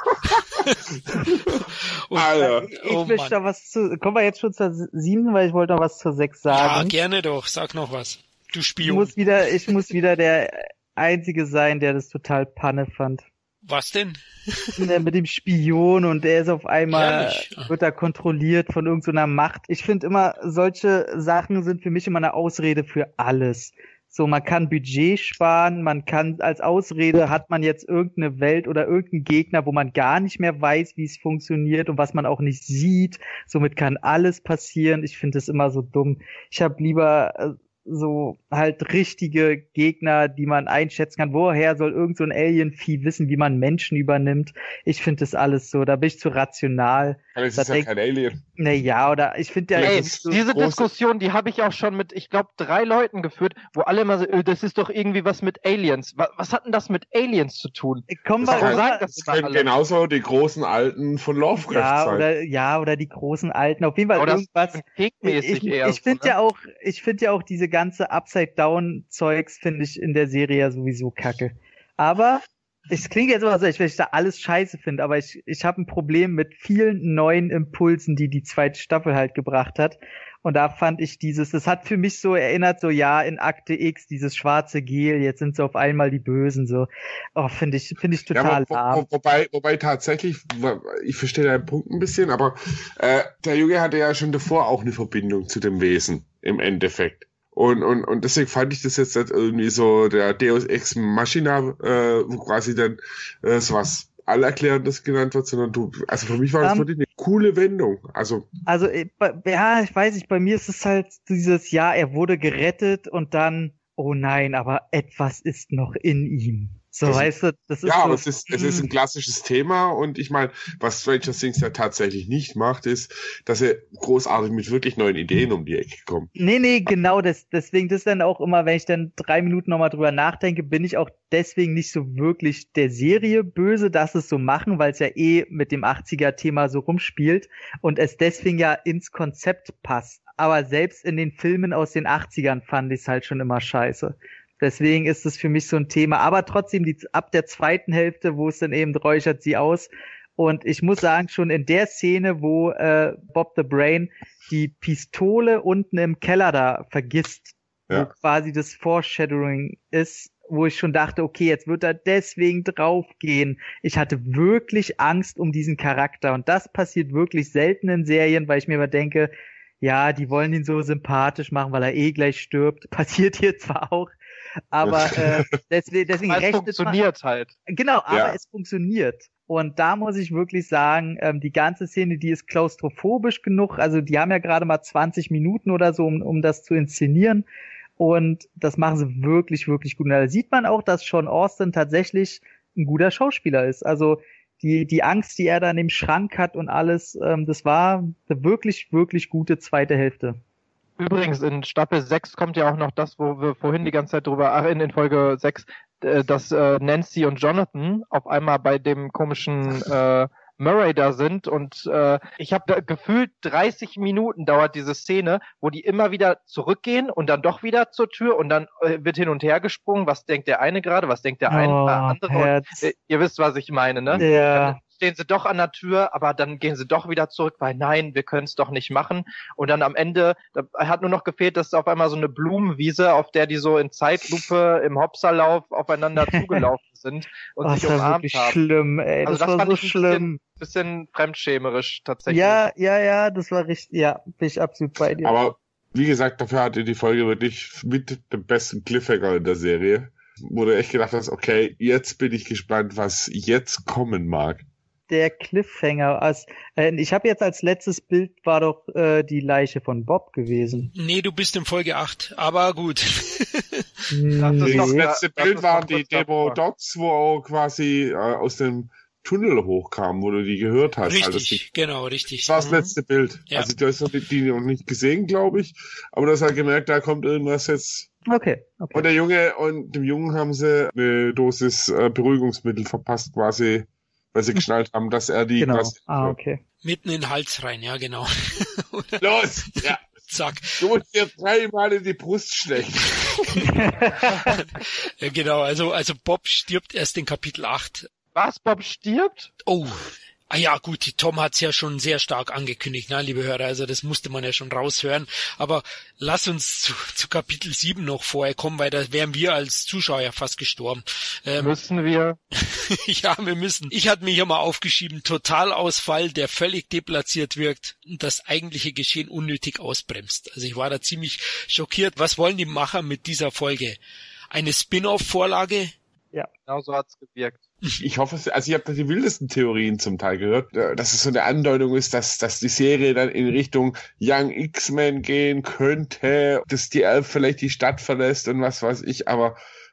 Und, Alter. oh Ich möchte Mann. da was zu, kommen wir jetzt schon zur 7, weil ich wollte noch was zur 6 Ja, sagen. gerne doch. Sag noch was. Du ich Spion. muss wieder der Einzige sein, der das total Panne fand. Was denn? Mit dem Spion und der ist auf einmal, Ehrlich? wird da kontrolliert von irgendeiner Macht. Ich finde immer, solche Sachen sind für mich immer eine Ausrede für alles. So, man kann Budget sparen, man kann, als Ausrede hat man jetzt irgendeine Welt oder irgendeinen Gegner, wo man gar nicht mehr weiß, wie es funktioniert und was man auch nicht sieht. Somit kann alles passieren. Ich finde das immer so dumm. Ich habe lieber so halt richtige Gegner, die man einschätzen kann. Woher soll irgend so ein Alien-Vieh wissen, wie man Menschen übernimmt? Ich finde das alles so, da bin ich zu rational. Das Da ist ja kein Alien. Naja, oder ich finde ja... Ey, das ist so diese große- Diskussion, die habe ich auch schon mit, ich glaube, 3 Leuten geführt, wo alle immer so, das ist doch irgendwie was mit Aliens. Was hat denn das mit Aliens zu tun? Kommen Das wir kann- rüber. das Das können alle. genauso die großen Alten von Lovecraft sein. Oder die großen Alten. Auf jeden Fall Oder irgendwas. Fake-mäßig eher. Ich finde ja auch diese ganze Upside-Down-Zeugs finde ich in der Serie ja sowieso kacke. Aber es klingt jetzt immer so, als wenn ich da alles scheiße finde, aber ich habe ein Problem mit vielen neuen Impulsen, die 2. Staffel halt gebracht hat. Und da fand ich das hat für mich so erinnert, so ja, in Akte X, dieses schwarze Gel, jetzt sind sie auf einmal die Bösen, so. Oh, finde ich total lahm. Wobei tatsächlich, ich verstehe deinen Punkt ein bisschen, aber der Junge hatte ja schon davor auch eine Verbindung zu dem Wesen, im Endeffekt. Und deswegen fand ich das jetzt nicht irgendwie so der Deus Ex Machina, wo quasi dann sowas Allerklärendes genannt wird, sondern also für mich war das wirklich eine coole Wendung. Also ja, ich weiß nicht, bei mir ist es halt dieses, ja, er wurde gerettet und dann, oh nein, aber etwas ist noch in ihm. So, weißt du, das ist ja, so, aber es ist ein klassisches Thema und ich meine, was Stranger Things ja tatsächlich nicht macht, ist, dass er großartig mit wirklich neuen Ideen um die Ecke kommt. Nee, genau, deswegen das dann auch immer, wenn ich dann 3 Minuten nochmal drüber nachdenke, bin ich auch deswegen nicht so wirklich der Serie böse, dass es so machen, weil es ja mit dem 80er-Thema so rumspielt und es deswegen ja ins Konzept passt. Aber selbst in den Filmen aus den 80ern fand ich es halt schon immer scheiße. Deswegen ist es für mich so ein Thema. Aber trotzdem, ab der 2. Hälfte, wo es dann eben räuchert sie aus. Und ich muss sagen, schon in der Szene, wo Bob the Brain die Pistole unten im Keller da vergisst, wo quasi das Foreshadowing ist, wo ich schon dachte, okay, jetzt wird er deswegen draufgehen. Ich hatte wirklich Angst um diesen Charakter. Und das passiert wirklich selten in Serien, weil ich mir immer denke, ja, die wollen ihn so sympathisch machen, weil er gleich stirbt. Passiert hier zwar auch, aber deswegen es rechnet funktioniert halt. Genau, aber es funktioniert. Und da muss ich wirklich sagen, die ganze Szene, die ist klaustrophobisch genug. Also die haben ja gerade mal 20 Minuten oder so, um das zu inszenieren. Und das machen sie wirklich, wirklich gut. Und da sieht man auch, dass Sean Astin tatsächlich ein guter Schauspieler ist. Also die Angst, die er da in dem Schrank hat und alles, das war eine wirklich, wirklich gute zweite Hälfte. Übrigens, in Staffel 6 kommt ja auch noch das, wo wir vorhin die ganze Zeit in Folge 6, dass Nancy und Jonathan auf einmal bei dem komischen Murray da sind und ich habe da gefühlt 30 Minuten dauert diese Szene, wo die immer wieder zurückgehen und dann doch wieder zur Tür und dann wird hin und her gesprungen, was denkt der eine gerade, was denkt der andere und, ihr wisst, was ich meine, ne? Ja. Dann stehen sie doch an der Tür, aber dann gehen sie doch wieder zurück, weil nein, wir können es doch nicht machen. Und dann am Ende, da hat nur noch gefehlt, dass auf einmal so eine Blumenwiese, auf der die so in Zeitlupe im Hopserlauf aufeinander zugelaufen sind und sich das war umarmt wirklich haben. schlimm, ey. Also das war fand so ich schlimm. Bisschen fremdschämerisch tatsächlich. Ja, das war richtig, ja, bin ich absolut bei dir. Aber wie gesagt, dafür hatte die Folge wirklich mit dem besten Cliffhanger in der Serie, wo du echt gedacht hast, okay, jetzt bin ich gespannt, was jetzt kommen mag. Der Cliffhanger, ich habe jetzt als letztes Bild war doch die Leiche von Bob gewesen. Nee, du bist in Folge 8, aber gut. Das doch- letzte das Bild ist waren noch die kurz Demo davor. Dots, wo auch quasi aus dem Tunnel hochkam, wo du die gehört hast. Also Richtig, genau, richtig. das war das letzte Bild. Ja. Also du hast die noch nicht gesehen, glaube ich. Aber du hast halt gemerkt, da kommt irgendwas jetzt. Okay. Und dem Jungen haben sie eine Dosis Beruhigungsmittel verpasst, quasi, weil sie geschnallt haben, dass er die Genau. quasi. Okay. Mitten in den Hals rein, ja, genau. Los! Ja. Zack. Du musst dir 3-mal in die Brust stechen. Ja, genau, also Bob stirbt erst in Kapitel 8. Was, Bob stirbt? Oh, ja gut, die Tom hat's ja schon sehr stark angekündigt, ne, liebe Hörer, also das musste man ja schon raushören, aber lass uns zu Kapitel 7 noch vorher kommen, weil da wären wir als Zuschauer ja fast gestorben. Müssen wir? Ja, wir müssen. Ich hatte mir hier mal aufgeschrieben, Totalausfall, der völlig deplatziert wirkt und das eigentliche Geschehen unnötig ausbremst. Also ich war da ziemlich schockiert. Was wollen die Macher mit dieser Folge? Eine Spin-off-Vorlage? Ja. Genau so hat's gewirkt. Ich hoffe, also ich habe da die wildesten Theorien zum Teil gehört, dass es so eine Andeutung ist, dass die Serie dann in Richtung Young X-Men gehen könnte, dass die Elf vielleicht die Stadt verlässt und was weiß ich, aber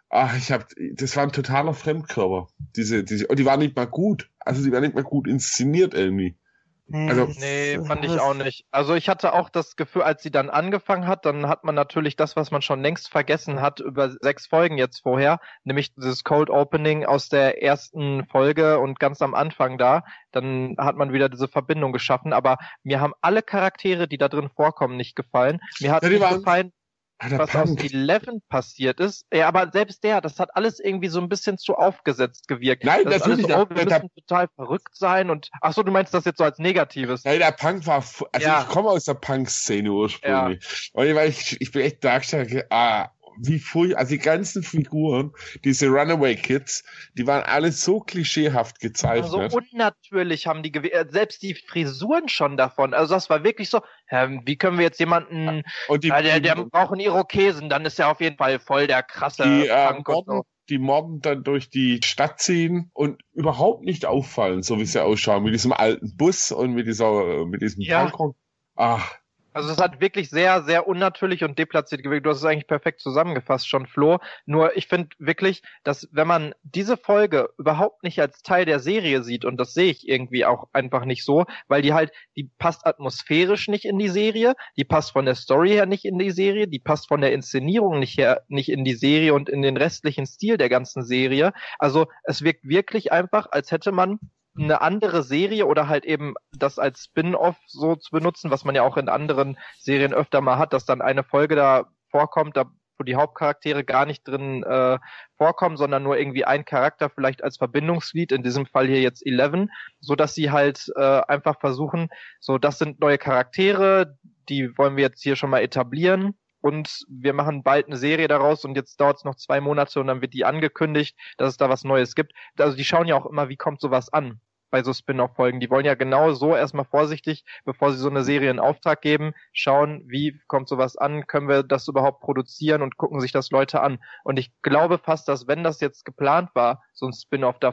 das war ein totaler Fremdkörper. Und die war nicht mal gut. Also die war nicht mal gut inszeniert irgendwie. Also- Nee, fand ich auch nicht. Also ich hatte auch das Gefühl, als sie dann angefangen hat, dann hat man natürlich das, was man schon längst vergessen hat, über 6 Folgen jetzt vorher, nämlich dieses Cold Opening aus der ersten Folge und ganz am Anfang da, dann hat man wieder diese Verbindung geschaffen, aber mir haben alle Charaktere, die da drin vorkommen, nicht gefallen. Mir hat Ja, die nicht waren- gefallen, Der was aus Punk. 11 passiert ist. Ja, aber selbst das hat alles irgendwie so ein bisschen zu aufgesetzt gewirkt. Nein, das ist alles natürlich, so, der- wir müssen total verrückt sein und, ach so, du meinst das jetzt so als Negatives? Nein, der Punk war, also Ja. ich komme aus der Punk-Szene ursprünglich. Und ich bin echt da gestanden, wie furchtbar, also die ganzen Figuren, diese Runaway Kids, die waren alle so klischeehaft gezeichnet. So unnatürlich haben die selbst die Frisuren schon davon. Also das war wirklich so, wie können wir jetzt jemanden, und der braucht einen Irokesen, dann ist er auf jeden Fall voll der krasse die Punk und Morden, so. die Morden dann durch die Stadt ziehen und überhaupt nicht auffallen, so wie sie ausschauen, mit diesem alten Bus und mit diesem Ja. Punkrock. Ach, Also es hat wirklich sehr, sehr unnatürlich und deplatziert gewirkt. Du hast es eigentlich perfekt zusammengefasst schon, Flo. Nur ich finde wirklich, dass wenn man diese Folge überhaupt nicht als Teil der Serie sieht, und das sehe ich irgendwie auch einfach nicht so, weil die passt atmosphärisch nicht in die Serie, die passt von der Story her nicht in die Serie, die passt von der Inszenierung nicht in die Serie und in den restlichen Stil der ganzen Serie. Also es wirkt wirklich einfach, als hätte man eine andere Serie oder halt eben das als Spin-off so zu benutzen, was man ja auch in anderen Serien öfter mal hat, dass dann eine Folge da vorkommt, wo die Hauptcharaktere gar nicht drin vorkommen, sondern nur irgendwie ein Charakter vielleicht als Verbindungsglied, in diesem Fall hier jetzt 11, so dass sie halt einfach versuchen, so das sind neue Charaktere, die wollen wir jetzt hier schon mal etablieren. Und wir machen bald eine Serie daraus und jetzt dauert es noch 2 Monate und dann wird die angekündigt, dass es da was Neues gibt. Also die schauen ja auch immer, wie kommt sowas an bei so Spin-off-Folgen. Die wollen ja genau so erstmal vorsichtig, bevor sie so eine Serie in Auftrag geben, schauen, wie kommt sowas an, können wir das überhaupt produzieren und gucken sich das Leute an. Und ich glaube fast, dass wenn das jetzt geplant war, so ein Spin-off davon,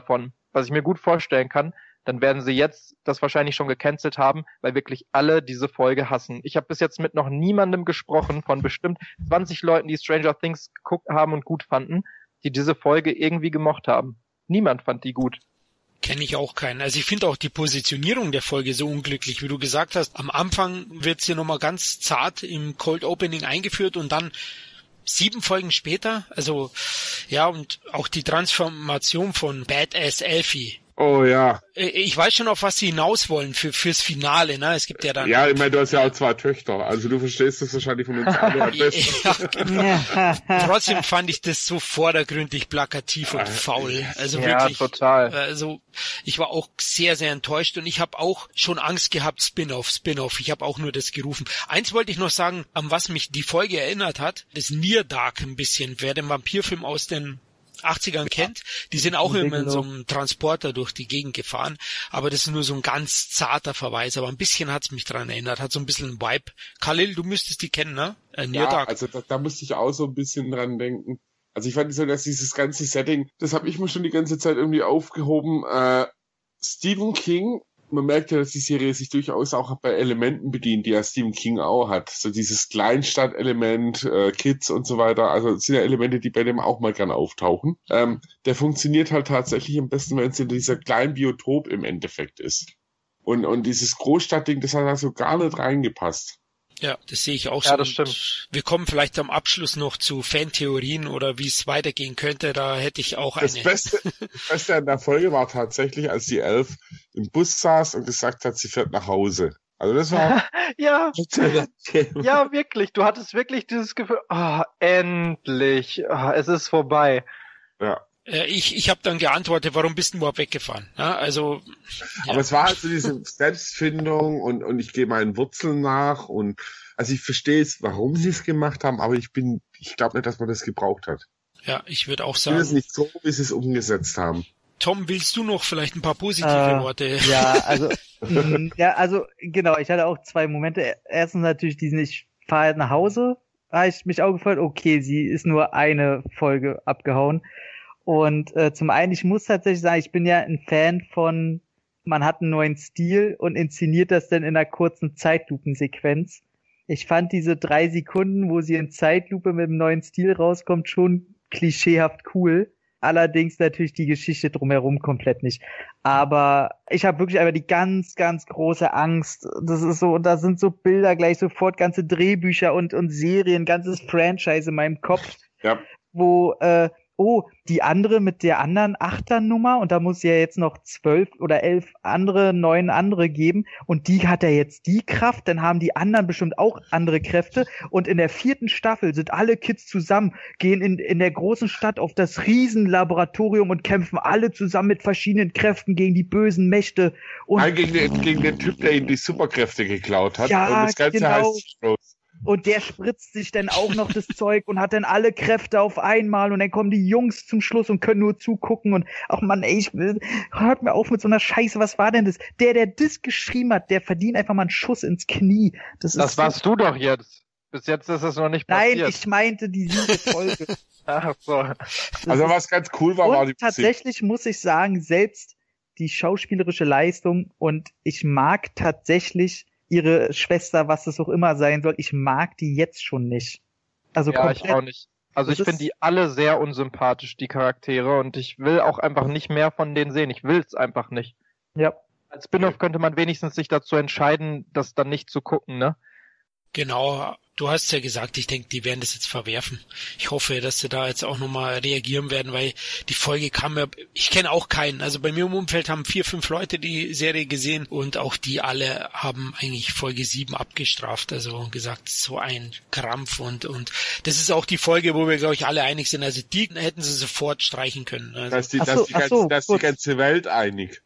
was ich mir gut vorstellen kann, dann werden sie jetzt das wahrscheinlich schon gecancelt haben, weil wirklich alle diese Folge hassen. Ich habe bis jetzt mit noch niemandem gesprochen von bestimmt 20 Leuten, die Stranger Things geguckt haben und gut fanden, die diese Folge irgendwie gemocht haben. Niemand fand die gut. Kenne ich auch keinen. Also ich finde auch die Positionierung der Folge so unglücklich, wie du gesagt hast. Am Anfang wird sie nochmal ganz zart im Cold Opening eingeführt und dann 7 Folgen später, also ja, und auch die Transformation von Badass Elfie. Oh ja. Ich weiß schon, auf was sie hinaus wollen fürs Finale, ne? Es gibt ja dann... Ja, ich meine, du hast ja auch 2 Töchter, also du verstehst das wahrscheinlich von uns alle am besten. Ja, genau. Trotzdem fand ich das so vordergründig plakativ und faul. Also ja, wirklich. Total. Also ich war auch sehr, sehr enttäuscht und ich habe auch schon Angst gehabt, Spin-off. Ich habe auch nur das gerufen. Eins wollte ich noch sagen, an was mich die Folge erinnert hat, das Near Dark ein bisschen. Wer den Vampirfilm aus den 80ern kennt, die sind auch immer in so einem Transporter durch die Gegend gefahren, aber das ist nur so ein ganz zarter Verweis, aber ein bisschen hat's mich dran erinnert, hat so ein bisschen einen Vibe. Khalil, du müsstest die kennen, ne? Near Dark. Also da musste ich auch so ein bisschen dran denken. Also ich fand so, dass dieses ganze Setting, das habe ich mir schon die ganze Zeit irgendwie aufgehoben. Stephen King, man merkt ja, dass die Serie sich durchaus auch bei Elementen bedient, die ja Stephen King auch hat. So dieses Kleinstadt-Element, Kids und so weiter. Also das sind ja Elemente, die bei dem auch mal gern auftauchen. Der funktioniert halt tatsächlich am besten, wenn es in dieser kleinen Biotop im Endeffekt ist. Und dieses Großstadtding, das hat also gar nicht reingepasst. Ja, das sehe ich auch so. Ja, das stimmt. Wir kommen vielleicht am Abschluss noch zu Fantheorien oder wie es weitergehen könnte. Da hätte ich auch Das Beste an der Folge war tatsächlich, als die Elf im Bus saß und gesagt hat, sie fährt nach Hause. Also das war... Ja, ja, wirklich. Du hattest wirklich dieses Gefühl, endlich, es ist vorbei. Ja. Ich habe dann geantwortet, warum bist du überhaupt weggefahren? Ja, also, ja. Aber es war halt so diese Selbstfindung und ich gehe meinen Wurzeln nach und also ich verstehe es, warum sie es gemacht haben, aber ich glaube nicht, dass man das gebraucht hat. Ja, ich würde auch Ich sagen. finde es nicht so, wie sie es umgesetzt haben. Tom, willst du noch vielleicht ein paar positive Worte? Ja, also genau, ich hatte auch 2 Momente. Erstens natürlich ich fahre nach Hause, habe ich mich auch gefreut, okay, sie ist nur eine Folge abgehauen. Und zum einen, ich muss tatsächlich sagen, ich bin ja ein Fan von, man hat einen neuen Stil und inszeniert das dann in einer kurzen Zeitlupensequenz. Ich fand diese 3 Sekunden, wo sie in Zeitlupe mit einem neuen Stil rauskommt, schon klischeehaft cool. Allerdings natürlich die Geschichte drumherum komplett nicht. Aber ich habe wirklich einfach die ganz, ganz große Angst. Das ist so, und da sind so Bilder gleich sofort, ganze Drehbücher und Serien, ganzes Franchise in meinem Kopf, Ja. wo die andere mit der anderen Achternummer und da muss es ja jetzt noch 12 oder 11 andere, 9 andere geben und die hat ja jetzt die Kraft, dann haben die anderen bestimmt auch andere Kräfte und in der 4. Staffel sind alle Kids zusammen, gehen in der großen Stadt auf das Riesenlaboratorium und kämpfen alle zusammen mit verschiedenen Kräften gegen die bösen Mächte. Und Nein, gegen den Typ, der ihm die Superkräfte geklaut hat. Ja, und das Ganze genau. heißt Rose. Und der spritzt sich dann auch noch das Zeug und hat dann alle Kräfte auf einmal und dann kommen die Jungs zum Schluss und können nur zugucken und ach Mann, ey, hört mir auf mit so einer Scheiße, was war denn das? Der das geschrieben hat, der verdient einfach mal einen Schuss ins Knie. Das warst du doch jetzt. Bis jetzt ist es noch nicht passiert. Nein, ich meinte die 7. Folge. Ach so. Also was ganz cool war die Musik. Tatsächlich muss ich sagen, selbst die schauspielerische Leistung und ich mag tatsächlich ihre Schwester, was es auch immer sein soll, ich mag die jetzt schon nicht. Also ja, ich auch nicht. Also ich finde die alle sehr unsympathisch, die Charaktere, und ich will auch einfach nicht mehr von denen sehen. Ich will es einfach nicht. Ja. Als Spin-off könnte man wenigstens sich dazu entscheiden, das dann nicht zu gucken, ne? Genau, du hast ja gesagt, ich denke, die werden das jetzt verwerfen. Ich hoffe, dass sie da jetzt auch nochmal reagieren werden, weil die Folge kam ja, ich kenne auch keinen, also bei mir im Umfeld haben 4, 5 Leute die Serie gesehen und auch die alle haben eigentlich Folge 7 abgestraft, also gesagt, so ein Krampf und das ist auch die Folge, wo wir, glaube ich, alle einig sind, also die hätten sie sofort streichen können. Also, da ist die ganze Welt einig.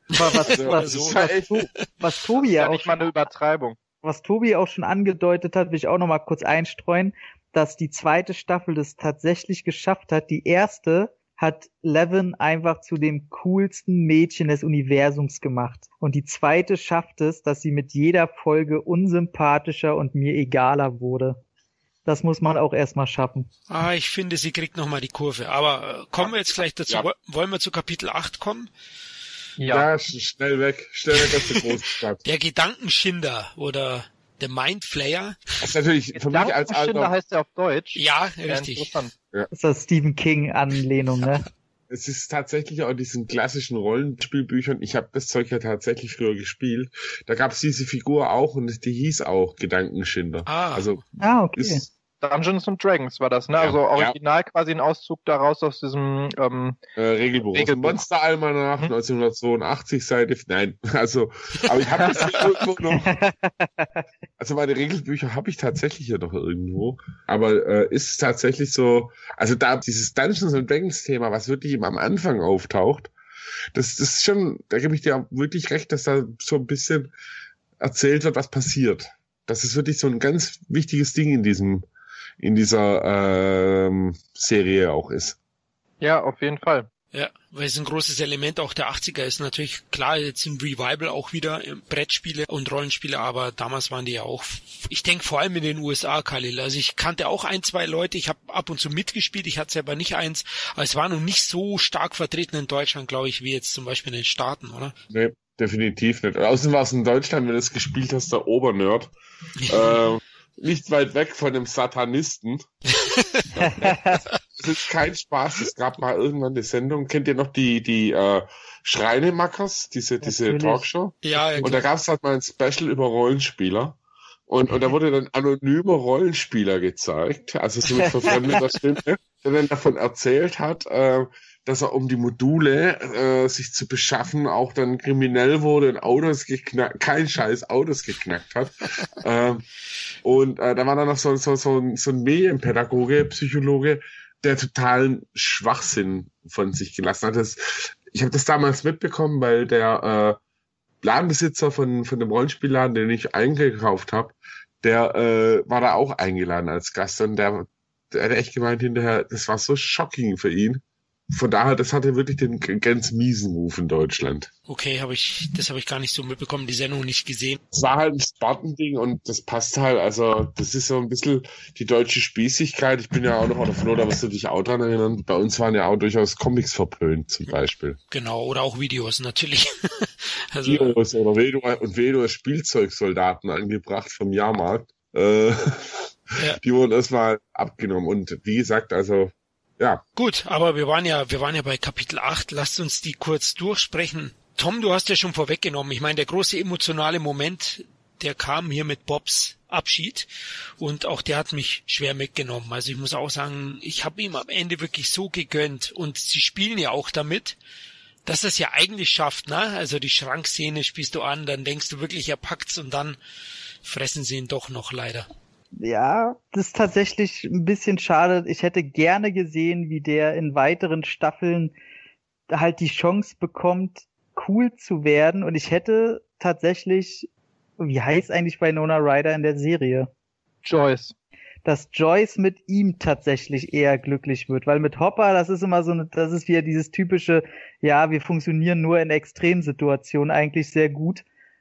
Was Tobi ja auch nicht mal eine Übertreibung. Was Tobi auch schon angedeutet hat, will ich auch noch mal kurz einstreuen, dass die 2. Staffel das tatsächlich geschafft hat. Die 1. hat Levin einfach zu dem coolsten Mädchen des Universums gemacht. Und die 2. schafft es, dass sie mit jeder Folge unsympathischer und mir egaler wurde. Das muss man auch erstmal schaffen. Ich finde, sie kriegt noch mal die Kurve. Aber kommen wir jetzt gleich dazu. Ja. Wollen wir zu Kapitel 8 kommen? Ja, schnell weg aus der großen Stadt. Der Gedankenschinder oder der Mindflayer. Das ist natürlich für mich als Gedankenschinder heißt er auf Deutsch. Ja, richtig. Interessant. Das ist das Stephen King-Anlehnung, ne? Es ist tatsächlich auch in diesen klassischen Rollenspielbüchern, ich habe das Zeug ja tatsächlich früher gespielt, da gab es diese Figur auch und die hieß auch Gedankenschinder. Also okay. ist Dungeons and Dragons war das, ne? Also original quasi ein Auszug daraus aus diesem Regelbuch. Aus dem Monster-Almanach 1982 Seite. Nein, also, aber ich habe das irgendwo noch. Also meine Regelbücher habe ich tatsächlich ja noch irgendwo. Aber ist tatsächlich so, also da dieses Dungeons and Dragons Thema, was wirklich eben am Anfang auftaucht, das ist schon, da gebe ich dir wirklich recht, dass da so ein bisschen erzählt wird, was passiert. Das ist wirklich so ein ganz wichtiges Ding in dieser Serie auch ist. Ja, auf jeden Fall. Ja, weil es ein großes Element auch der 80er ist. Natürlich, klar, jetzt im Revival auch wieder Brettspiele und Rollenspiele, aber damals waren die ja auch, ich denke vor allem in den USA, Khalil. Also ich kannte auch 1, 2 Leute, ich habe ab und zu mitgespielt, ich hatte selber nicht eins, aber es war noch nicht so stark vertreten in Deutschland, glaube ich, wie jetzt zum Beispiel in den Staaten, oder? Nee, definitiv nicht. Außerdem war es in Deutschland, wenn du es gespielt hast, der Obernerd. Nicht weit weg von dem Satanisten. Das ist kein Spaß. Es gab mal irgendwann eine Sendung. Kennt ihr noch die Schreinemackers? Diese Talkshow? Ja. Und da gab es halt mal ein Special über Rollenspieler. Und da wurde dann anonymer Rollenspieler gezeigt. Also so mit verfremdeter Stimme, der dann davon erzählt hat, dass er, um die Module sich zu beschaffen, auch dann kriminell wurde und Autos geknackt hat. Und da war dann noch so ein Medienpädagoge, Psychologe, der totalen Schwachsinn von sich gelassen hat. Ich habe das damals mitbekommen, weil der Ladenbesitzer von dem Rollenspielladen, den ich eingekauft habe, der war da auch eingeladen als Gast und der hat echt gemeint hinterher, das war so shocking für ihn. Von daher, das hatte wirklich den ganz miesen Ruf in Deutschland. Okay, das habe ich gar nicht so mitbekommen, die Sendung nicht gesehen. Es war halt ein Spartending und das passt halt, also das ist so ein bisschen die deutsche Spießigkeit. Ich bin ja auch noch, oder Flo, da wirst du dich auch dran erinnern, bei uns waren ja auch durchaus Comics verpönt zum Beispiel. Genau, oder auch Videos natürlich. Also, Videos oder Vedor Spielzeugsoldaten angebracht vom Jahrmarkt. Die wurden erstmal abgenommen und wie gesagt, also ja. Gut, aber wir waren ja bei Kapitel 8. Lasst uns die kurz durchsprechen. Tom, du hast ja schon vorweggenommen. Ich meine, der große emotionale Moment, der kam hier mit Bobs Abschied und auch der hat mich schwer mitgenommen. Also ich muss auch sagen, ich habe ihm am Ende wirklich so gegönnt und sie spielen ja auch damit, dass er es ja eigentlich schafft, ne? Also die Schrankszene spielst du an, dann denkst du wirklich, er packt's und dann fressen sie ihn doch noch leider. Ja, das ist tatsächlich ein bisschen schade. Ich hätte gerne gesehen, wie der in weiteren Staffeln halt die Chance bekommt, cool zu werden. Und ich hätte tatsächlich, wie heißt eigentlich bei Winona Ryder in der Serie? Joyce. Dass Joyce mit ihm tatsächlich eher glücklich wird. Weil mit Hopper, das ist immer so, das ist wieder dieses typische, ja, wir funktionieren nur in Extremsituationen eigentlich sehr gut.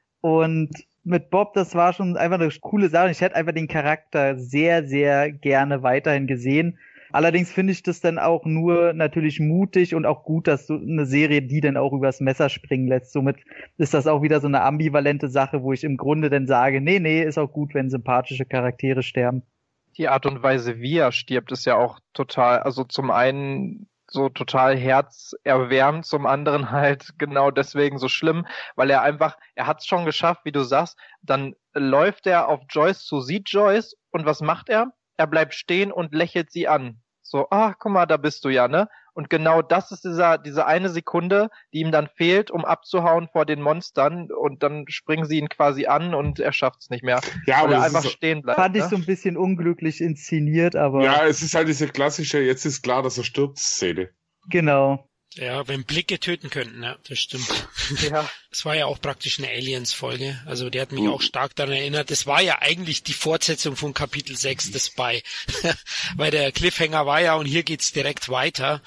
Und mit Bob, das war schon einfach eine coole Sache. Ich hätte einfach den Charakter sehr, sehr gerne weiterhin gesehen. Allerdings finde ich das dann auch nur natürlich mutig und auch gut, dass so eine Serie die dann auch übers Messer springen lässt. Somit ist das auch wieder so eine ambivalente Sache, wo ich im Grunde dann sage, nee, ist auch gut, wenn sympathische Charaktere sterben. Die Art und Weise, wie er stirbt, ist ja auch total, also zum einen so total herzerwärmend, zum anderen halt genau deswegen so schlimm, weil er hat es schon geschafft, wie du sagst, dann läuft er auf Joyce zu, sieht Joyce und was macht er? Er bleibt stehen und lächelt sie an. So, guck mal, da bist du ja, ne? Und genau das ist diese eine Sekunde, die ihm dann fehlt, um abzuhauen vor den Monstern und dann springen sie ihn quasi an und er schafft es nicht mehr. Ja, aber er einfach stehen bleibt. Fand ich so ein bisschen unglücklich inszeniert, aber... Ja, es ist halt diese klassische, jetzt ist klar, dass er stirbt, Szene. Genau. Ja, wenn Blicke töten könnten, ja, das stimmt. Ja. Es war ja auch praktisch eine Aliens-Folge, also der hat mich auch stark daran erinnert. Das war ja eigentlich die Fortsetzung von Kapitel 6, das Spy. Weil der Cliffhanger war ja, und hier geht's direkt weiter.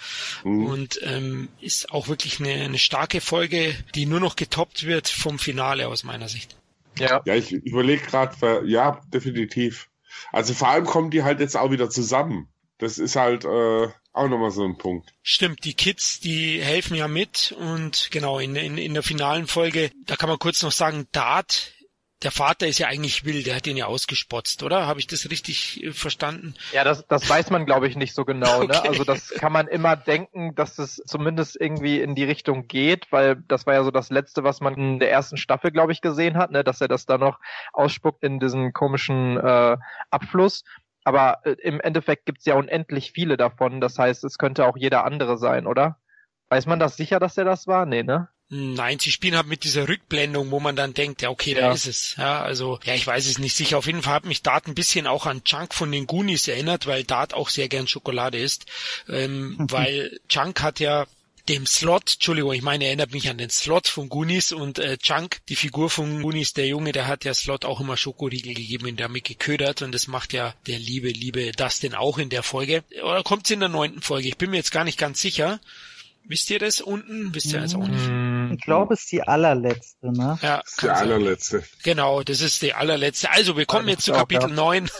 Und ist auch wirklich eine starke Folge, die nur noch getoppt wird vom Finale aus meiner Sicht. Ja, ich überlege gerade, ja, definitiv. Also vor allem kommen die halt jetzt auch wieder zusammen. Das ist halt auch nochmal so ein Punkt. Stimmt, die Kids, die helfen ja mit und genau, in der finalen Folge, da kann man kurz noch sagen, Dart, der Vater ist ja eigentlich wild, der hat ihn ja ausgespotzt, oder? Habe ich das richtig verstanden? Ja, das weiß man, glaube ich, nicht so genau. Okay. Ne? Also das kann man immer denken, dass es zumindest irgendwie in die Richtung geht, weil das war ja so das Letzte, was man in der ersten Staffel, glaube ich, gesehen hat, ne? Dass er das da noch ausspuckt in diesen komischen Abfluss. Aber im Endeffekt gibt's ja unendlich viele davon. Das heißt, es könnte auch jeder andere sein, oder? Weiß man das sicher, dass er das war? Nee, ne? Nein, sie spielen halt mit dieser Rückblendung, wo man dann denkt, ja okay, da ist es. Ja, also, ja, ich weiß es nicht sicher. Auf jeden Fall hat mich Dart ein bisschen auch an Chunk von den Goonies erinnert, weil Dart auch sehr gern Schokolade isst. Weil Chunk hat ja dem Slot, Entschuldigung, ich meine, erinnert mich an den Slot von Goonies und Chunk, die Figur von Goonies, der Junge, der hat ja Slot auch immer Schokoriegel gegeben und damit geködert und das macht ja der liebe Dustin auch in der Folge. Oder kommt's in der 9. Folge? Ich bin mir jetzt gar nicht ganz sicher. Wisst ihr das unten? Wisst ihr also auch nicht? Ich glaube, es ist die allerletzte, ne? Ja, Das ist der allerletzte. Genau, das ist die allerletzte. Also, wir kommen jetzt zu Kapitel 9.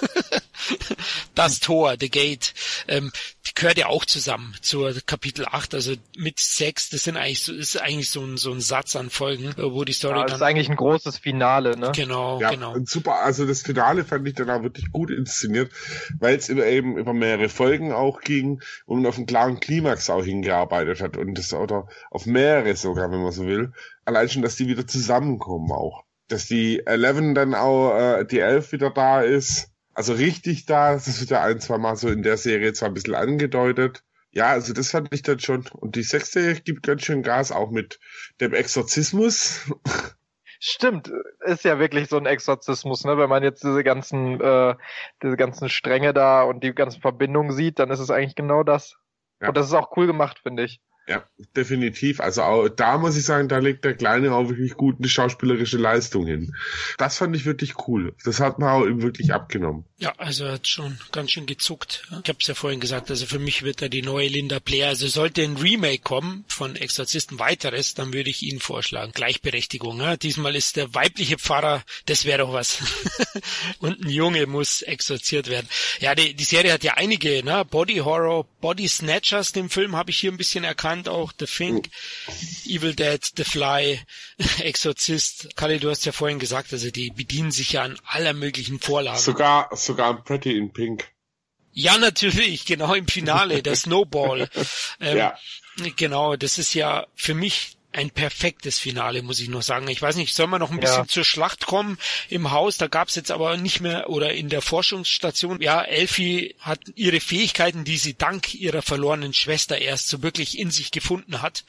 Das Tor, The Gate. Die gehört ja auch zusammen zur Kapitel 8, also mit 6. Das ist eigentlich so ein Satz an Folgen, wo die Story das ist eigentlich ein großes Finale, ne? Genau. Und super, also das Finale fand ich dann auch wirklich gut inszeniert, weil es eben über mehrere Folgen auch ging und man auf einen klaren Klimax auch hingearbeitet hat und das oder auf mehrere sogar, wenn man so will. Allein schon, dass die wieder zusammenkommen auch. Dass die 11 dann auch, die 11 wieder da ist. Also richtig da, das wird ja 1-2 Mal so in der Serie zwar ein bisschen angedeutet. Ja, also das fand ich dann schon. Und die 6. gibt ganz schön Gas, auch mit dem Exorzismus. Stimmt, ist ja wirklich so ein Exorzismus, ne? Wenn man jetzt diese ganzen Stränge da und die ganzen Verbindungen sieht, dann ist es eigentlich genau das. Ja. Und das ist auch cool gemacht, finde ich. Ja, definitiv. Also auch da muss ich sagen, da legt der Kleine auch wirklich gut eine schauspielerische Leistung hin. Das fand ich wirklich cool. Das hat man auch ihm wirklich abgenommen. Ja, also er hat schon ganz schön gezuckt. Ich habe es ja vorhin gesagt, also für mich wird er die neue Linda Blair. Also sollte ein Remake kommen von Exorzisten weiteres, dann würde ich ihn vorschlagen. Gleichberechtigung. Ne? Diesmal ist der weibliche Pfarrer, das wäre doch was. Und ein Junge muss exorziert werden. Ja, die Serie hat ja einige, ne? Body Horror, Body Snatchers, den Film habe ich hier ein bisschen erkannt. Auch The Thing, Evil Dead, The Fly, Exorzist. Kalle, du hast ja vorhin gesagt, also die bedienen sich ja an aller möglichen Vorlagen. Sogar Pretty in Pink. Ja, natürlich, genau im Finale, der Snowball. Ja. Genau, das ist ja für mich ein perfektes Finale, muss ich noch sagen. Ich weiß nicht, soll man noch ein bisschen zur Schlacht kommen im Haus? Da gab's jetzt aber nicht mehr, oder in der Forschungsstation. Ja, Elfie hat ihre Fähigkeiten, die sie dank ihrer verlorenen Schwester erst so wirklich in sich gefunden hat.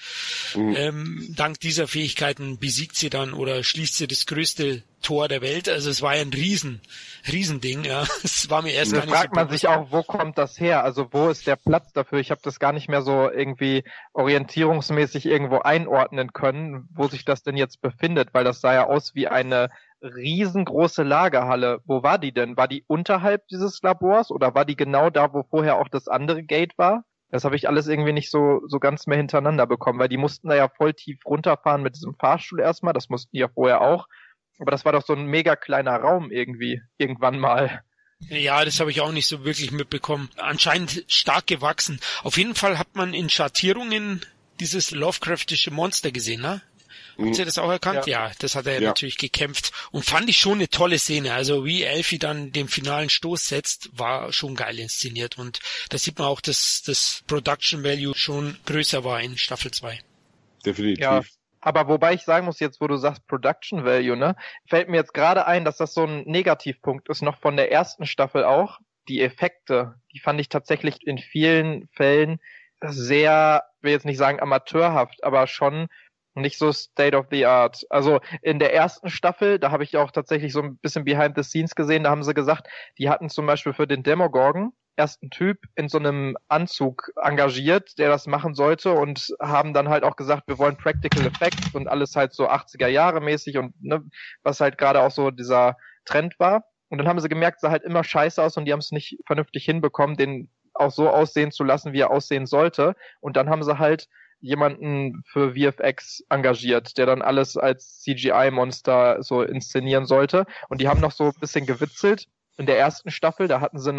Dank dieser Fähigkeiten besiegt sie dann oder schließt sie das größte Tor der Welt. Also es war ja ein Riesending. Ja, es war mir erst gar nicht so. Da fragt man sich auch, wo kommt das her? Also wo ist der Platz dafür? Ich habe das gar nicht mehr so irgendwie orientierungsmäßig irgendwo einordnen können, wo sich das denn jetzt befindet, weil das sah ja aus wie eine riesengroße Lagerhalle. Wo war die denn? War die unterhalb dieses Labors oder war die genau da, wo vorher auch das andere Gate war? Das habe ich alles irgendwie nicht so ganz mehr hintereinander bekommen, weil die mussten da ja voll tief runterfahren mit diesem Fahrstuhl erstmal. Das mussten die ja vorher auch. Aber das war doch so ein mega kleiner Raum irgendwie, irgendwann mal. Ja, das habe ich auch nicht so wirklich mitbekommen. Anscheinend stark gewachsen. Auf jeden Fall hat man in Schattierungen dieses Lovecraftische Monster gesehen, ne? Habt ihr das auch erkannt? Ja, das hat er natürlich gekämpft. Und fand ich schon eine tolle Szene. Also wie Elfie dann den finalen Stoß setzt, war schon geil inszeniert. Und da sieht man auch, dass das Production Value schon größer war in Staffel 2. Definitiv. Ja. Aber wobei ich sagen muss, jetzt wo du sagst Production Value, ne, fällt mir jetzt gerade ein, dass das so ein Negativpunkt ist, noch von der ersten Staffel auch. Die Effekte, die fand ich tatsächlich in vielen Fällen sehr, will jetzt nicht sagen amateurhaft, aber schon nicht so state of the art. Also in der ersten Staffel, da habe ich auch tatsächlich so ein bisschen behind the scenes gesehen, da haben sie gesagt, die hatten zum Beispiel für den Demogorgon erst einen Typ in so einem Anzug engagiert, der das machen sollte und haben dann halt auch gesagt, wir wollen Practical Effects und alles halt so 80er Jahre mäßig und ne, was halt gerade auch so dieser Trend war. Und dann haben sie gemerkt, es sah halt immer scheiße aus und die haben es nicht vernünftig hinbekommen, den auch so aussehen zu lassen, wie er aussehen sollte. Und dann haben sie halt jemanden für VFX engagiert, der dann alles als CGI-Monster so inszenieren sollte. Und die haben noch so ein bisschen gewitzelt. In der ersten Staffel, da hatten sie noch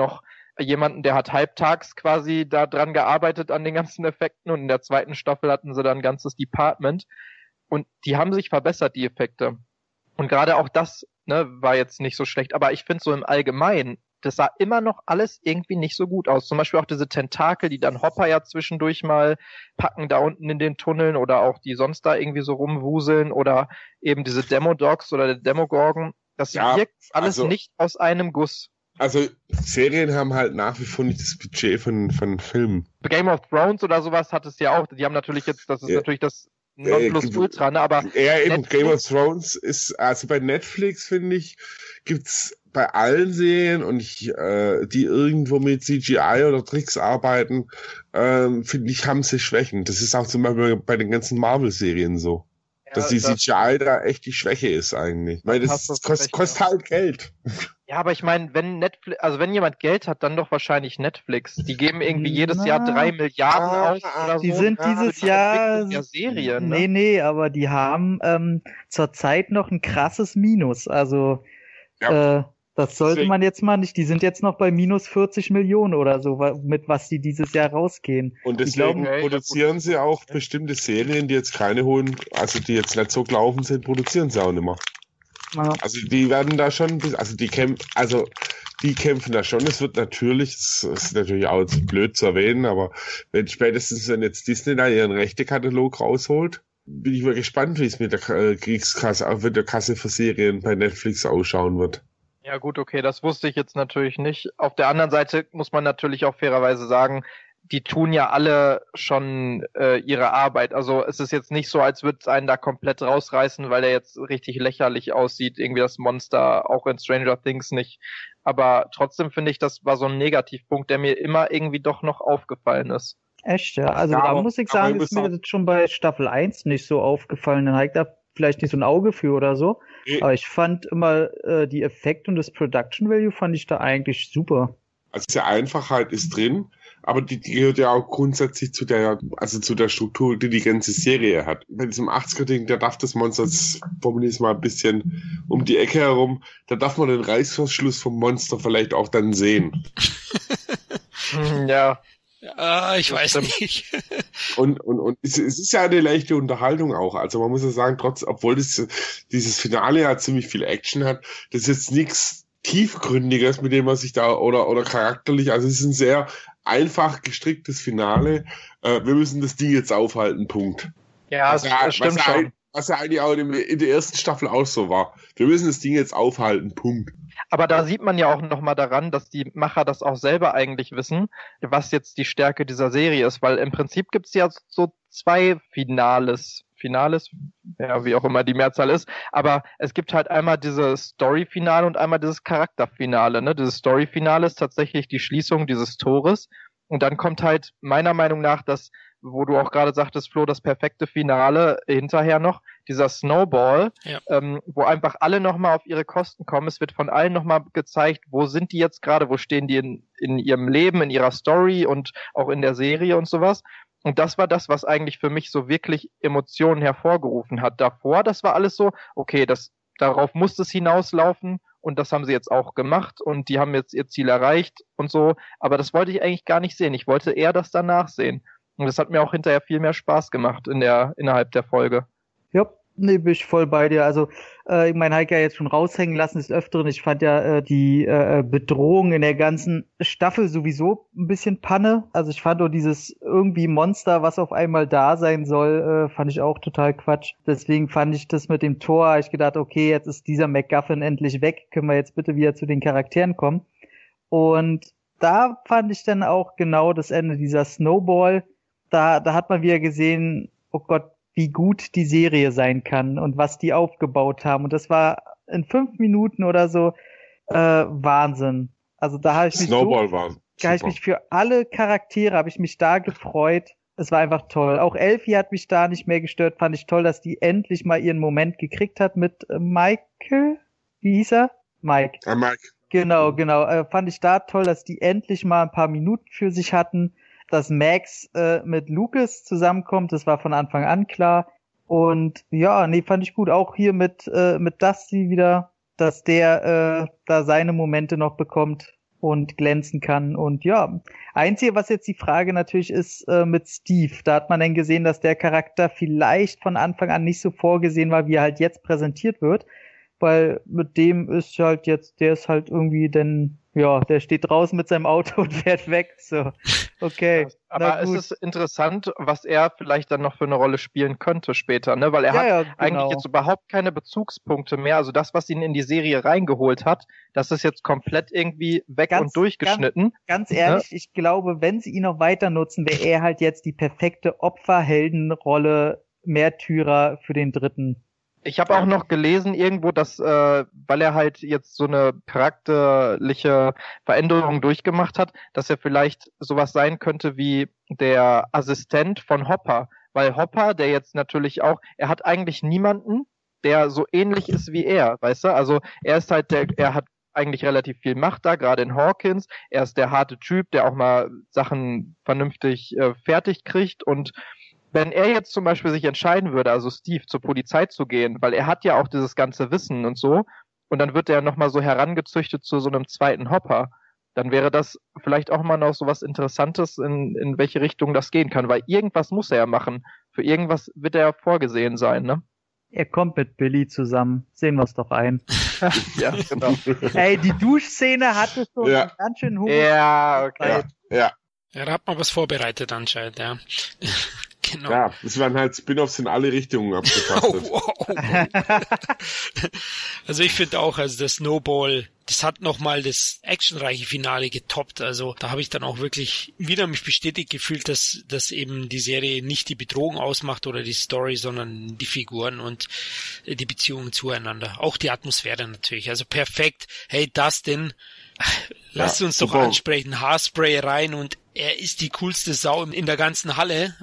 jemanden, der hat halbtags quasi da dran gearbeitet an den ganzen Effekten, und in der zweiten Staffel hatten sie dann ein ganzes Department und die haben sich verbessert, die Effekte. Und gerade auch das, ne, war jetzt nicht so schlecht, aber ich finde so im Allgemeinen, das sah immer noch alles irgendwie nicht so gut aus. Zum Beispiel auch diese Tentakel, die dann Hopper ja zwischendurch mal packen da unten in den Tunneln, oder auch die sonst da irgendwie so rumwuseln, oder eben diese Demodogs oder der Demogorgon. Das wirkt alles nicht aus einem Guss. Also Serien haben halt nach wie vor nicht das Budget von Filmen. Game of Thrones oder sowas hat es ja auch. Die haben natürlich jetzt, das ist natürlich das Nonplusultra, ne? Aber ja, eben, Game of Thrones ist, also bei Netflix, finde ich, gibt's bei allen Serien die irgendwo mit CGI oder Tricks arbeiten, finde ich, haben sie Schwächen. Das ist auch zum Beispiel bei den ganzen Marvel-Serien so. Ja, dass die CGI da echt die Schwäche ist eigentlich. Weil das kostet halt Geld. Ja, aber ich meine, wenn jemand Geld hat, dann doch wahrscheinlich Netflix. Die geben irgendwie jedes Jahr 3 Milliarden aus oder so. Die sind dieses Jahr der Serien, ne? Nee, aber die haben zurzeit noch ein krasses Minus. Also das sollte man jetzt mal nicht. Die sind jetzt noch bei minus 40 Millionen oder so, mit was die dieses Jahr rausgehen. Und deswegen produzieren sie auch bestimmte Serien, die jetzt keine hohen, also die jetzt nicht so gelaufen sind, produzieren sie auch nicht mehr. Ja. Also die werden da schon, die kämpfen da schon. Es wird natürlich, das ist natürlich auch blöd zu erwähnen, aber wenn jetzt Disney da ihren Rechtekatalog rausholt, bin ich mal gespannt, wie es mit der Kriegskasse, auch mit der Kasse für Serien bei Netflix ausschauen wird. Ja gut, okay, das wusste ich jetzt natürlich nicht. Auf der anderen Seite muss man natürlich auch fairerweise sagen, die tun ja alle schon ihre Arbeit. Also es ist jetzt nicht so, als würde es einen da komplett rausreißen, weil der jetzt richtig lächerlich aussieht, irgendwie das Monster, auch in Stranger Things nicht. Aber trotzdem finde ich, das war so ein Negativpunkt, der mir immer irgendwie doch noch aufgefallen ist. Echt, ja. Also da muss ich sagen, ist mir das schon bei Staffel 1 nicht so aufgefallen. Dann habe ich da vielleicht nicht so ein Auge für oder so. Aber ich fand immer die Effekte und das Production Value fand ich da eigentlich super. Also die Einfachheit ist drin, aber die gehört ja auch grundsätzlich zu der Struktur, die ganze Serie hat. Bei diesem 80er-Ding, da darf das Monster, jetzt formuliere ich es mal ein bisschen um die Ecke herum, da darf man den Reißverschluss vom Monster vielleicht auch dann sehen. Ja. Ich weiß nicht. Und es ist ja eine leichte Unterhaltung auch. Also man muss ja sagen, obwohl dieses Finale ja ziemlich viel Action hat, das ist jetzt nichts Tiefgründiges, mit dem man sich da oder charakterlich, also es ist ein sehr einfach gestricktes Finale. Wir müssen das Ding jetzt aufhalten, Punkt. Ja, das stimmt schon. Was ja eigentlich auch in der ersten Staffel auch so war. Wir müssen das Ding jetzt aufhalten, Punkt. Aber da sieht man ja auch nochmal daran, dass die Macher das auch selber eigentlich wissen, was jetzt die Stärke dieser Serie ist, weil im Prinzip gibt's ja so 2 Finales, ja, wie auch immer die Mehrzahl ist, aber es gibt halt einmal dieses Story-Finale und einmal dieses Charakterfinale, ne? Dieses Story-Finale ist tatsächlich die Schließung dieses Tores, und dann kommt halt meiner Meinung nach das, wo du auch gerade sagtest, Flo, das perfekte Finale hinterher noch, dieser Snowball, wo einfach alle nochmal auf ihre Kosten kommen. Es wird von allen nochmal gezeigt, wo sind die jetzt gerade, wo stehen die in ihrem Leben, in ihrer Story und auch in der Serie und sowas. Und das war das, was eigentlich für mich so wirklich Emotionen hervorgerufen hat. Davor, das war alles so, okay, darauf musste es hinauslaufen, und das haben sie jetzt auch gemacht und die haben jetzt ihr Ziel erreicht und so. Aber das wollte ich eigentlich gar nicht sehen. Ich wollte eher das danach sehen. Und das hat mir auch hinterher viel mehr Spaß gemacht innerhalb der Folge. Ja, nee, bin ich voll bei dir. Also, ich meine, Heike ja jetzt schon raushängen lassen des Öfteren. Ich fand ja die Bedrohung in der ganzen Staffel sowieso ein bisschen Panne. Also ich fand auch dieses irgendwie Monster, was auf einmal da sein soll, fand ich auch total Quatsch. Deswegen fand ich das mit dem Tor, ich gedacht, okay, jetzt ist dieser MacGuffin endlich weg. Können wir jetzt bitte wieder zu den Charakteren kommen? Und da fand ich dann auch genau das Ende dieser Snowball. Da hat man wieder gesehen, oh Gott, wie gut die Serie sein kann und was die aufgebaut haben. Und das war in 5 Minuten oder so Wahnsinn. Also da habe ich mich für alle Charaktere habe ich mich da gefreut. Es war einfach toll. Auch Elfie hat mich da nicht mehr gestört. Fand ich toll, dass die endlich mal ihren Moment gekriegt hat mit Michael. Wie hieß er? Mike. Mike. Genau. Fand ich da toll, dass die endlich mal ein paar Minuten für sich hatten. Dass Max mit Lucas zusammenkommt, das war von Anfang an klar. Und ja, nee, fand ich gut. Auch hier mit Dusty wieder, dass der da seine Momente noch bekommt. und glänzen kann. Und ja, einzige, was jetzt die Frage natürlich ist mit Steve. Da hat man dann gesehen, dass der Charakter vielleicht von Anfang an nicht so vorgesehen war, wie er halt jetzt präsentiert wird. Weil mit dem ist halt jetzt, der ist halt irgendwie dann, ja, der steht draußen mit seinem Auto und fährt weg. So, okay. Aber es ist interessant, was er vielleicht dann noch für eine Rolle spielen könnte später, ne? Weil er hat eigentlich jetzt überhaupt keine Bezugspunkte mehr. Also das, was ihn in die Serie reingeholt hat, das ist jetzt komplett irgendwie weg und durchgeschnitten. Ganz ehrlich, ich glaube, wenn sie ihn noch weiter nutzen, wäre er halt jetzt die perfekte Opferheldenrolle, Märtyrer für den dritten. Ich habe auch noch gelesen irgendwo, dass, weil er halt jetzt so eine charakterliche Veränderung durchgemacht hat, dass er vielleicht sowas sein könnte wie der Assistent von Hopper. Weil Hopper, der jetzt natürlich auch, er hat eigentlich niemanden, der so ähnlich ist wie er, weißt du? Also er ist halt er hat eigentlich relativ viel Macht da, gerade in Hawkins. Er ist der harte Typ, der auch mal Sachen vernünftig fertig kriegt. Und wenn er jetzt zum Beispiel sich entscheiden würde, also Steve, zur Polizei zu gehen, weil er hat ja auch dieses ganze Wissen und so, und dann wird er nochmal so herangezüchtet zu so einem zweiten Hopper, dann wäre das vielleicht auch mal noch so was Interessantes, in welche Richtung das gehen kann, weil irgendwas muss er ja machen. Für irgendwas wird er ja vorgesehen sein, ne? Er kommt mit Billy zusammen. Sehen wir es doch ein. Ja, genau. Ey, die Duschszene hatte so einen ganz schön Humor. Ja, okay. Ja. Ja, da hat man was vorbereitet anscheinend, ja. Genau. Ja, es waren halt Spin-offs in alle Richtungen abgetastet. Also ich finde auch, also das Snowball, das hat nochmal das actionreiche Finale getoppt. Also da habe ich dann auch wirklich wieder mich bestätigt gefühlt, dass eben die Serie nicht die Bedrohung ausmacht oder die Story, sondern die Figuren und die Beziehungen zueinander. Auch die Atmosphäre natürlich. Also perfekt. Hey, Dustin, lasst uns doch ansprechen. Haarspray rein und er ist die coolste Sau in der ganzen Halle,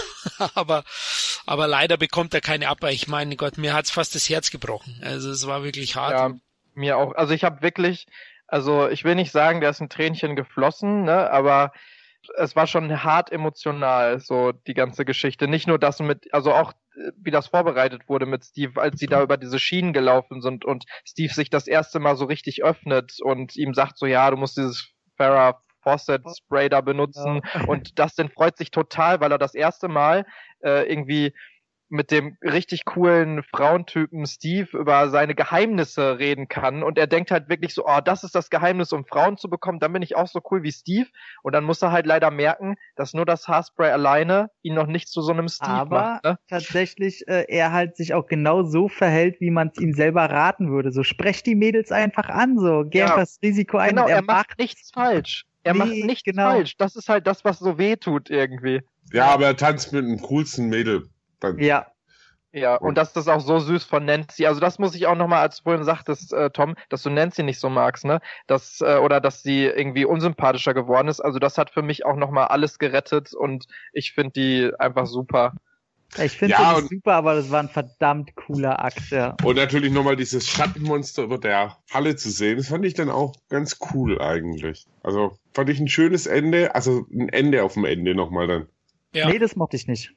aber leider bekommt er keine ab. Ich meine, Gott, mir hat's fast das Herz gebrochen. Also es war wirklich hart. Ja, mir auch. Also ich habe wirklich, also ich will nicht sagen, da ist ein Tränchen geflossen, ne, aber es war schon hart emotional, so die ganze Geschichte. Nicht nur das mit, also auch wie das vorbereitet wurde mit Steve, als sie da über diese Schienen gelaufen sind und Steve sich das erste Mal so richtig öffnet und ihm sagt so, ja, du musst dieses Farrah Fawcett Spray da benutzen, und Dustin freut sich total, weil er das erste Mal irgendwie mit dem richtig coolen Frauentypen Steve über seine Geheimnisse reden kann, und er denkt halt wirklich so, oh, das ist das Geheimnis, um Frauen zu bekommen, dann bin ich auch so cool wie Steve, und dann muss er halt leider merken, dass nur das Haarspray alleine ihn noch nicht zu so einem Steve macht. Ne? Tatsächlich er halt sich auch genau so verhält, wie man es ihm selber raten würde, so sprecht die Mädels einfach an, so geh einfach das Risiko ein. Genau, er macht nichts falsch. Er macht nichts falsch. Das ist halt das, was so weh tut irgendwie. Ja, aber er tanzt mit dem coolsten Mädel. Ja. Ja, und das ist auch so süß von Nancy. Also das muss ich auch nochmal, als du vorhin sagtest, Tom, dass du Nancy nicht so magst, ne? Oder dass sie irgendwie unsympathischer geworden ist. Also das hat für mich auch nochmal alles gerettet, und ich finde die einfach super. Ich finde die super, aber das war ein verdammt cooler Akt, ja. Und natürlich nochmal dieses Schattenmonster über der Halle zu sehen, das fand ich dann auch ganz cool eigentlich. Also fand ich ein schönes Ende, also ein Ende auf dem Ende nochmal dann. Ja. Nee, das mochte ich nicht.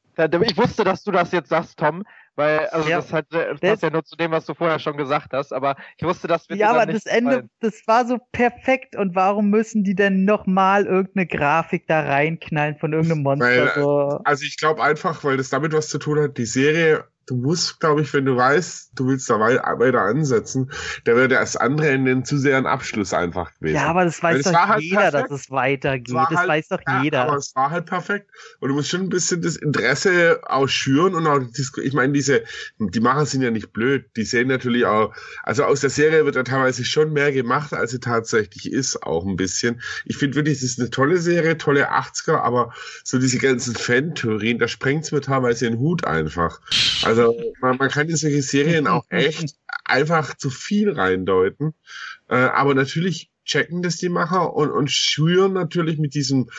Ich wusste, dass du das jetzt sagst, Tom, weil also das passt ja nur zu dem, was du vorher schon gesagt hast, aber ich wusste, dass wir ja, aber das Ende, das war so perfekt, und warum müssen die denn nochmal irgendeine Grafik da reinknallen von irgendeinem Monster? Also ich glaube einfach, weil das damit was zu tun hat, die Serie, du musst, glaube ich, wenn du weißt, du willst da weiter ansetzen, da wäre das andere Ende zu sehr ein Abschluss einfach gewesen. Ja, aber das weiß doch halt jeder, perfekt, dass es weitergeht. Das weiß doch jeder. Aber es war halt perfekt. Und du musst schon ein bisschen das Interesse ausschüren und auch, ich meine, die Macher sind ja nicht blöd. Die sehen natürlich auch, also aus der Serie wird ja teilweise schon mehr gemacht, als sie tatsächlich ist, auch ein bisschen. Ich finde wirklich, das ist eine tolle Serie, tolle 80er, aber so diese ganzen Fan-Theorien, da sprengt's mir teilweise den Hut einfach. Also man kann in solche Serien auch echt einfach zu viel reindeuten. Aber natürlich checken das die Macher und schüren natürlich mit diesem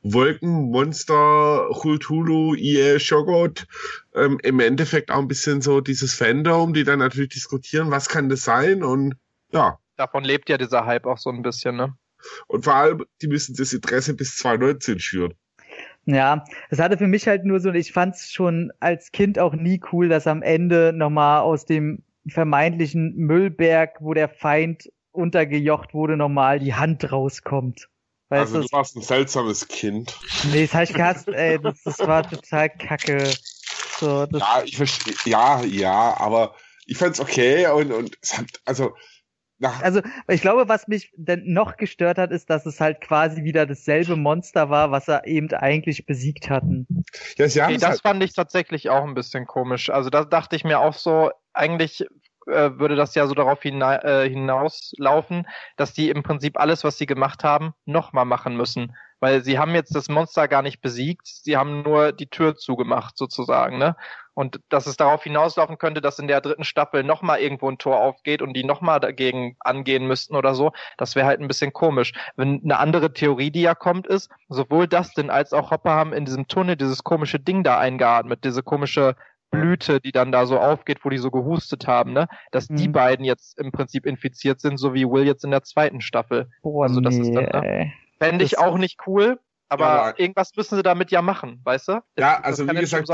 Wolkenmonster, Cthulhu, IE, Shoggoth im Endeffekt auch ein bisschen so dieses Fandom, die dann natürlich diskutieren, was kann das sein, und ja. Davon lebt ja dieser Hype auch so ein bisschen, ne? Und vor allem, die müssen das Interesse bis 2019 schüren. Ja, es hatte für mich halt nur so, ich fand's schon als Kind auch nie cool, dass am Ende nochmal aus dem vermeintlichen Müllberg, wo der Feind untergejocht wurde, normal die Hand rauskommt. Weißt also du warst ein seltsames Kind. Nee, das hab ich gehasst, ey, das war total kacke. So, das Ja, ich verstehe, ja, aber ich fand's okay und es hat, also ich glaube, was mich denn noch gestört hat, ist, dass es halt quasi wieder dasselbe Monster war, was er eben eigentlich besiegt hatten. ja, sie haben Okay, es das halt, fand ich tatsächlich auch ein bisschen komisch. Also da dachte ich mir auch so, eigentlich würde das ja so darauf hinauslaufen, dass die im Prinzip alles, was sie gemacht haben, nochmal machen müssen. Weil sie haben jetzt das Monster gar nicht besiegt, sie haben nur die Tür zugemacht sozusagen, ne? Und dass es darauf hinauslaufen könnte, dass in der 3. Staffel nochmal irgendwo ein Tor aufgeht und die nochmal dagegen angehen müssten oder so, das wäre halt ein bisschen komisch. Wenn eine andere Theorie, die ja kommt, ist, sowohl Dustin als auch Hopper haben in diesem Tunnel dieses komische Ding da eingeatmet, diese komische Blüte, die dann da so aufgeht, wo die so gehustet haben, ne? Dass die beiden jetzt im Prinzip infiziert sind, so wie Will jetzt in der 2. Staffel. Boah, also das ist dann, ne? Fände ich auch nicht cool, aber irgendwas müssen sie damit ja machen, weißt du? ja, also wie gesagt,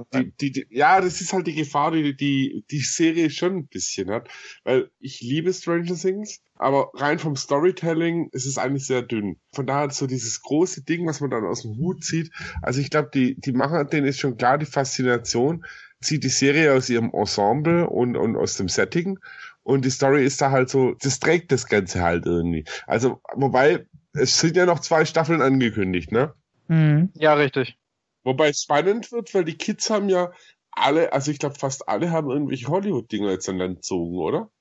das ist halt die Gefahr, die Serie schon ein bisschen hat, weil ich liebe Stranger Things, aber rein vom Storytelling ist es eigentlich sehr dünn. Von daher so dieses große Ding, was man dann aus dem Hut zieht, also ich glaube, die Macher, denen ist schon klar die Faszination, zieht die Serie aus ihrem Ensemble und aus dem Setting und die Story ist da halt so, das trägt das Ganze halt irgendwie. Also, wobei, es sind ja noch 2 Staffeln angekündigt, ne? Mhm. Ja, richtig. Wobei es spannend wird, weil die Kids haben ja alle, also ich glaube fast alle haben irgendwelche Hollywood-Dinger jetzt an Land gezogen, oder?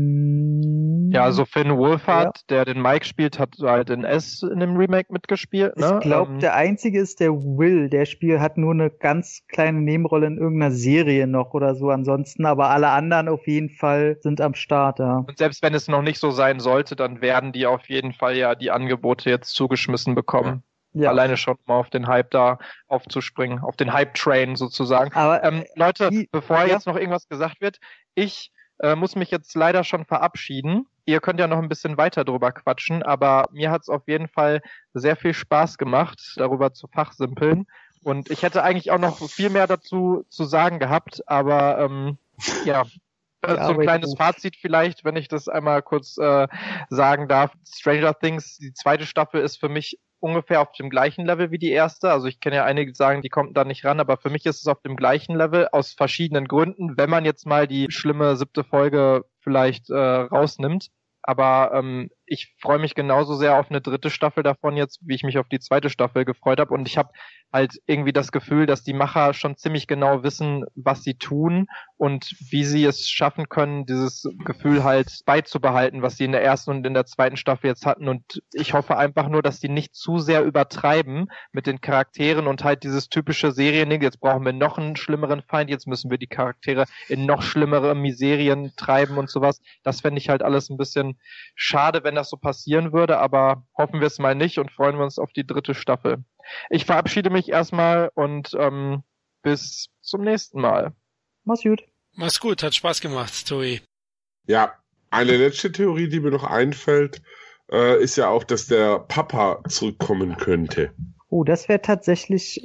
Ja, also Finn Wolfhard, der den Mike spielt, hat halt in S in dem Remake mitgespielt. Ne? Ich glaube, der einzige ist der Will. Der hat nur eine ganz kleine Nebenrolle in irgendeiner Serie noch oder so ansonsten, aber alle anderen auf jeden Fall sind am Start, ja. Und selbst wenn es noch nicht so sein sollte, dann werden die auf jeden Fall ja die Angebote jetzt zugeschmissen bekommen. Ja. Alleine schon mal auf den Hype da aufzuspringen, auf den Hype-Train sozusagen. Aber Leute, bevor jetzt noch irgendwas gesagt wird, ich muss mich jetzt leider schon verabschieden. Ihr könnt ja noch ein bisschen weiter drüber quatschen, aber mir hat es auf jeden Fall sehr viel Spaß gemacht, darüber zu fachsimpeln. Und ich hätte eigentlich auch noch viel mehr dazu zu sagen gehabt, aber so ein kleines Fazit vielleicht, wenn ich das einmal kurz sagen darf. Stranger Things, die 2. Staffel ist für mich ungefähr auf dem gleichen Level wie die 1. Also ich kenne ja einige, die sagen, die kommt da nicht ran, aber für mich ist es auf dem gleichen Level aus verschiedenen Gründen, wenn man jetzt mal die schlimme 7. Folge vielleicht rausnimmt. Aber ich freue mich genauso sehr auf eine 3. Staffel davon jetzt, wie ich mich auf die 2. Staffel gefreut habe. Und ich habe halt irgendwie das Gefühl, dass die Macher schon ziemlich genau wissen, was sie tun und wie sie es schaffen können, dieses Gefühl halt beizubehalten, was sie in der 1. und in der 2. Staffel jetzt hatten. Und ich hoffe einfach nur, dass die nicht zu sehr übertreiben mit den Charakteren und halt dieses typische Seriending. Jetzt brauchen wir noch einen schlimmeren Feind, jetzt müssen wir die Charaktere in noch schlimmere Miserien treiben und sowas. Das fände ich halt alles ein bisschen schade, wenn das so passieren würde, aber hoffen wir es mal nicht und freuen wir uns auf die 3. Staffel. Ich verabschiede mich erstmal und bis zum nächsten Mal. Mach's gut. Mach's gut, hat Spaß gemacht, Tobi. Ja, eine letzte Theorie, die mir noch einfällt, ist ja auch, dass der Papa zurückkommen könnte. Oh, das wäre tatsächlich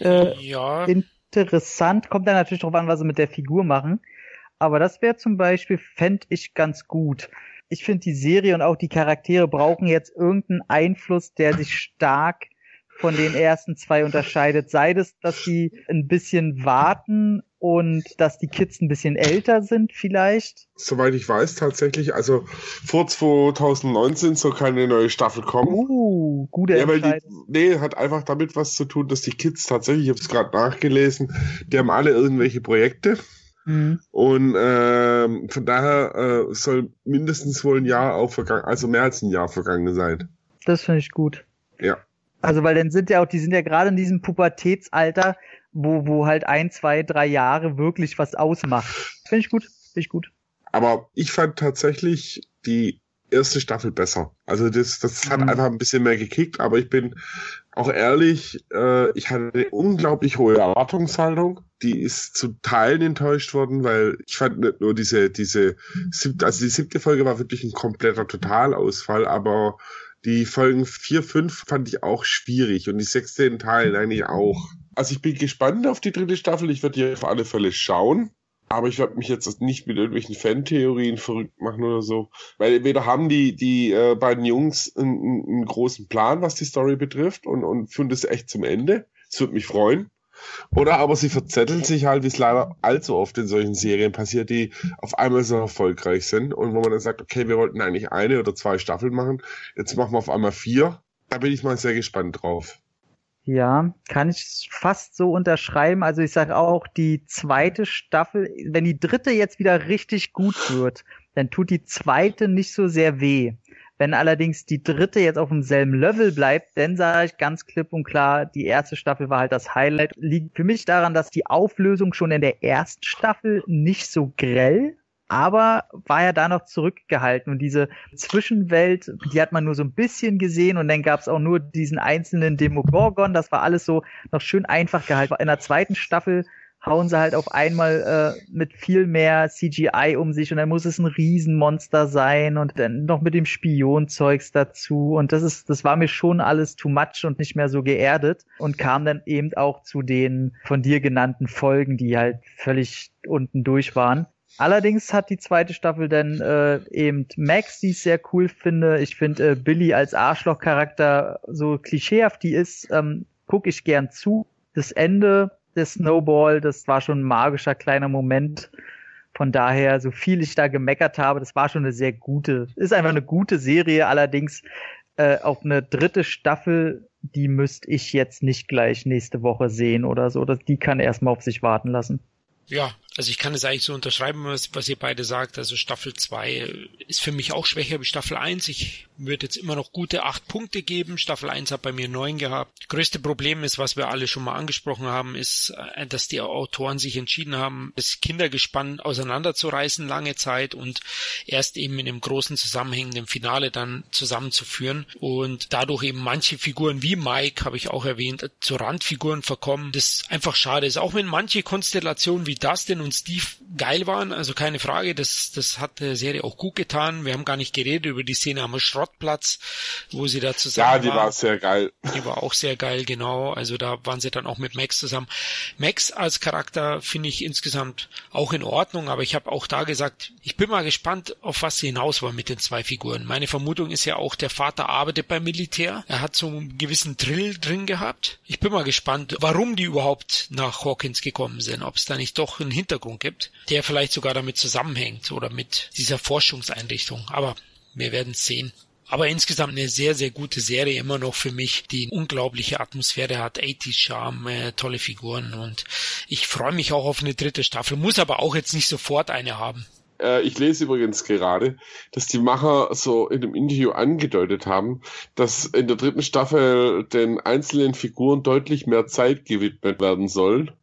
interessant. Kommt dann natürlich drauf an, was sie mit der Figur machen. Aber das wäre zum Beispiel, fände ich ganz gut. Ich finde, die Serie und auch die Charaktere brauchen jetzt irgendeinen Einfluss, der sich stark von den ersten 2 unterscheidet. Sei es, dass die ein bisschen warten und dass die Kids ein bisschen älter sind vielleicht. Soweit ich weiß tatsächlich, also vor 2019 soll keine neue Staffel kommen. Gute Entscheidung. Hat einfach damit was zu tun, dass die Kids tatsächlich, ich habe es gerade nachgelesen, die haben alle irgendwelche Projekte. Und von daher soll mindestens wohl ein Jahr also mehr als ein Jahr vergangen sein. Das finde ich gut. Ja. Also weil dann sind ja gerade in diesem Pubertätsalter, wo halt 1, 2, 3 Jahre wirklich was ausmacht. Finde ich gut. Aber ich fand tatsächlich die 1. Staffel besser. Also das hat einfach ein bisschen mehr gekickt, aber ich bin auch ehrlich, ich hatte eine unglaublich hohe Erwartungshaltung. Die ist zu Teilen enttäuscht worden, weil ich fand nicht nur die 7. Folge war wirklich ein kompletter Totalausfall, aber die Folgen 4, 5 fand ich auch schwierig und die 6. in Teilen eigentlich auch. Also ich bin gespannt auf die 3. Staffel, ich werde die auf alle Fälle schauen. Aber ich werde mich jetzt nicht mit irgendwelchen Fantheorien verrückt machen oder so. Weil entweder haben die beiden Jungs einen großen Plan, was die Story betrifft und führen das echt zum Ende. Das würde mich freuen. Oder aber sie verzetteln sich halt, wie es leider allzu oft in solchen Serien passiert, die auf einmal so erfolgreich sind und wo man dann sagt, okay, wir wollten eigentlich 1 oder 2 Staffeln machen, jetzt machen wir auf einmal 4. Da bin ich mal sehr gespannt drauf. Ja, kann ich fast so unterschreiben. Also ich sage auch, die zweite Staffel, wenn die dritte jetzt wieder richtig gut wird, dann tut die zweite nicht so sehr weh. Wenn allerdings die dritte jetzt auf demselben Level bleibt, dann sage ich ganz klipp und klar, die erste Staffel war halt das Highlight. Liegt für mich daran, dass die Auflösung schon in der ersten Staffel nicht so grell, aber war ja da noch zurückgehalten. Und diese Zwischenwelt, die hat man nur so ein bisschen gesehen und dann gab es auch nur diesen einzelnen Demogorgon. Das war alles so noch schön einfach gehalten. In der zweiten Staffel hauen sie halt auf einmal mit viel mehr CGI um sich und dann muss es ein Riesenmonster sein und dann noch mit dem Spionzeugs dazu und das war mir schon alles too much und nicht mehr so geerdet und kam dann eben auch zu den von dir genannten Folgen, die halt völlig unten durch waren. Allerdings hat die zweite Staffel dann eben Max, die ich sehr cool finde. Ich finde Billy als Arschloch-Charakter, so klischeehaft die ist, gucke ich gern zu. Das Ende der Snowball, das war schon ein magischer kleiner Moment. Von daher, so viel ich da gemeckert habe, das war schon ist einfach eine gute Serie. Allerdings auf eine dritte Staffel, die müsste ich jetzt nicht gleich nächste Woche sehen oder so. Die kann erstmal auf sich warten lassen. Ja, also ich kann es eigentlich so unterschreiben, was ihr beide sagt. Also Staffel 2 ist für mich auch schwächer wie Staffel 1. Ich würde jetzt immer noch gute 8 Punkte geben. Staffel 1 hat bei mir 9 gehabt. Das größte Problem ist, was wir alle schon mal angesprochen haben, ist, dass die Autoren sich entschieden haben, das Kindergespann auseinanderzureißen lange Zeit und erst eben in einem großen zusammenhängenden Finale dann zusammenzuführen und dadurch eben manche Figuren wie Mike, habe ich auch erwähnt, zu Randfiguren verkommen. Das einfach schade ist. Auch wenn manche Konstellationen wie Dustin und Steve geil waren, also keine Frage, das hat der Serie auch gut getan. Wir haben gar nicht geredet über die Szene am Schrottplatz, wo sie da zusammen waren. Ja, die war sehr geil. Die war auch sehr geil, genau. Also da waren sie dann auch mit Max zusammen. Max als Charakter finde ich insgesamt auch in Ordnung, aber ich habe auch da gesagt, ich bin mal gespannt, auf was sie hinaus wollen mit den 2 Figuren. Meine Vermutung ist ja auch, der Vater arbeitet beim Militär. Er hat so einen gewissen Drill drin gehabt. Ich bin mal gespannt, warum die überhaupt nach Hawkins gekommen sind, ob es da nicht doch einen Hintergrund gibt, der vielleicht sogar damit zusammenhängt oder mit dieser Forschungseinrichtung. Aber wir werden es sehen. Aber insgesamt eine sehr, sehr gute Serie immer noch für mich, die eine unglaubliche Atmosphäre hat, 80s Charme, tolle Figuren und ich freue mich auch auf eine dritte Staffel, muss aber auch jetzt nicht sofort eine haben. Ich lese übrigens gerade, dass die Macher so in dem Interview angedeutet haben, dass in der dritten Staffel den einzelnen Figuren deutlich mehr Zeit gewidmet werden soll.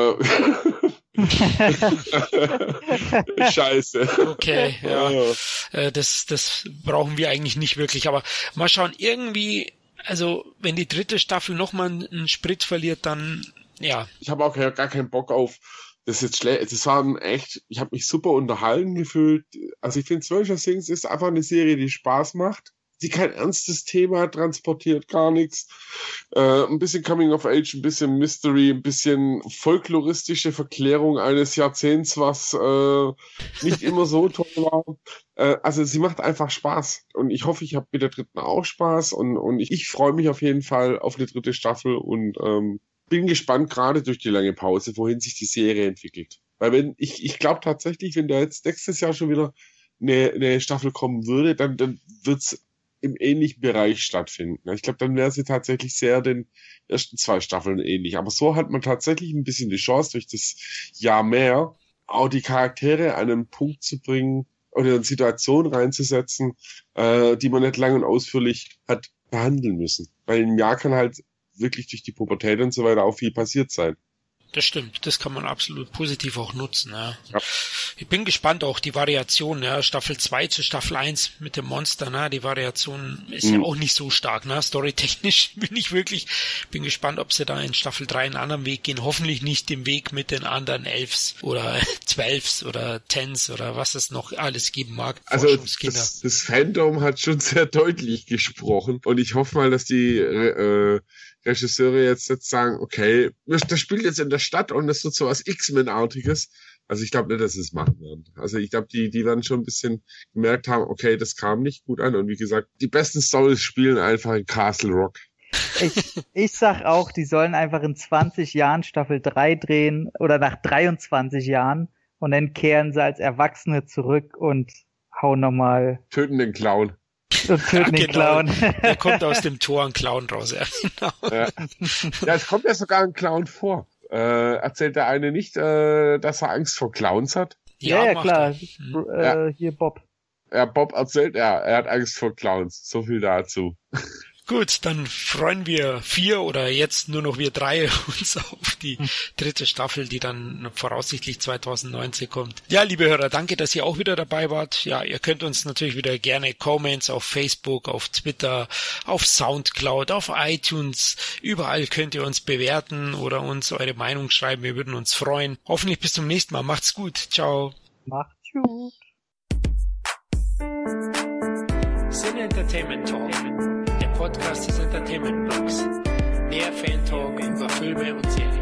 Scheiße. Okay, ja. Das brauchen wir eigentlich nicht wirklich, aber mal schauen, irgendwie, also wenn die dritte Staffel nochmal einen Sprit verliert, dann, ja. Ich habe auch gar keinen Bock auf das jetzt schlecht. Das war echt, ich habe mich super unterhalten gefühlt. Also ich finde, Stranger Things ist einfach eine Serie, die Spaß macht. Die kein ernstes Thema transportiert, gar nichts. Ein bisschen Coming of Age, ein bisschen Mystery, ein bisschen folkloristische Verklärung eines Jahrzehnts, was nicht immer so toll war. Also sie macht einfach Spaß. Und ich hoffe, ich habe mit der dritten auch Spaß. Und ich freue mich auf jeden Fall auf eine dritte Staffel und bin gespannt, gerade durch die lange Pause, wohin sich die Serie entwickelt. Weil ich glaube tatsächlich, wenn da jetzt nächstes Jahr schon wieder eine Staffel kommen würde, dann wird's im ähnlichen Bereich stattfinden. Ich glaube, dann wäre sie tatsächlich sehr den ersten 2 Staffeln ähnlich. Aber so hat man tatsächlich ein bisschen die Chance, durch das Jahr mehr auch die Charaktere an einen Punkt zu bringen oder in Situationen reinzusetzen, die man nicht lang und ausführlich hat behandeln müssen. Weil im Jahr kann halt wirklich durch die Pubertät und so weiter auch viel passiert sein. Das stimmt, das kann man absolut positiv auch nutzen. Ja. Ja. Ich bin gespannt auch die Variation, ja, Staffel 2 zu Staffel 1 mit dem Monster, ne? Die Variation ist ja auch nicht so stark, ne? Storytechnisch bin gespannt, ob sie da in Staffel 3 einen anderen Weg gehen. Hoffentlich nicht den Weg mit den anderen 11s oder 12s oder 10s oder was es noch alles geben mag. Also das Fandom hat schon sehr deutlich gesprochen und ich hoffe mal, dass die Regisseure jetzt sagen, okay, das spielt jetzt in der Stadt und das wird so was X-Men-artiges, Also ich glaube nicht, dass sie es machen werden. Also ich glaube, die werden schon ein bisschen gemerkt haben, okay, das kam nicht gut an. Und wie gesagt, die besten Storys spielen einfach in Castle Rock. Ich sag auch, die sollen einfach in 20 Jahren Staffel 3 drehen oder nach 23 Jahren und dann kehren sie als Erwachsene zurück und hauen nochmal. Töten den Clown. Und töten den Clown. Da kommt aus dem Tor ein Clown raus, ja, genau. Ja, es kommt ja sogar ein Clown vor. Erzählt der eine nicht, dass er Angst vor Clowns hat? Ja, klar. Hier Bob. Ja, Bob erzählt, er hat Angst vor Clowns. So viel dazu. Gut, dann freuen wir 4 oder jetzt nur noch wir 3 uns auf die 3. Staffel, die dann voraussichtlich 2019 kommt. Ja, liebe Hörer, danke, dass ihr auch wieder dabei wart. Ja, ihr könnt uns natürlich wieder gerne Comments auf Facebook, auf Twitter, auf Soundcloud, auf iTunes. Überall könnt ihr uns bewerten oder uns eure Meinung schreiben. Wir würden uns freuen. Hoffentlich bis zum nächsten Mal. Macht's gut. Ciao. Macht's gut. Sin Entertainment Talk. Podcast des Entertainment Blogs. Mehr Fan-Talk über Filme und Serien.